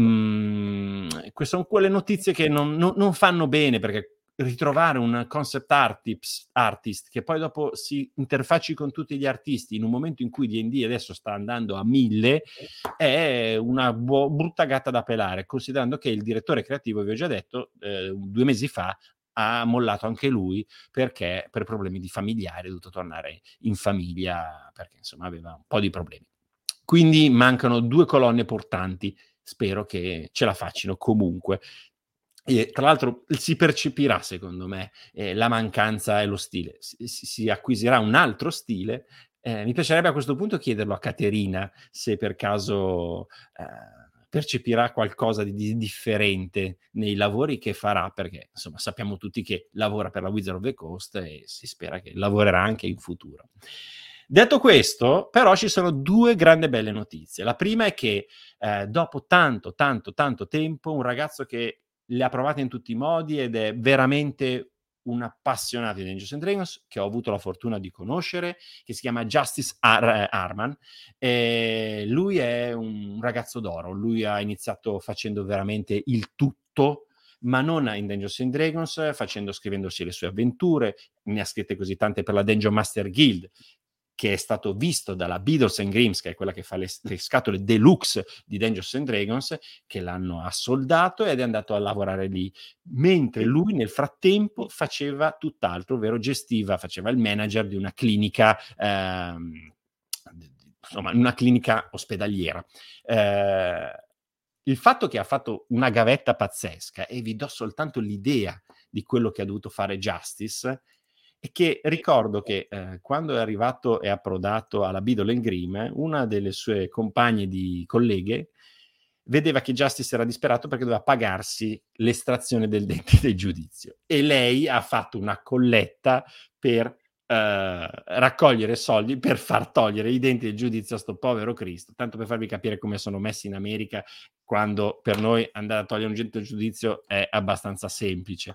Queste sono quelle notizie che non fanno bene, perché ritrovare un concept artist che poi dopo si interfacci con tutti gli artisti in un momento in cui D&D adesso sta andando a 1000 è una brutta gatta da pelare, considerando che il direttore creativo, vi ho già detto, 2 mesi fa ha mollato anche lui, perché per problemi di familiari è dovuto tornare in famiglia, perché insomma aveva un po' di problemi. Quindi mancano 2 colonne portanti, spero che ce la faccino comunque. E tra l'altro si percepirà, secondo me, la mancanza e lo stile. Si acquisirà un altro stile. Mi piacerebbe a questo punto chiederlo a Caterina se per caso percepirà qualcosa di differente nei lavori che farà, perché insomma sappiamo tutti che lavora per la Wizard of the Coast e si spera che lavorerà anche in futuro. Detto questo, però, ci sono 2 grandi belle notizie. La prima è che dopo tanto tempo, un ragazzo che le ha provate in tutti i modi ed è veramente un appassionato di Dungeons and Dragons che ho avuto la fortuna di conoscere, che si chiama Justice Arman. Lui è un ragazzo d'oro, lui ha iniziato facendo veramente il tutto, ma non in Dungeons and Dragons, scrivendosi le sue avventure, ne ha scritte così tante per la Dungeon Master Guild, che è stato visto dalla Beadles and Grimm's, che è quella che fa le scatole deluxe di Dungeons and Dragons, che l'hanno assoldato ed è andato a lavorare lì, mentre lui nel frattempo faceva tutt'altro, ovvero faceva il manager di una clinica, insomma, una clinica ospedaliera. Il fatto che ha fatto una gavetta pazzesca, e vi do soltanto l'idea di quello che ha dovuto fare Justice, e che ricordo che quando è arrivato e approdato alla Beadle and Grimm, una delle sue compagne di colleghe vedeva che Justice era disperato perché doveva pagarsi l'estrazione del dente del giudizio, e lei ha fatto una colletta per raccogliere soldi per far togliere i denti del giudizio a sto povero Cristo, tanto per farvi capire come sono messi in America, quando per noi andare a togliere un dente del giudizio è abbastanza semplice.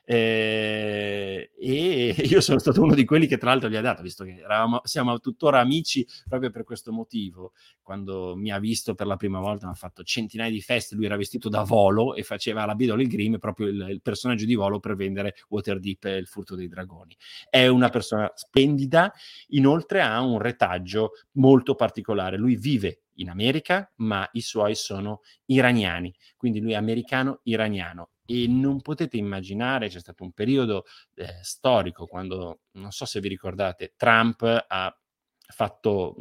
E io sono stato uno di quelli che tra l'altro gli ha dato, visto che siamo tuttora amici proprio per questo motivo. Quando mi ha visto per la prima volta, mi ha fatto centinaia di feste, lui era vestito da Volo e faceva alla Beadle and Grimm proprio il personaggio di Volo per vendere Waterdeep e il Furto dei Dragoni. È una persona splendida, inoltre ha un retaggio molto particolare. Lui vive in America, ma i suoi sono iraniani, quindi lui è americano-iraniano, e non potete immaginare, c'è stato un periodo storico quando, non so se vi ricordate, Trump ha fatto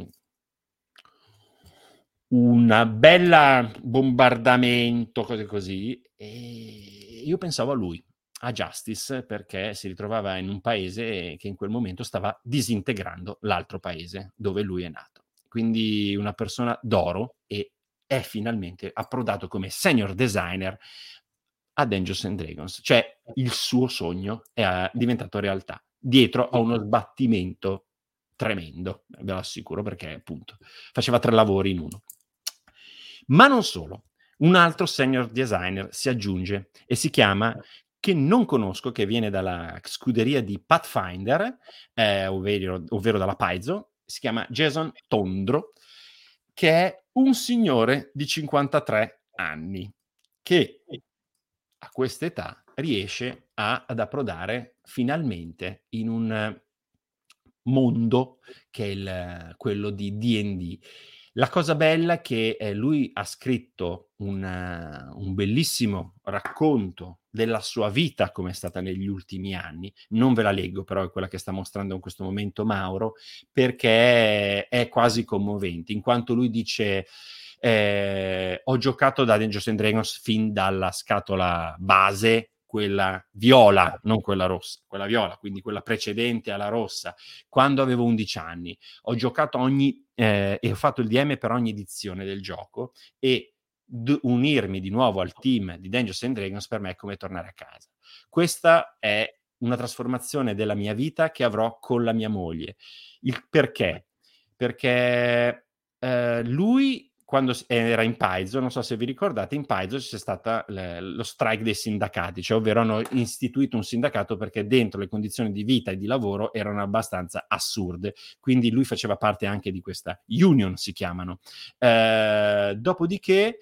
una bella bombardamento, cose così, e io pensavo a lui, a Justice, perché si ritrovava in un paese che in quel momento stava disintegrando l'altro paese dove lui è nato. Quindi una persona d'oro, e è finalmente approdato come senior designer a Dungeons and Dragons. Cioè il suo sogno è diventato realtà, dietro a uno sbattimento tremendo, ve lo assicuro, perché appunto faceva 3 lavori in uno. Ma non solo, un altro senior designer si aggiunge e si chiama, che non conosco, che viene dalla scuderia di Pathfinder, ovvero dalla Paizo, si chiama Jason Tondro, che è un signore di 53 anni, che a quest'età riesce ad approdare finalmente in un mondo che è quello di D&D. La cosa bella è che lui ha scritto un bellissimo racconto della sua vita, come è stata negli ultimi anni. Non ve la leggo, però è quella che sta mostrando in questo momento Mauro, perché è quasi commovente, in quanto lui dice: ho giocato da Dungeons and Dragons fin dalla scatola base, quella viola, non quella rossa, quella viola, quindi quella precedente alla rossa, quando avevo 11 anni. Ho giocato e ho fatto il DM per ogni edizione del gioco, e unirmi di nuovo al team di Dungeons and Dragons per me è come tornare a casa. Questa è una trasformazione della mia vita che avrò con la mia moglie. Il perché? Perché lui, quando era in Paizo, non so se vi ricordate, in Paizo c'è stato lo strike dei sindacati, cioè ovvero hanno istituito un sindacato perché dentro le condizioni di vita e di lavoro erano abbastanza assurde, quindi lui faceva parte anche di questa union, si chiamano. Dopodiché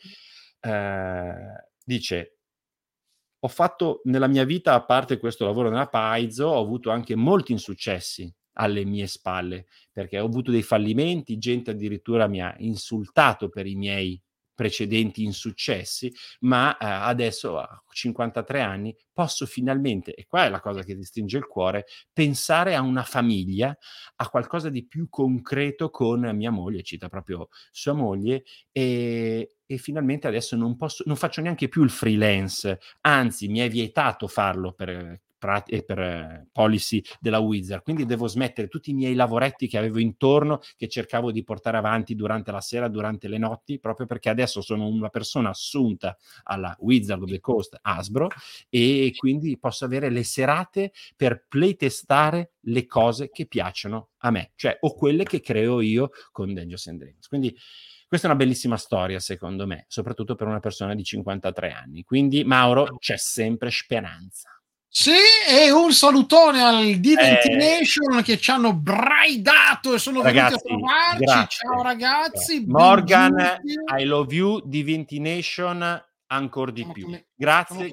dice: ho fatto nella mia vita, a parte questo lavoro nella Paizo, ho avuto anche molti insuccessi alle mie spalle, perché ho avuto dei fallimenti, gente addirittura mi ha insultato per i miei precedenti insuccessi, ma adesso a 53 anni posso finalmente, e qua è la cosa che ti stringe il cuore, pensare a una famiglia, a qualcosa di più concreto con mia moglie, cita proprio sua moglie, e finalmente adesso non faccio neanche più il freelance, anzi mi è vietato farlo per policy della Wizard, quindi devo smettere tutti i miei lavoretti che avevo intorno, che cercavo di portare avanti durante la sera, durante le notti, proprio perché adesso sono una persona assunta alla Wizard of the Coast Hasbro, e quindi posso avere le serate per playtestare le cose che piacciono a me, cioè o quelle che creo io con Dungeons and Dragons. Quindi questa è una bellissima storia, secondo me, soprattutto per una persona di 53 anni. Quindi, Mauro, c'è sempre speranza. Sì, e un salutone al Diventi Nation che ci hanno braidato e sono venuti a trovarci. Grazie. Ciao ragazzi, Morgan, bengiunti. I love you, Diventi Nation ancora di più. Grazie.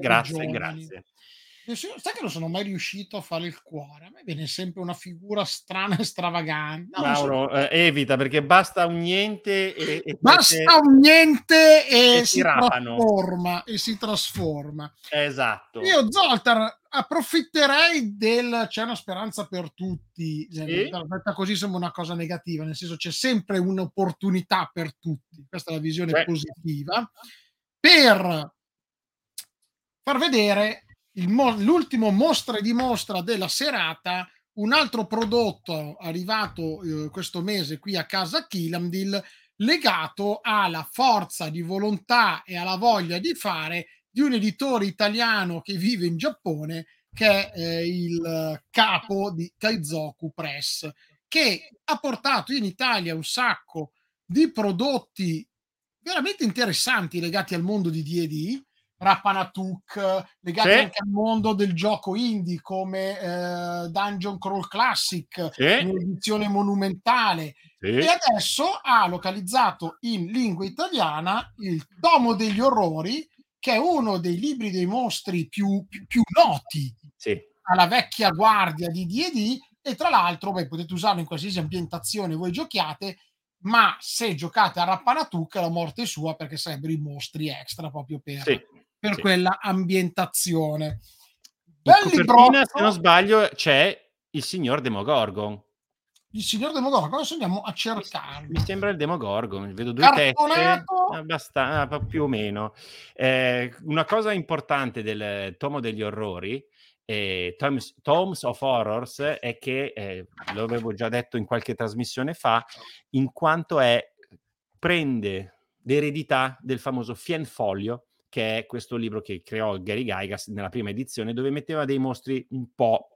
Sai che non sono mai riuscito a fare il cuore? A me viene sempre una figura strana e stravagante. Mauro, evita, perché basta un niente e basta un niente e si si trasforma. Esatto. Io, Zoltar, approfitterei c'è una speranza per tutti. Sì? Detta così sembra una cosa negativa, nel senso c'è sempre un'opportunità per tutti. Questa è la visione positiva. Per far vedere l'ultimo mostra e dimostra della serata, un altro prodotto arrivato questo mese qui a casa Kilamdil, legato alla forza di volontà e alla voglia di fare di un editore italiano che vive in Giappone, che è il capo di Kaizoku Press, che ha portato in Italia un sacco di prodotti veramente interessanti legati al mondo di D&D, Rappanatuk, legati anche al mondo del gioco indie come Dungeon Crawl Classic, un'edizione monumentale, e adesso ha localizzato in lingua italiana il Tomo degli Orrori, che è uno dei libri dei mostri più noti alla vecchia guardia di D&D, e tra l'altro potete usarlo in qualsiasi ambientazione voi giochiate, ma se giocate a Rappanatuk la morte è sua, perché sarebbero i mostri extra proprio per quella ambientazione. Se non sbaglio c'è il signor Demogorgon. Il signor Demogorgon, adesso andiamo a cercarlo. Mi sembra il Demogorgon, vedo due teste, abbastanza, più o meno. Una cosa importante del Tomo degli Orrori, Tomes of Horrors, è che, lo avevo già detto in qualche trasmissione fa, in quanto prende l'eredità del famoso Fienfolio, che è questo libro che creò Gary Gygax nella prima edizione, dove metteva dei mostri un po'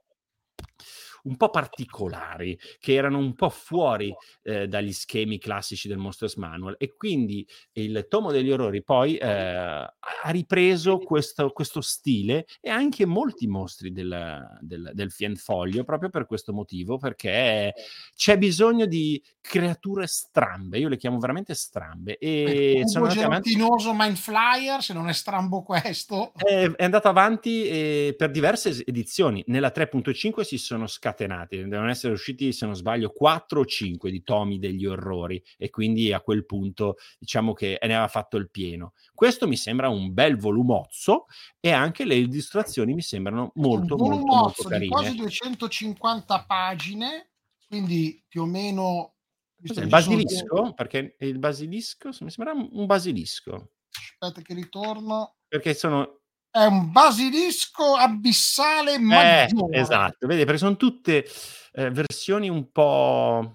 particolari, che erano un po' fuori dagli schemi classici del Monsters Manual, e quindi il Tomo degli Orrori poi ha ripreso questo stile, e anche molti mostri del Fienfolio, proprio per questo motivo, perché c'è bisogno di creature strambe, io le chiamo veramente strambe, e sono gelatinoso Mind Flyer, se non è strambo questo. È andato avanti per diverse edizioni. Nella 3.5 si sono scatenati, devono essere usciti, se non sbaglio, 4 o 5 di tomi degli orrori, e quindi a quel punto diciamo che ne aveva fatto il pieno. Questo mi sembra un bel volumozzo, e anche le illustrazioni mi sembrano molto carine. Di quasi 250 pagine, quindi più o meno... Cos'è, il basilisco? Perché il basilisco mi sembra un basilisco. Aspetta che ritorno. Perché è un basilisco abissale maggiore. Esatto, vedi, perché sono tutte versioni un po'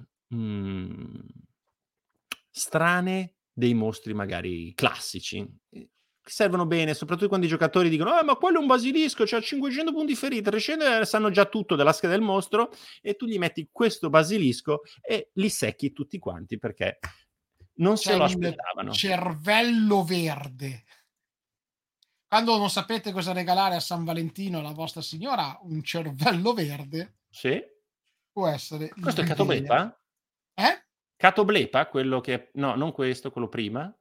strane dei mostri magari classici. Servono bene, soprattutto quando i giocatori dicono ma quello è un basilisco, c'ha 500 punti ferita, 300, sanno già tutto della scheda del mostro, e tu gli metti questo basilisco e li secchi tutti quanti, perché non se lo aspettavano. Cervello verde. Quando non sapete cosa regalare a San Valentino alla vostra signora, un cervello verde può essere. Questo è Catoblepa? Catoblepa, quello che... No, non questo, quello prima.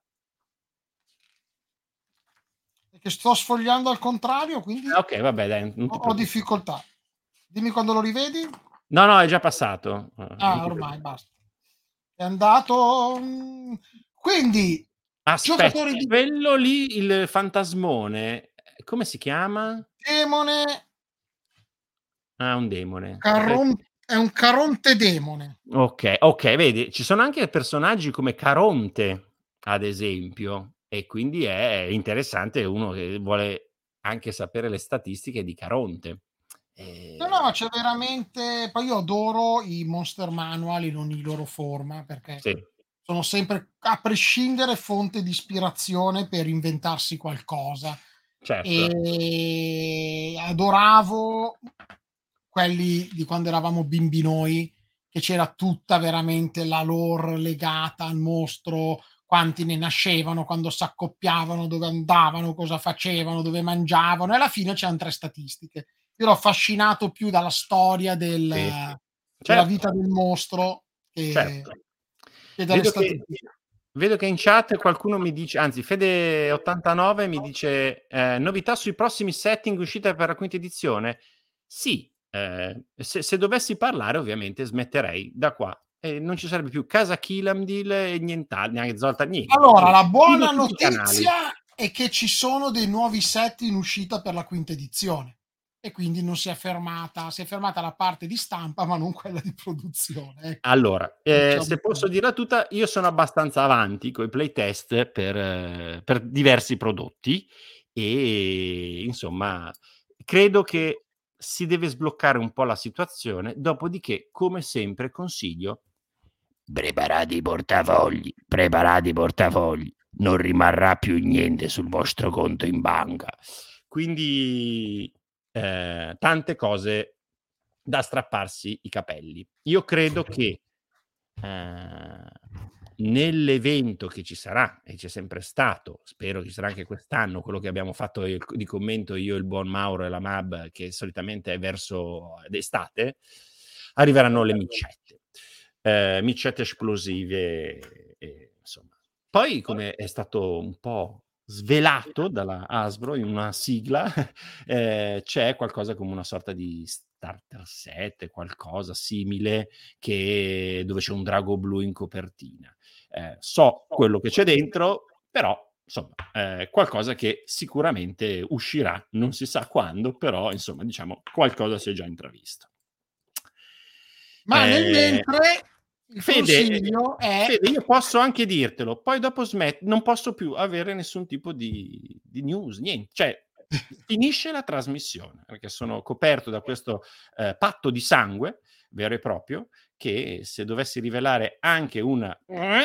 Che sto sfogliando al contrario, quindi ok, vabbè, dai, ho difficoltà. Dimmi quando lo rivedi. No, è già passato. Ormai basta. È andato. Quindi aspetta, quello lì, il fantasmone, come si chiama? Demone. Un demone. È un Caronte demone. Ok, vedi, ci sono anche personaggi come Caronte, ad esempio. E quindi è interessante uno che vuole anche sapere le statistiche di Caronte. No, c'è veramente... Poi io adoro i Monster Manual in ogni loro forma, perché sono sempre, a prescindere, fonte di ispirazione per inventarsi qualcosa. Certo. E adoravo quelli di quando eravamo bimbi noi, che c'era tutta veramente la lore legata al mostro, quanti ne nascevano, quando si accoppiavano, dove andavano, cosa facevano, dove mangiavano, e alla fine c'erano 3 statistiche: io ero affascinato più dalla storia della vita del mostro che dalle statistiche. Vedo che in chat qualcuno mi dice, anzi Fede89 mi dice novità sui prossimi setting uscite per la quinta edizione. Sì, se dovessi parlare ovviamente smetterei da qua. Non ci sarebbe più Casa Kilamdil e nient'altro, neanche Zoltan, niente. Allora, la buona notizia è che ci sono dei nuovi set in uscita per la quinta edizione e quindi non si è fermata la parte di stampa ma non quella di produzione. Ecco. Allora, se posso dirla tutta, io sono abbastanza avanti con i playtest per diversi prodotti e insomma credo che si deve sbloccare un po' la situazione, dopodiché come sempre consiglio preparate i portafogli, non rimarrà più niente sul vostro conto in banca. Quindi tante cose da strapparsi i capelli. Io credo che nell'evento che ci sarà, e c'è sempre stato, spero ci sarà anche quest'anno, quello che abbiamo fatto di commento io, il buon Mauro e la Mab, che solitamente è verso d'estate, arriveranno le micette esplosive, insomma. Poi, come è stato un po' svelato dalla Hasbro in una sigla, c'è qualcosa come una sorta di starter set, qualcosa simile, dove c'è un drago blu in copertina. So quello che c'è dentro, però insomma qualcosa che sicuramente uscirà, non si sa quando, però insomma diciamo qualcosa si è già intravisto. Ma nel mentre Fede, io posso anche dirtelo, poi dopo non posso più avere nessun tipo di news, niente, cioè finisce la trasmissione, perché sono coperto da questo patto di sangue vero e proprio, che se dovessi rivelare anche una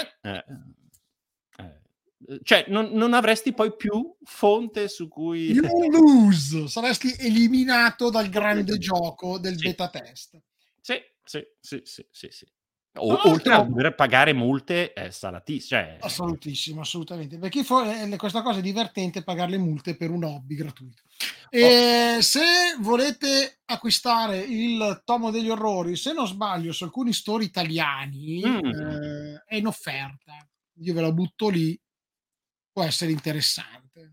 cioè non avresti poi più fonte su cui saresti eliminato dal grande gioco del beta test. Sì. Oltre a dover pagare multe salatissime. Assolutissimo, assolutamente. Perché questa cosa è divertente, pagare le multe per un hobby gratuito. Se volete acquistare il tomo degli orrori, se non sbaglio, su alcuni store italiani è in offerta. Io ve la butto lì, può essere interessante.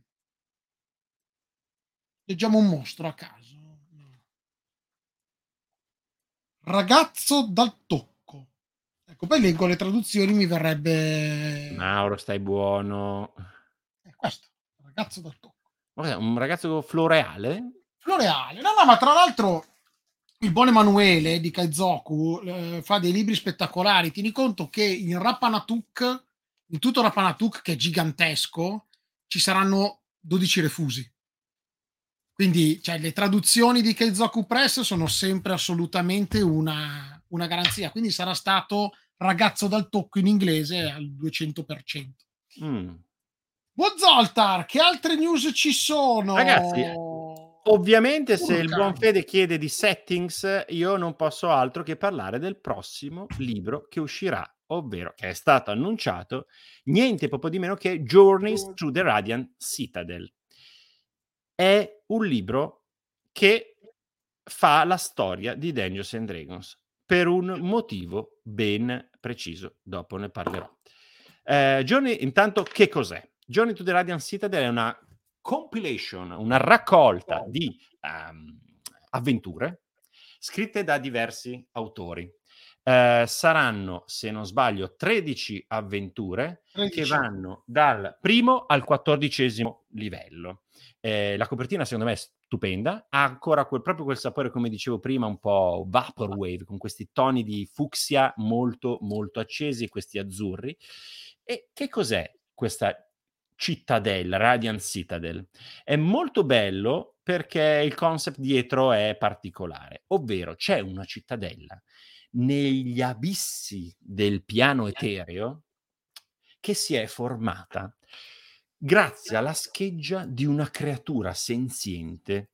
Leggiamo un mostro a caso. Ragazzo dal tocco. Ecco, poi leggo le traduzioni, mi verrebbe... Mauro, stai buono. Questo, ragazzo dal tocco. Un ragazzo floreale? Floreale. No, ma tra l'altro il buon Emanuele di Kaizoku fa dei libri spettacolari. Tieni conto che in Rapanatuk, in tutto Rapanatuk, che è gigantesco, ci saranno 12 refusi. Quindi le traduzioni di Keizoku Press sono sempre assolutamente una garanzia. Quindi sarà stato ragazzo dal tocco in inglese al 200%. Buon Zoltar, che altre news ci sono? Ragazzi, ovviamente se il buon Fede chiede di settings, io non posso altro che parlare del prossimo libro che uscirà, ovvero che è stato annunciato, niente proprio di meno che Journeys Through the Radiant Citadel. È un libro che fa la storia di Dungeons and Dragons per un motivo ben preciso. Dopo ne parlerò. Intanto, che cos'è? Journey to the Radiant Citadel è una compilation, una raccolta di avventure scritte da diversi autori. Saranno, se non sbaglio, 13 avventure che vanno dal primo al 14° livello. La copertina secondo me è stupenda, ha ancora proprio quel sapore, come dicevo prima, un po' vaporwave, con questi toni di fucsia molto molto accesi e questi azzurri. E che cos'è questa cittadella, Radiant Citadel? È molto bello perché il concept dietro è particolare, ovvero c'è una cittadella negli abissi del piano etereo che si è formata grazie alla scheggia di una creatura senziente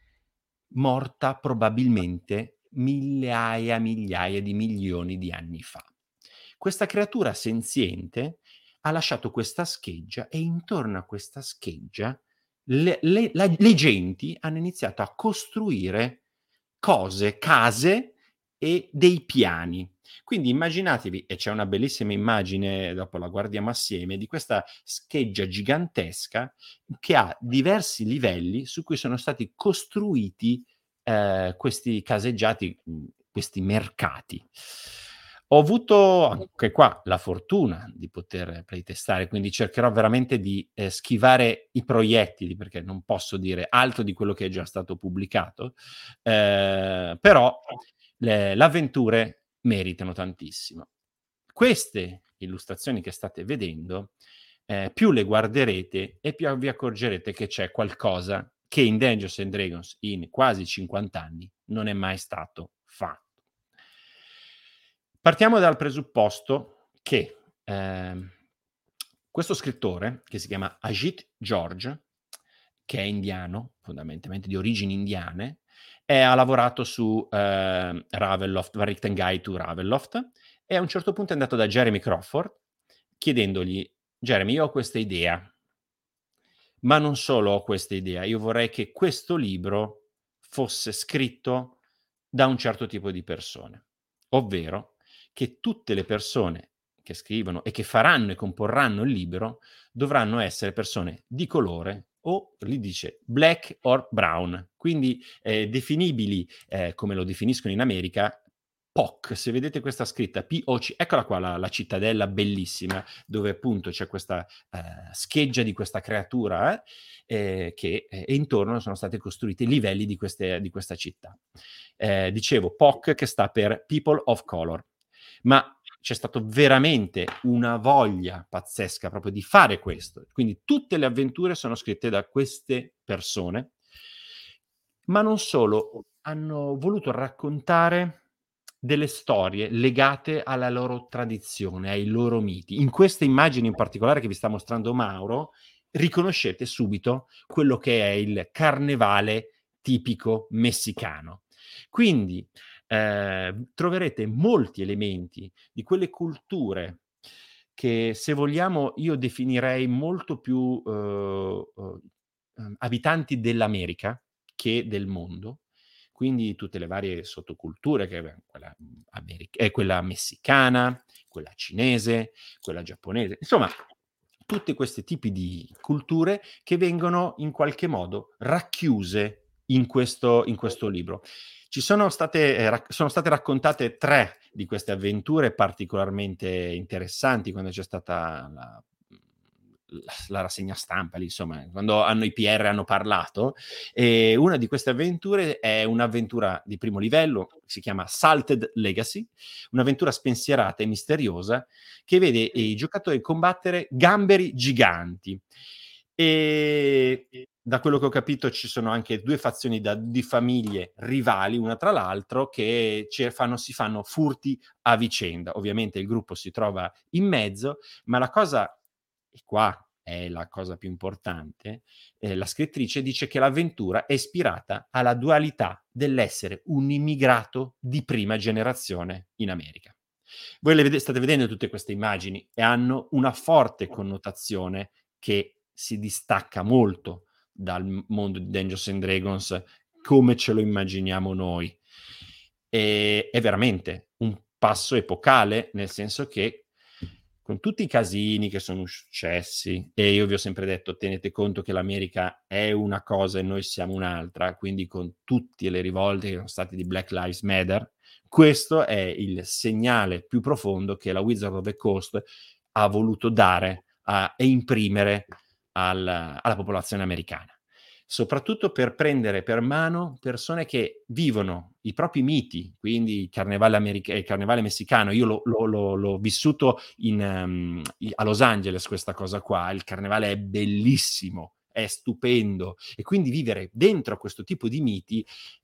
morta probabilmente migliaia di milioni di anni fa. Questa creatura senziente ha lasciato questa scheggia e intorno a questa scheggia le genti hanno iniziato a costruire cose, case e dei piani. Quindi immaginatevi, e c'è una bellissima immagine, dopo la guardiamo assieme, di questa scheggia gigantesca che ha diversi livelli su cui sono stati costruiti questi caseggiati, questi mercati. Ho avuto anche qua la fortuna di poter playtestare, quindi cercherò veramente di schivare i proiettili, perché non posso dire altro di quello che è già stato pubblicato, però le avventure meritano tantissimo. Queste illustrazioni che state vedendo, più le guarderete e più vi accorgerete che c'è qualcosa che in Dungeons & Dragons in quasi 50 anni non è mai stato fatto. Partiamo dal presupposto che questo scrittore, che si chiama Ajit George, che è indiano, fondamentalmente di origini indiane, ha lavorato su Ravenloft, Written Guide to Ravenloft, e a un certo punto è andato da Jeremy Crawford chiedendogli: Jeremy, io ho questa idea, ma non solo ho questa idea, io vorrei che questo libro fosse scritto da un certo tipo di persone, ovvero che tutte le persone che scrivono e che faranno e comporranno il libro dovranno essere persone di colore, o lì dice black or brown, quindi definibili come lo definiscono in America, POC. Se vedete questa scritta POC, eccola qua la cittadella bellissima, dove appunto c'è questa scheggia di questa creatura che e intorno sono stati costruiti livelli di questa città. Dicevo POC, che sta per People of Color, ma c'è stato veramente una voglia pazzesca proprio di fare questo. Quindi tutte le avventure sono scritte da queste persone, ma non solo, hanno voluto raccontare delle storie legate alla loro tradizione, ai loro miti. In queste immagini in particolare che vi sta mostrando Mauro, riconoscete subito quello che è il carnevale tipico messicano. Quindi troverete molti elementi di quelle culture che, se vogliamo, io definirei molto più abitanti dell'America che del mondo, quindi tutte le varie sottoculture, che quella messicana, quella cinese, quella giapponese, insomma tutti questi tipi di culture che vengono in qualche modo racchiuse in questo libro. Ci sono state raccontate 3 di queste avventure particolarmente interessanti quando c'è stata la rassegna stampa, lì, insomma, quando i PR hanno parlato. E una di queste avventure è un'avventura di primo livello, si chiama Salted Legacy, un'avventura spensierata e misteriosa che vede i giocatori combattere gamberi giganti. E da quello che ho capito ci sono anche 2 fazioni di famiglie rivali una tra l'altro, che si fanno furti a vicenda. Ovviamente il gruppo si trova in mezzo, ma la cosa, e qua è la cosa più importante, la scrittrice dice che l'avventura è ispirata alla dualità dell'essere un immigrato di prima generazione in America. Voi state vedendo tutte queste immagini e hanno una forte connotazione che si distacca molto dal mondo di Dungeons & Dragons come ce lo immaginiamo noi. È veramente un passo epocale, nel senso che con tutti i casini che sono successi, e io vi ho sempre detto, tenete conto che l'America è una cosa e noi siamo un'altra, quindi con tutte le rivolte che sono state di Black Lives Matter, questo è il segnale più profondo che la Wizard of the Coast ha voluto dare e imprimere alla popolazione americana, soprattutto per prendere per mano persone che vivono i propri miti, quindi il carnevale messicano. Io l'ho vissuto a Los Angeles, questa cosa qua. Il carnevale è bellissimo, è stupendo, e quindi vivere dentro questo tipo di miti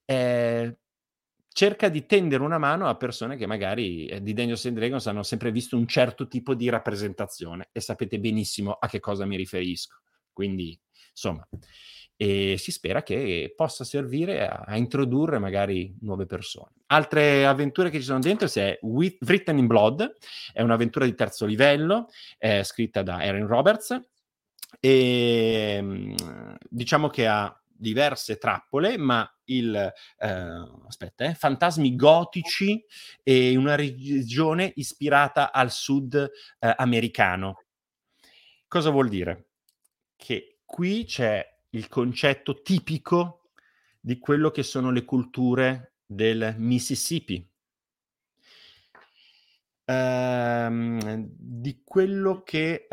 cerca di tendere una mano a persone che magari di Dungeons & Dragons hanno sempre visto un certo tipo di rappresentazione, e sapete benissimo a che cosa mi riferisco. Quindi, insomma, e si spera che possa servire a introdurre magari nuove persone. Altre avventure che ci sono dentro, se è Written in Blood, è un'avventura di terzo livello, scritta da Aaron Roberts, E diciamo che ha diverse trappole, ma fantasmi gotici e una regione ispirata al sud americano. Cosa vuol dire? Che qui c'è il concetto tipico di quello che sono le culture del Mississippi. Di quello che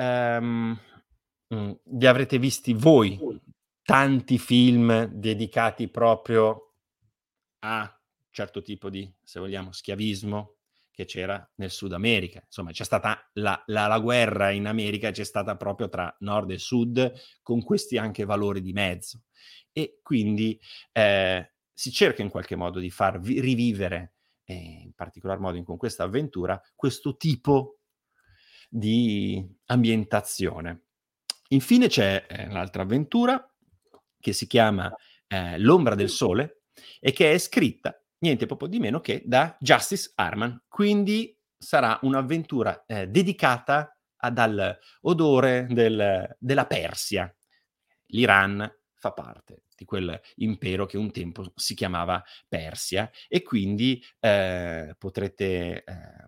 vi avrete visti voi tanti film dedicati proprio a certo tipo di, se vogliamo, schiavismo che c'era nel Sud America. Insomma, c'è stata la guerra in America, c'è stata proprio tra Nord e Sud, con questi anche valori di mezzo. E quindi si cerca in qualche modo di far rivivere, in particolar modo con questa avventura, questo tipo di ambientazione. Infine c'è un'altra avventura che si chiama L'ombra del sole e che è scritta niente proprio di meno che da Justice Harman. Quindi sarà un'avventura dedicata dal odore della Persia. L'Iran fa parte di quel impero che un tempo si chiamava Persia e quindi potrete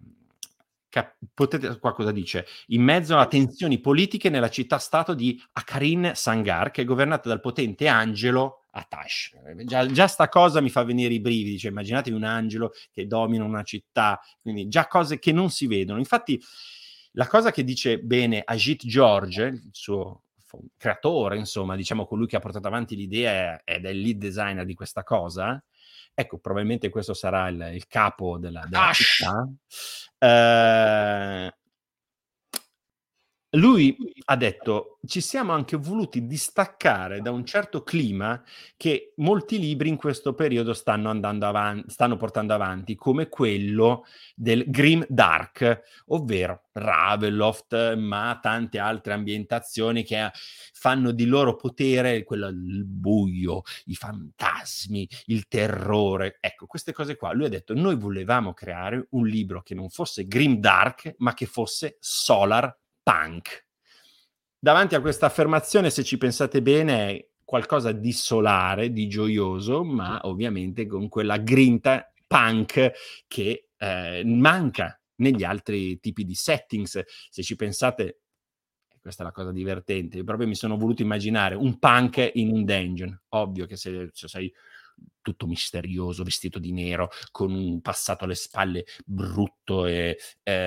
qua cosa dice? In mezzo a tensioni politiche nella città-stato di Akharin Sangar, che è governata dal potente angelo Atash. Già sta cosa mi fa venire i brividi, cioè immaginatevi un angelo che domina una città, quindi già cose che non si vedono. Infatti la cosa che dice bene Ajit George, il suo creatore, insomma, diciamo colui che ha portato avanti l'idea ed è il lead designer di questa cosa, ecco, probabilmente questo sarà il capo della città. Lui ha detto: ci siamo anche voluti distaccare da un certo clima che molti libri in questo periodo stanno portando avanti, come quello del grim dark, ovvero Ravenloft, ma tante altre ambientazioni che fanno di loro potere il buio, i fantasmi, il terrore. Ecco, queste cose qua. Lui ha detto: noi volevamo creare un libro che non fosse grim dark, ma che fosse solar punk. Davanti a questa affermazione, se ci pensate bene, è qualcosa di solare, di gioioso, ma ovviamente con quella grinta punk che manca negli altri tipi di settings. Se ci pensate, questa è la cosa divertente, io proprio mi sono voluto immaginare un punk in un dungeon. Ovvio che se sei tutto misterioso, vestito di nero, con un passato alle spalle brutto e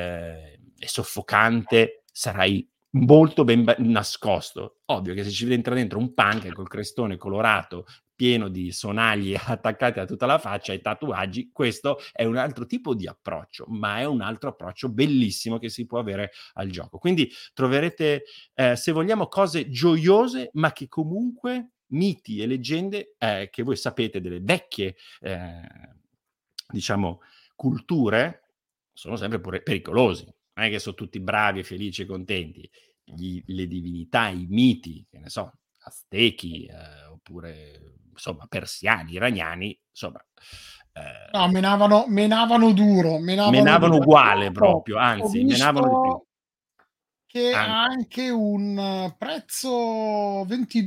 soffocante, sarai molto ben nascosto. Ovvio che se ci entra dentro un punk col crestone colorato, pieno di sonagli attaccati a tutta la faccia e tatuaggi, questo è un altro tipo di approccio, ma è un altro approccio bellissimo che si può avere al gioco. Quindi troverete, se vogliamo, cose gioiose, ma che comunque miti e leggende che voi sapete delle vecchie, diciamo, culture, sono sempre pure pericolosi. Non è che sono tutti bravi e felici e contenti. Le divinità, i miti, che ne so, aztechi, oppure insomma persiani, iraniani, insomma. No, menavano duro. Menavano uguale proprio, anzi, menavano di più. Che ha anche un prezzo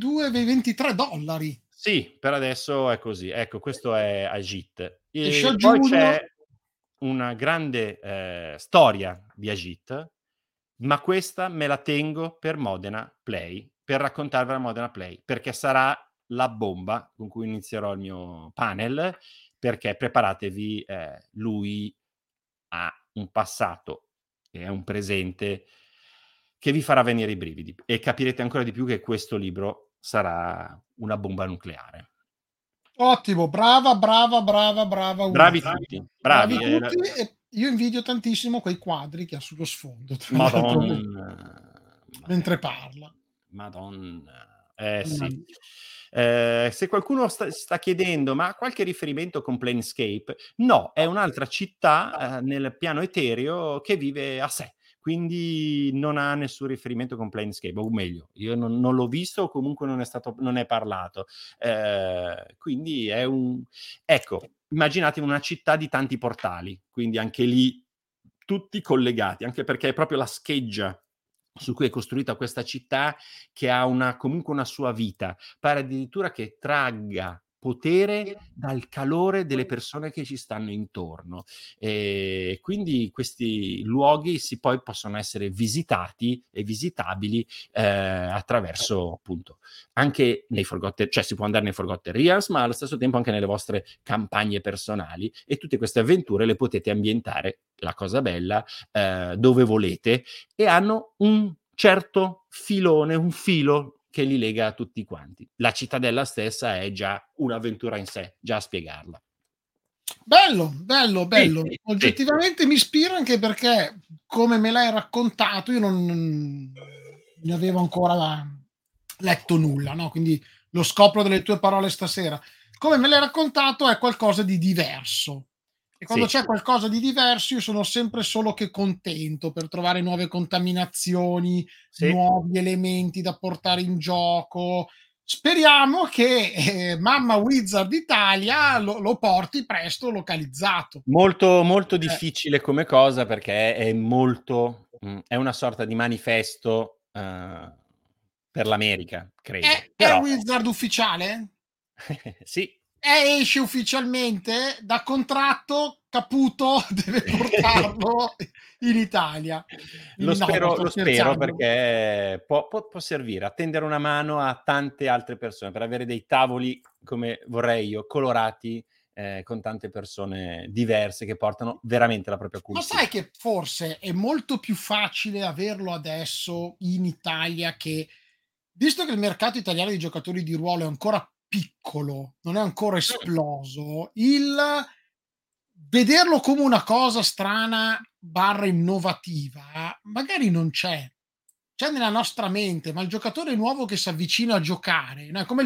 $22-23. Sì, per adesso è così. Ecco, questo è Ajit. E poi c'è una grande storia di Ajit, ma questa me la tengo per Modena Play, per raccontarvela a Modena Play, perché sarà la bomba con cui inizierò il mio panel, perché preparatevi, lui ha un passato e un presente che vi farà venire i brividi e capirete ancora di più che questo libro sarà una bomba nucleare. Ottimo, brava. Bravi tutti, bravi. Tutti, e io invidio tantissimo quei quadri che ha sullo sfondo. Madonna. Mentre parla. Madonna. Sì. Se qualcuno sta chiedendo, ma qualche riferimento con Planescape? No, è un'altra città nel piano etereo che vive a sé. Quindi non ha nessun riferimento con Planescape, o meglio, io non l'ho visto o comunque non è parlato. Quindi è ecco, immaginate una città di tanti portali, quindi anche lì tutti collegati, anche perché è proprio la scheggia su cui è costruita questa città, che ha comunque una sua vita. Pare addirittura che tragga potere dal calore delle persone che ci stanno intorno. Quindi questi luoghi poi possono essere visitati e visitabili attraverso, appunto, anche nei Forgotten, cioè si può andare nei Forgotten Realms, ma allo stesso tempo anche nelle vostre campagne personali, e tutte queste avventure le potete ambientare, la cosa bella, dove volete, e hanno un certo filone, un filo che li lega a tutti quanti. La cittadella stessa è già un'avventura in sé, già a spiegarla. Bello, bello, bello. Sì. Oggettivamente mi ispira, anche perché, come me l'hai raccontato, io non ne avevo ancora letto nulla, no? Quindi lo scopro delle tue parole stasera. Come me l'hai raccontato, è qualcosa di diverso. E quando c'è qualcosa di diverso, io sono sempre solo che contento per trovare nuove contaminazioni, nuovi elementi da portare in gioco. Speriamo che Mamma Wizard Italia lo porti presto localizzato. Molto, molto difficile come cosa, perché è molto... è una sorta di manifesto per l'America, credo. È Wizard ufficiale? Sì. Esce ufficialmente, da contratto, Caputo deve portarlo in Italia. Lo spero perché può servire a tendere una mano a tante altre persone, per avere dei tavoli, come vorrei io, colorati, con tante persone diverse che portano veramente la propria cultura. Ma sai che forse è molto più facile averlo adesso in Italia, che, visto che il mercato italiano di giocatori di ruolo è ancora piccolo, non è ancora esploso, il vederlo come una cosa strana / innovativa magari non c'è nella nostra mente, ma il giocatore nuovo che si avvicina a giocare, no? È come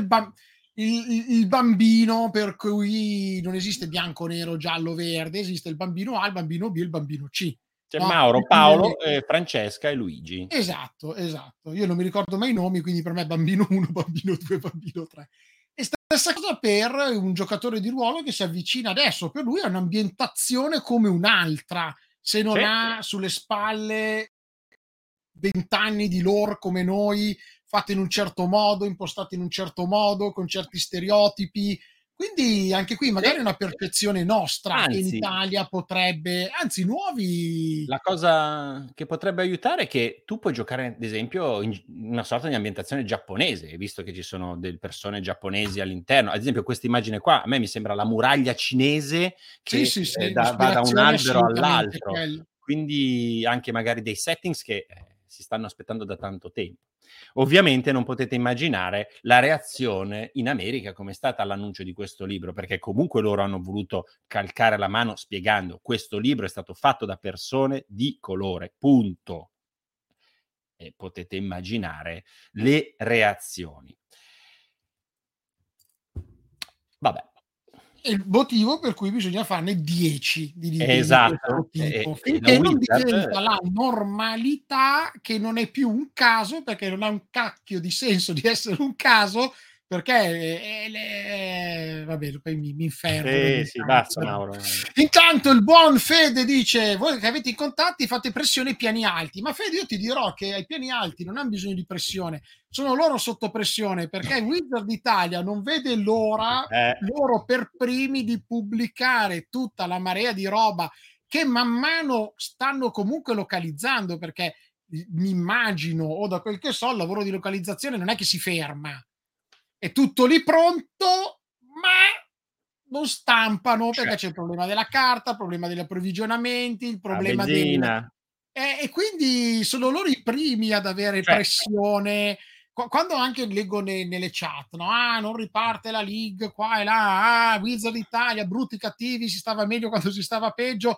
il bambino, per cui non esiste bianco, nero, giallo, verde, esiste il bambino A, il bambino B e il bambino C. C'è Mauro, Paolo, Francesca e Luigi. Esatto. Io non mi ricordo mai i nomi, quindi per me bambino 1, bambino 2, bambino 3. E stessa cosa per un giocatore di ruolo che si avvicina adesso. Per lui è un'ambientazione come un'altra, se non ha sulle spalle 20 anni di lore come noi, fatte in un certo modo, impostate in un certo modo, con certi stereotipi. Quindi anche qui magari è una percezione nostra, che in Italia potrebbe, anzi nuovi... La cosa che potrebbe aiutare è che tu puoi giocare, ad esempio, in una sorta di ambientazione giapponese, visto che ci sono delle persone giapponesi all'interno. Ad esempio questa immagine qua, a me mi sembra la muraglia cinese che va da un albero all'altro. Quindi anche magari dei settings che si stanno aspettando da tanto tempo. Ovviamente non potete immaginare la reazione in America come è stata all'annuncio di questo libro, perché comunque loro hanno voluto calcare la mano spiegando: questo libro è stato fatto da persone di colore, punto. E potete immaginare le reazioni. Vabbè. È il motivo per cui bisogna farne 10 di libri esatto. di questo tipo, finché non diventa la normalità, che non è più un caso, perché non ha un cacchio di senso di essere un caso, perché vabbè, poi mi infermo. Sì, basta, Mauro. Intanto il buon Fede dice: voi che avete i contatti fate pressione ai piani alti. Ma Fede, io ti dirò che ai piani alti non hanno bisogno di pressione, sono loro sotto pressione, perché Wizard Italia non vede l'ora, loro per primi, di pubblicare tutta la marea di roba che man mano stanno comunque localizzando, perché mi immagino, o da quel che so, il lavoro di localizzazione non è che si ferma, è tutto lì pronto, ma non stampano, perché c'è il problema della carta, il problema degli approvvigionamenti, il problema e quindi sono loro i primi ad avere pressione. Quando anche leggo nelle chat, no? Non riparte la League qua e là, Wizard Italia, brutti cattivi, si stava meglio quando si stava peggio.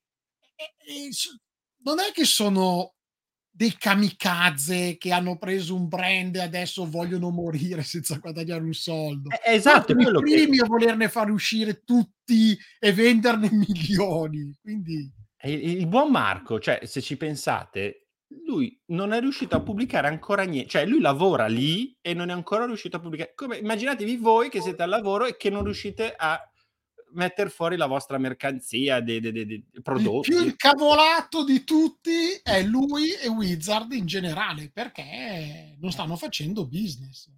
Non è che sono dei kamikaze che hanno preso un brand e adesso vogliono morire senza guadagnare un soldo. Esatto, sono i primi a volerne far uscire tutti e venderne milioni. Quindi il buon Marco, cioè, se ci pensate, lui non è riuscito a pubblicare ancora niente, cioè lui lavora lì e non è ancora riuscito a pubblicare. Immaginatevi voi che siete al lavoro e che non riuscite a mettere fuori la vostra mercanzia, dei prodotti. Il più incavolato di tutti è lui e Wizard in generale, perché non stanno facendo business.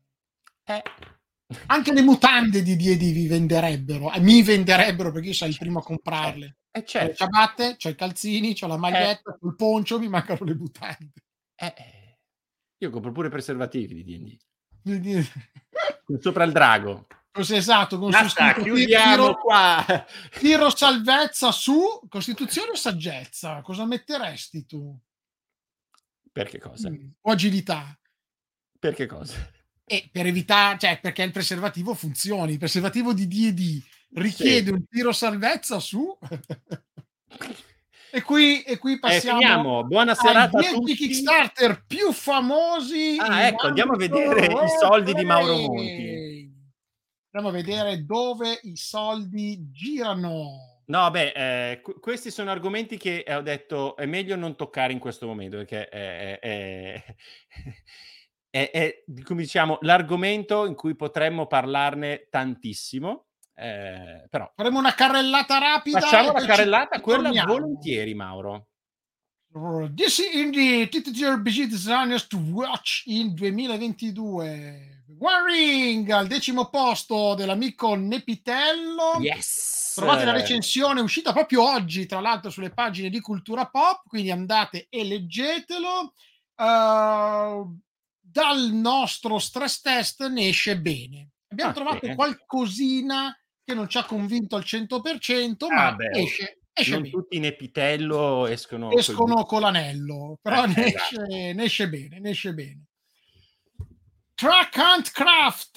Anche le mutande di D&D mi venderebbero perché io sono il primo a comprarle. Certo. C'ho le ciabatte, c'ho i calzini, c'ho la maglietta, c'ho il poncio, mi mancano le mutande. Io compro pure preservativi di D&D. Sopra il drago. Esatto, con chiudiamo qua. Tiro salvezza su Costituzione o saggezza? Cosa metteresti tu? Per che cosa? O agilità? Per che cosa? Per evitare, cioè perché il preservativo funzioni. Il preservativo di D&D richiede un tiro salvezza su. E qui passiamo. Finiamo. Buona serata a tutti. Kickstarter più famosi. Ecco, andiamo a vedere i soldi di Mauro Monti. Andiamo a vedere dove i soldi girano. No, questi sono argomenti che ho detto è meglio non toccare in questo momento, perché è come diciamo, l'argomento in cui potremmo parlarne tantissimo. Però faremo una carrellata rapida. Facciamo la carrellata, quella volentieri, Mauro. This in the TTRPG Designers to Watch in 2022. One Ring al 10° posto dell'amico Nepitello. Yes! Trovate la recensione uscita proprio oggi, tra l'altro, sulle pagine di Cultura Pop, quindi andate e leggetelo. Dal nostro stress test ne esce bene. Abbiamo trovato qualcosina che non ci ha convinto al 100%, ma esce non bene. Tutti in epitello escono con l'anello, però ne esce bene. Track Hunt Craft,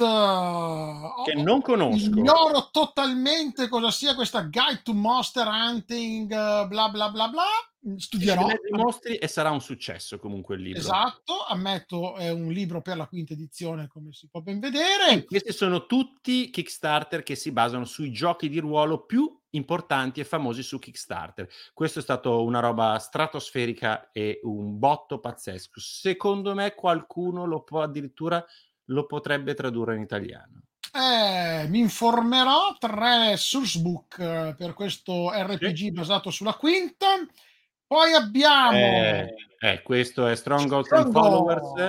che non conosco. Ignoro totalmente cosa sia questa Guide to Monster Hunting, bla bla bla bla. Studierò i mostri e sarà un successo comunque il libro. Esatto, ammetto, è un libro per la 5ª edizione, come si può ben vedere. Questi sono tutti Kickstarter che si basano sui giochi di ruolo più importanti e famosi su Kickstarter. Questo è stato una roba stratosferica e un botto pazzesco. Secondo me qualcuno lo potrebbe tradurre in italiano. Mi informerò. 3 sourcebook per questo RPG basato sulla 5ª. Poi abbiamo questo è Stronghold and Followers,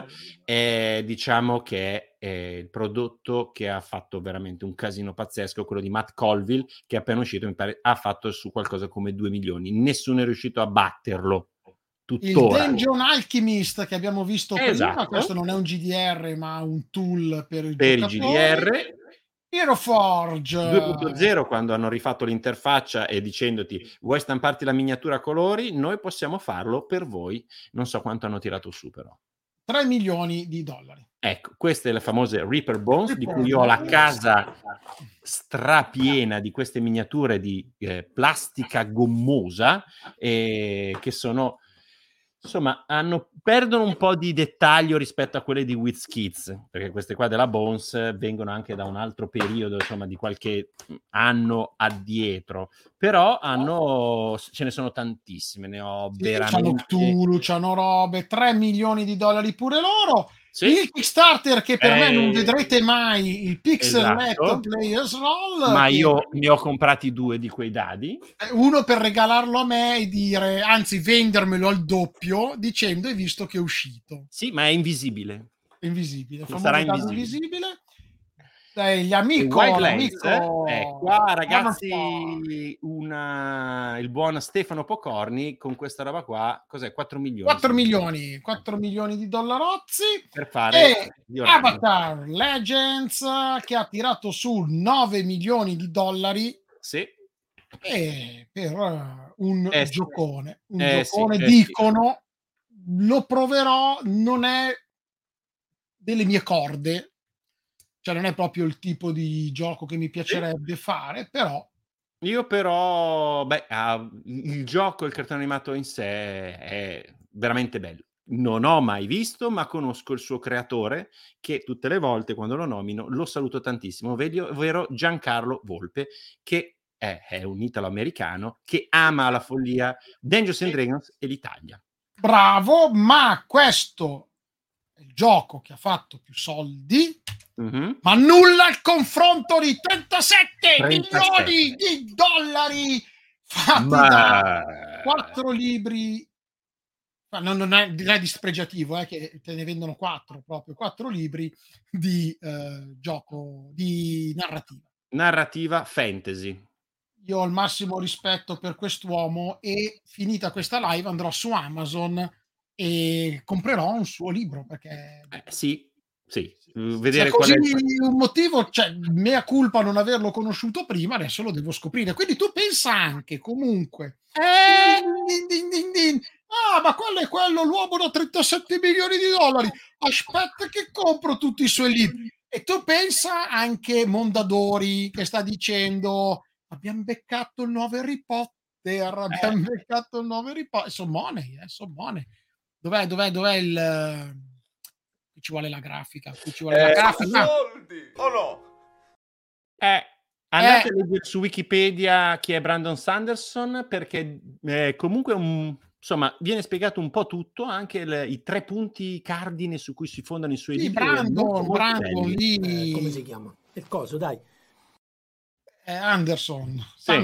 diciamo che è il prodotto che ha fatto veramente un casino pazzesco, quello di Matt Colville, che è appena uscito, mi pare, ha fatto su qualcosa come 2 milioni. Nessuno è riuscito a batterlo tuttora. Il Dungeon Alchemist che abbiamo visto prima, questo non è un GDR ma un tool per i GDR. Hero Forge 2.0, quando hanno rifatto l'interfaccia e dicendoti vuoi stamparti la miniatura a colori, noi possiamo farlo per voi. Non so quanto hanno tirato su, però $3 milioni. Ecco, queste le famose Reaper Bones, di cui io ho la casa strapiena di queste miniature di plastica gommosa, che sono, insomma, perdono un po' di dettaglio rispetto a quelle di WizKids, perché queste qua della Bones vengono anche da un altro periodo, insomma, di qualche anno addietro, però ce ne sono tantissime, ne ho veramente. C'hanno Cthulhu, c'hanno robe, $3 milioni pure loro. Sì. Il Kickstarter che per me non vedrete mai, il Pixel Players Roll, ma io ne ho comprati 2 di quei dadi, uno per regalarlo a me e dire, anzi vendermelo al doppio, dicendo hai visto che è uscito. Sì, ma è invisibile, sarà invisibile. Gli amico qua ragazzi, il buon Stefano Pocorni con questa roba qua, cos'è? 4 milioni di dollarozzi per fare Avatar Legends, che ha tirato su $9 milioni, sì, e per un giocone sì, dicono lo proverò, non è delle mie corde, cioè non è proprio il tipo di gioco che mi piacerebbe fare, però il gioco, il cartone animato in sé è veramente bello. Non ho mai visto, ma conosco il suo creatore, che tutte le volte quando lo nomino lo saluto tantissimo, ovvero Giancarlo Volpe, che è un italo-americano che ama alla follia Dungeons and Dragons e l'Italia. Bravo, ma questo è il gioco che ha fatto più soldi, ma nulla al confronto di 37 milioni di dollari fatti da 4 libri. Non è dispregiativo, che te ne vendono 4 libri di gioco di narrativa fantasy. Io ho il massimo rispetto per quest'uomo e finita questa live andrò su Amazon e comprerò un suo libro, perché sì, vedere così qual è un motivo, cioè mea culpa non averlo conosciuto prima, adesso lo devo scoprire. Quindi tu pensa anche comunque ma quello l'uomo da 37 milioni di dollari, aspetta che compro tutti i suoi libri. E tu pensa anche Mondadori che sta dicendo abbiamo beccato il nuovo Harry Potter, sono money. Dov'è il ci vuole la grafica? Soldi o no? Andate a leggere su Wikipedia chi è Brandon Sanderson, perché comunque insomma viene spiegato un po' tutto, anche i 3 punti cardine su cui si fondano i suoi libri. Brandon lì come si chiama? Il coso, dai. Anderson.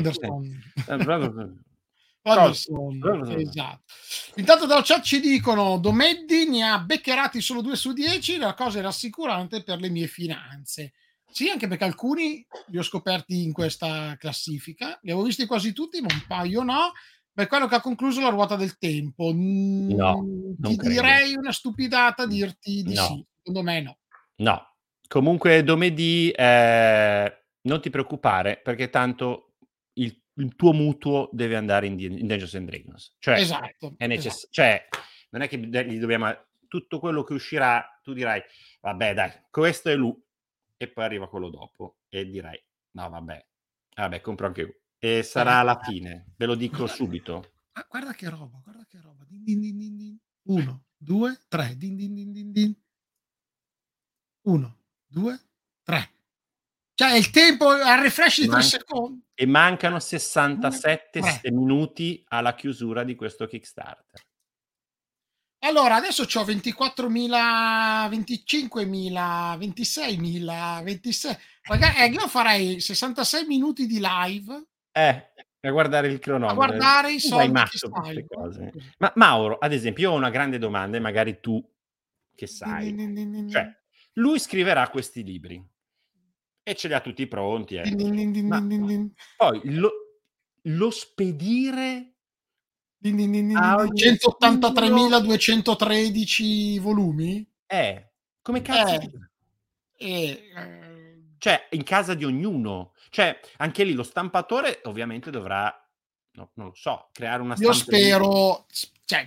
Esatto. Intanto dalla chat ci dicono Domeddi ne ha beccherati solo 2 su 10, la cosa è rassicurante per le mie finanze. Sì, anche perché alcuni li ho scoperti in questa classifica, li avevo visti quasi tutti, ma un paio no. Per quello che ha concluso La ruota del tempo, ti direi una stupidata dirti di sì. Secondo me no. Comunque Domedì, non ti preoccupare, perché tanto il tuo mutuo deve andare in Dungeons and Dragons, cioè esatto, è necessario, cioè non è che gli dobbiamo, tutto quello che uscirà tu dirai vabbè dai, questo è lui, e poi arriva quello dopo e dirai no vabbè compro anche lui, e sarà alla fine, ve lo dico subito. Guarda che roba. 1, 2, 3 1, 2, 3. Cioè il tempo al refresh di 3 secondi. E mancano 67 minuti alla chiusura di questo Kickstarter. Allora, adesso c'ho 24.000, 25.000, 26.000, 26. Magari io farei 66 minuti di live. A guardare il cronometro. A guardare i soldi che queste cose. Ma Mauro, ad esempio, io ho una grande domanda, e magari tu che sai. Cioè, lui scriverà questi libri e ce li ha tutti pronti. Ma poi lo spedire a 183.213 volumi? Come cazzo? Cioè, in casa di ognuno. Cioè, anche lì lo stampatore ovviamente dovrà, non lo so, creare una stampa. Io spero, cioè,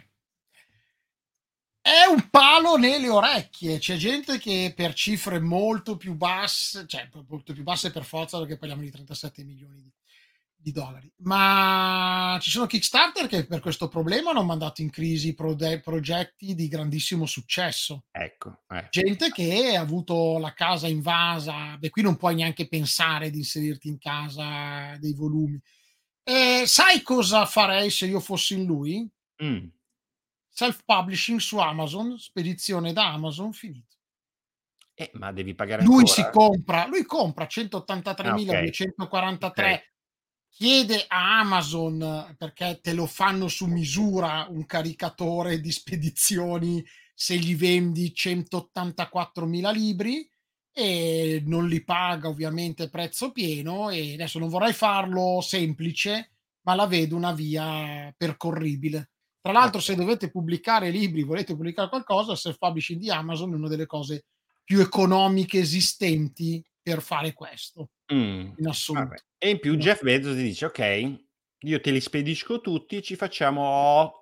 è un palo nelle orecchie. C'è gente che per cifre molto più basse, cioè molto più basse per forza, perché parliamo di 37 milioni di dollari, ma ci sono Kickstarter che per questo problema hanno mandato in crisi progetti di grandissimo successo. Gente che ha avuto la casa invasa, qui non puoi neanche pensare di inserirti in casa dei volumi. Sai cosa farei se io fossi in lui? Self-publishing su Amazon, spedizione da Amazon, finito. Ma devi pagare lui ancora. Lui compra 183.243. Chiede a Amazon, perché te lo fanno su misura, un caricatore di spedizioni se gli vendi 184.000 libri, e non li paga ovviamente prezzo pieno. E adesso non vorrei farlo semplice, ma la vedo una via percorribile. Tra l'altro, se dovete pubblicare libri, volete pubblicare qualcosa, il self-publishing di Amazon è una delle cose più economiche esistenti per fare questo. In assoluto. Vabbè. E in più Jeff Bezos ti dice ok, io te li spedisco tutti, ci facciamo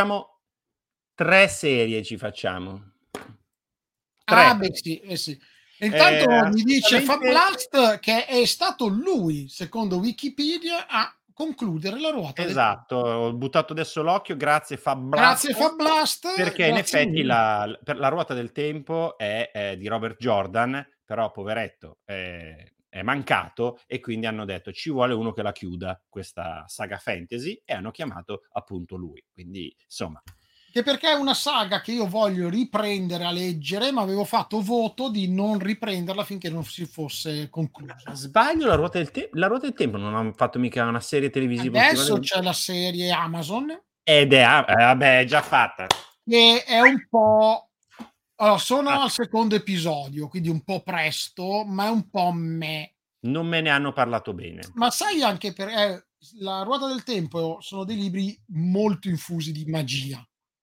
3 serie, ci facciamo 3. Sì. Intanto mi dice Fablast che è stato lui, secondo Wikipedia, a concludere la ruota. Esatto, ho buttato adesso l'occhio, grazie Fablast, perché in effetti per la ruota del tempo è di Robert Jordan, però poveretto è mancato, e quindi hanno detto ci vuole uno che la chiuda questa saga fantasy, e hanno chiamato appunto lui. Quindi insomma Che perché è una saga che io voglio riprendere a leggere, ma avevo fatto voto di non riprenderla finché non si fosse conclusa. Sbaglio, la ruota del tempo non hanno fatto mica una serie televisiva Adesso ultimamente? c'è la serie Amazon Ed è vabbè, è già fatta. che è un po'... Allora, sono al secondo episodio, quindi un po' presto, ma è un po' me. Non me ne hanno parlato bene. Ma sai anche la ruota del tempo sono dei libri molto infusi di magia.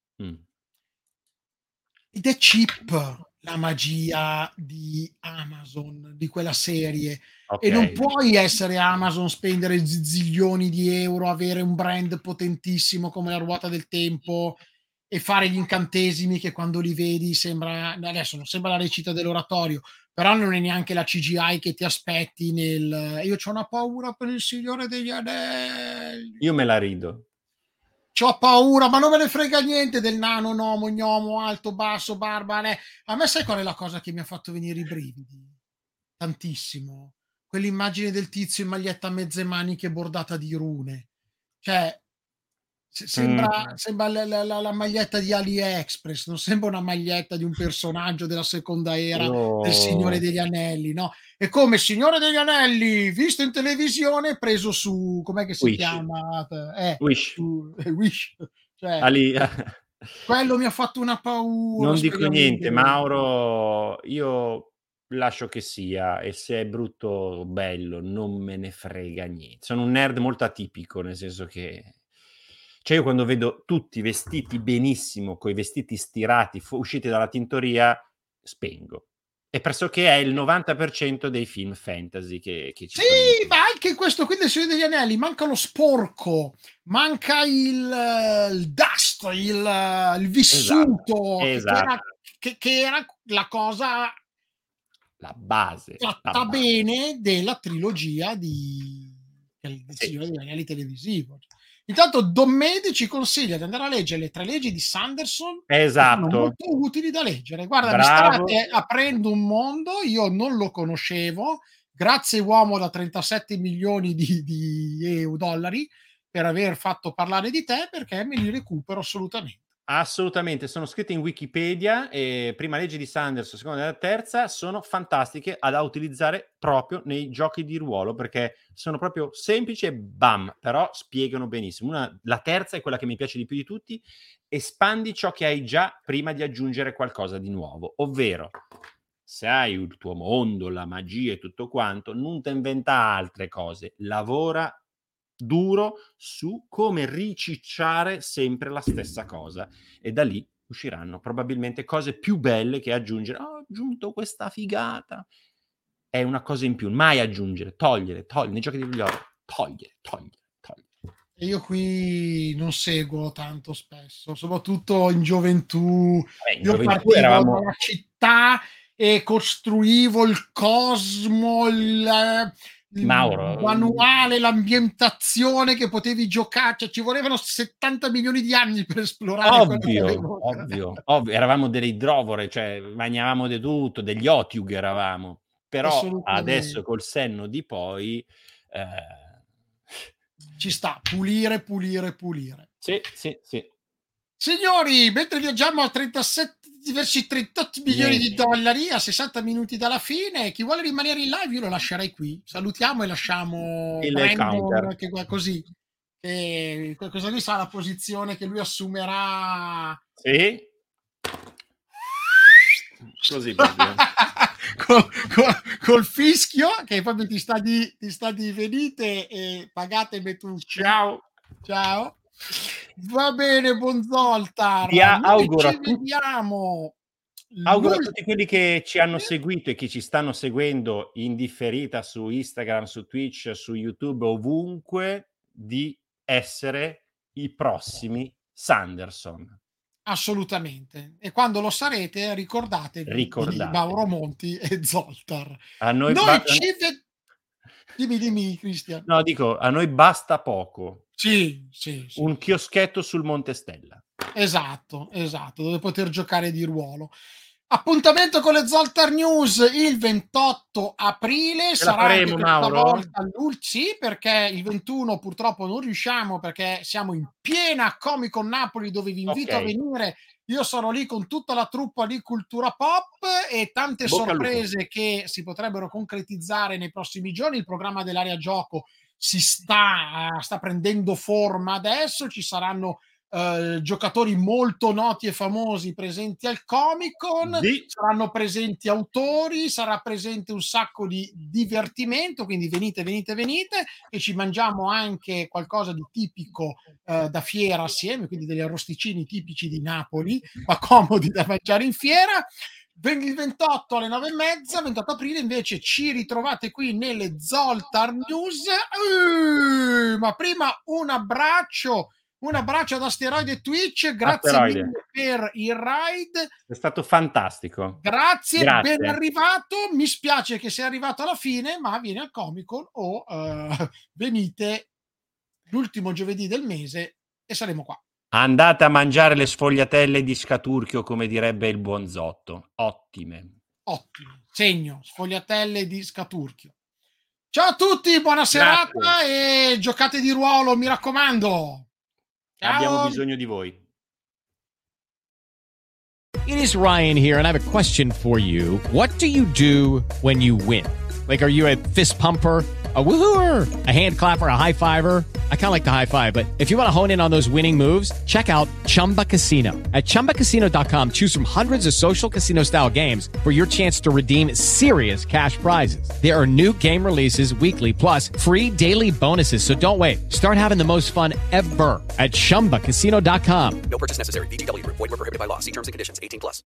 Ed è cheap la magia di Amazon, di quella serie. Okay. E non puoi essere Amazon, spendere zilioni di euro, avere un brand potentissimo come la ruota del tempo e fare gli incantesimi che quando li vedi sembra, adesso non sembra la recita dell'oratorio, però non è neanche la CGI che ti aspetti io c'ho una paura per il Signore degli Anelli. Io me la rido. C'ho paura, ma non me ne frega niente del nano, nomo, gnomo, alto, basso, barba. A me sai qual è la cosa che mi ha fatto venire i brividi? Tantissimo. Quell'immagine del tizio in maglietta a mezze maniche bordata di rune. Cioè, sembra la maglietta di AliExpress, non sembra una maglietta di un personaggio della seconda era del Signore degli Anelli, no? È come Signore degli Anelli, visto in televisione, preso su, com'è che si Wish. chiama? Wish. Wish. Cioè, quello mi ha fatto una paura. Non dico niente, Mauro, io lascio che sia, e se è brutto o bello, non me ne frega niente. Sono un nerd molto atipico, nel senso che... Cioè io quando vedo tutti vestiti benissimo, coi vestiti stirati, usciti dalla tintoria, spengo. E pressoché è il 90% dei film fantasy che ci sono. Sì, ma anche in questo qui del Signore degli Anelli manca lo sporco, manca il dust, il vissuto, Esatto. che era la cosa... La base. Fatta bene della trilogia del Signore degli Anelli televisivo. Intanto Don Medi ci consiglia di andare a leggere le 3 leggi di Sanderson, esatto, sono molto utili da leggere. Guarda, bravo. Mi state aprendo un mondo, io non lo conoscevo, grazie uomo da 37 milioni di dollari per aver fatto parlare di te, perché me li recupero assolutamente. Assolutamente, sono scritte in Wikipedia, e prima legge di Sanderson, seconda e la terza sono fantastiche da utilizzare proprio nei giochi di ruolo, perché sono proprio semplici e bam, però spiegano benissimo. La terza è quella che mi piace di più di tutti: espandi ciò che hai già prima di aggiungere qualcosa di nuovo, ovvero se hai il tuo mondo, la magia e tutto quanto, non ti inventa altre cose, lavora duro su come ricicciare sempre la stessa cosa, e da lì usciranno probabilmente cose più belle che aggiungere. Ho aggiunto questa figata, è una cosa in più, mai aggiungere, togliere nei giochi di ruolo, togliere. E io qui non seguo tanto spesso, soprattutto in gioventù. Io partivo dalla città e costruivo il cosmo, il manuale, l'ambientazione che potevi giocare, cioè ci volevano 70 milioni di anni per esplorare. Ovvio, eravamo delle idrovore, cioè mangiavamo di tutto, degli otiug eravamo, però adesso col senno di poi ci sta, pulire. Sì. Signori, mentre viaggiamo a 38 milioni di dollari a 60 minuti dalla fine, chi vuole rimanere in live io lo lascerei qui. Salutiamo e lasciamo il Brandon, counter, che così questa qui sarà la posizione che lui assumerà. Sì, così col fischio che proprio ti sta di venite e pagate Metucci. Ciao. Va bene, buon Zoltar. Auguro ci vediamo. Auguro a tutti quelli che ci hanno seguito e che ci stanno seguendo in differita su Instagram, su Twitch, su YouTube, ovunque, di essere i prossimi Sanderson. Assolutamente. E quando lo sarete, ricordatevi di Mauro Monti e Zoltar. A noi Dimmi, Cristian. No, dico, a noi basta poco. Sì. Un chioschetto sul Monte Stella. Esatto, dove poter giocare di ruolo. Appuntamento con le Zoltar News il 28 aprile. Sarà faremo, anche questa Mauro? volta sì, perché il 21 purtroppo non riusciamo, perché siamo in piena Comic Con Napoli, dove vi invito a venire. Io sono lì con tutta la truppa di Cultura Pop e tante sorprese che si potrebbero concretizzare nei prossimi giorni. Il programma dell'area gioco si sta prendendo forma adesso, ci saranno giocatori molto noti e famosi presenti al Comic Con, saranno presenti autori, sarà presente un sacco di divertimento, quindi venite e ci mangiamo anche qualcosa di tipico da fiera assieme, quindi degli arrosticini tipici di Napoli, ma comodi da mangiare in fiera. Il 28 alle 9:30, 28 aprile invece ci ritrovate qui nelle Zoltar News. Ma prima un abbraccio ad Asteroide Twitch, grazie mille per il ride. È stato fantastico. Grazie. Ben arrivato. Mi spiace che sia arrivato alla fine, ma vieni al Comic Con o venite l'ultimo giovedì del mese e saremo qua. Andate a mangiare le sfogliatelle di Scaturchio, come direbbe il buon Zotto. Ottime. Segno, sfogliatelle di Scaturchio. Ciao a tutti, buona serata e giocate di ruolo, mi raccomando. Ciao. Abbiamo bisogno di voi. It is Ryan here, and I have a question for you. What do you do when you win? Like, are you a fist pumper, a woohooer, a hand clapper, a high fiver? I kind of like the high five, but if you want to hone in on those winning moves, check out Chumba Casino. At ChumbaCasino.com, choose from hundreds of social casino-style games for your chance to redeem serious cash prizes. There are new game releases weekly, plus free daily bonuses, so don't wait. Start having the most fun ever at ChumbaCasino.com. No purchase necessary. VGW Group. Void where prohibited by law. See terms and conditions. 18+.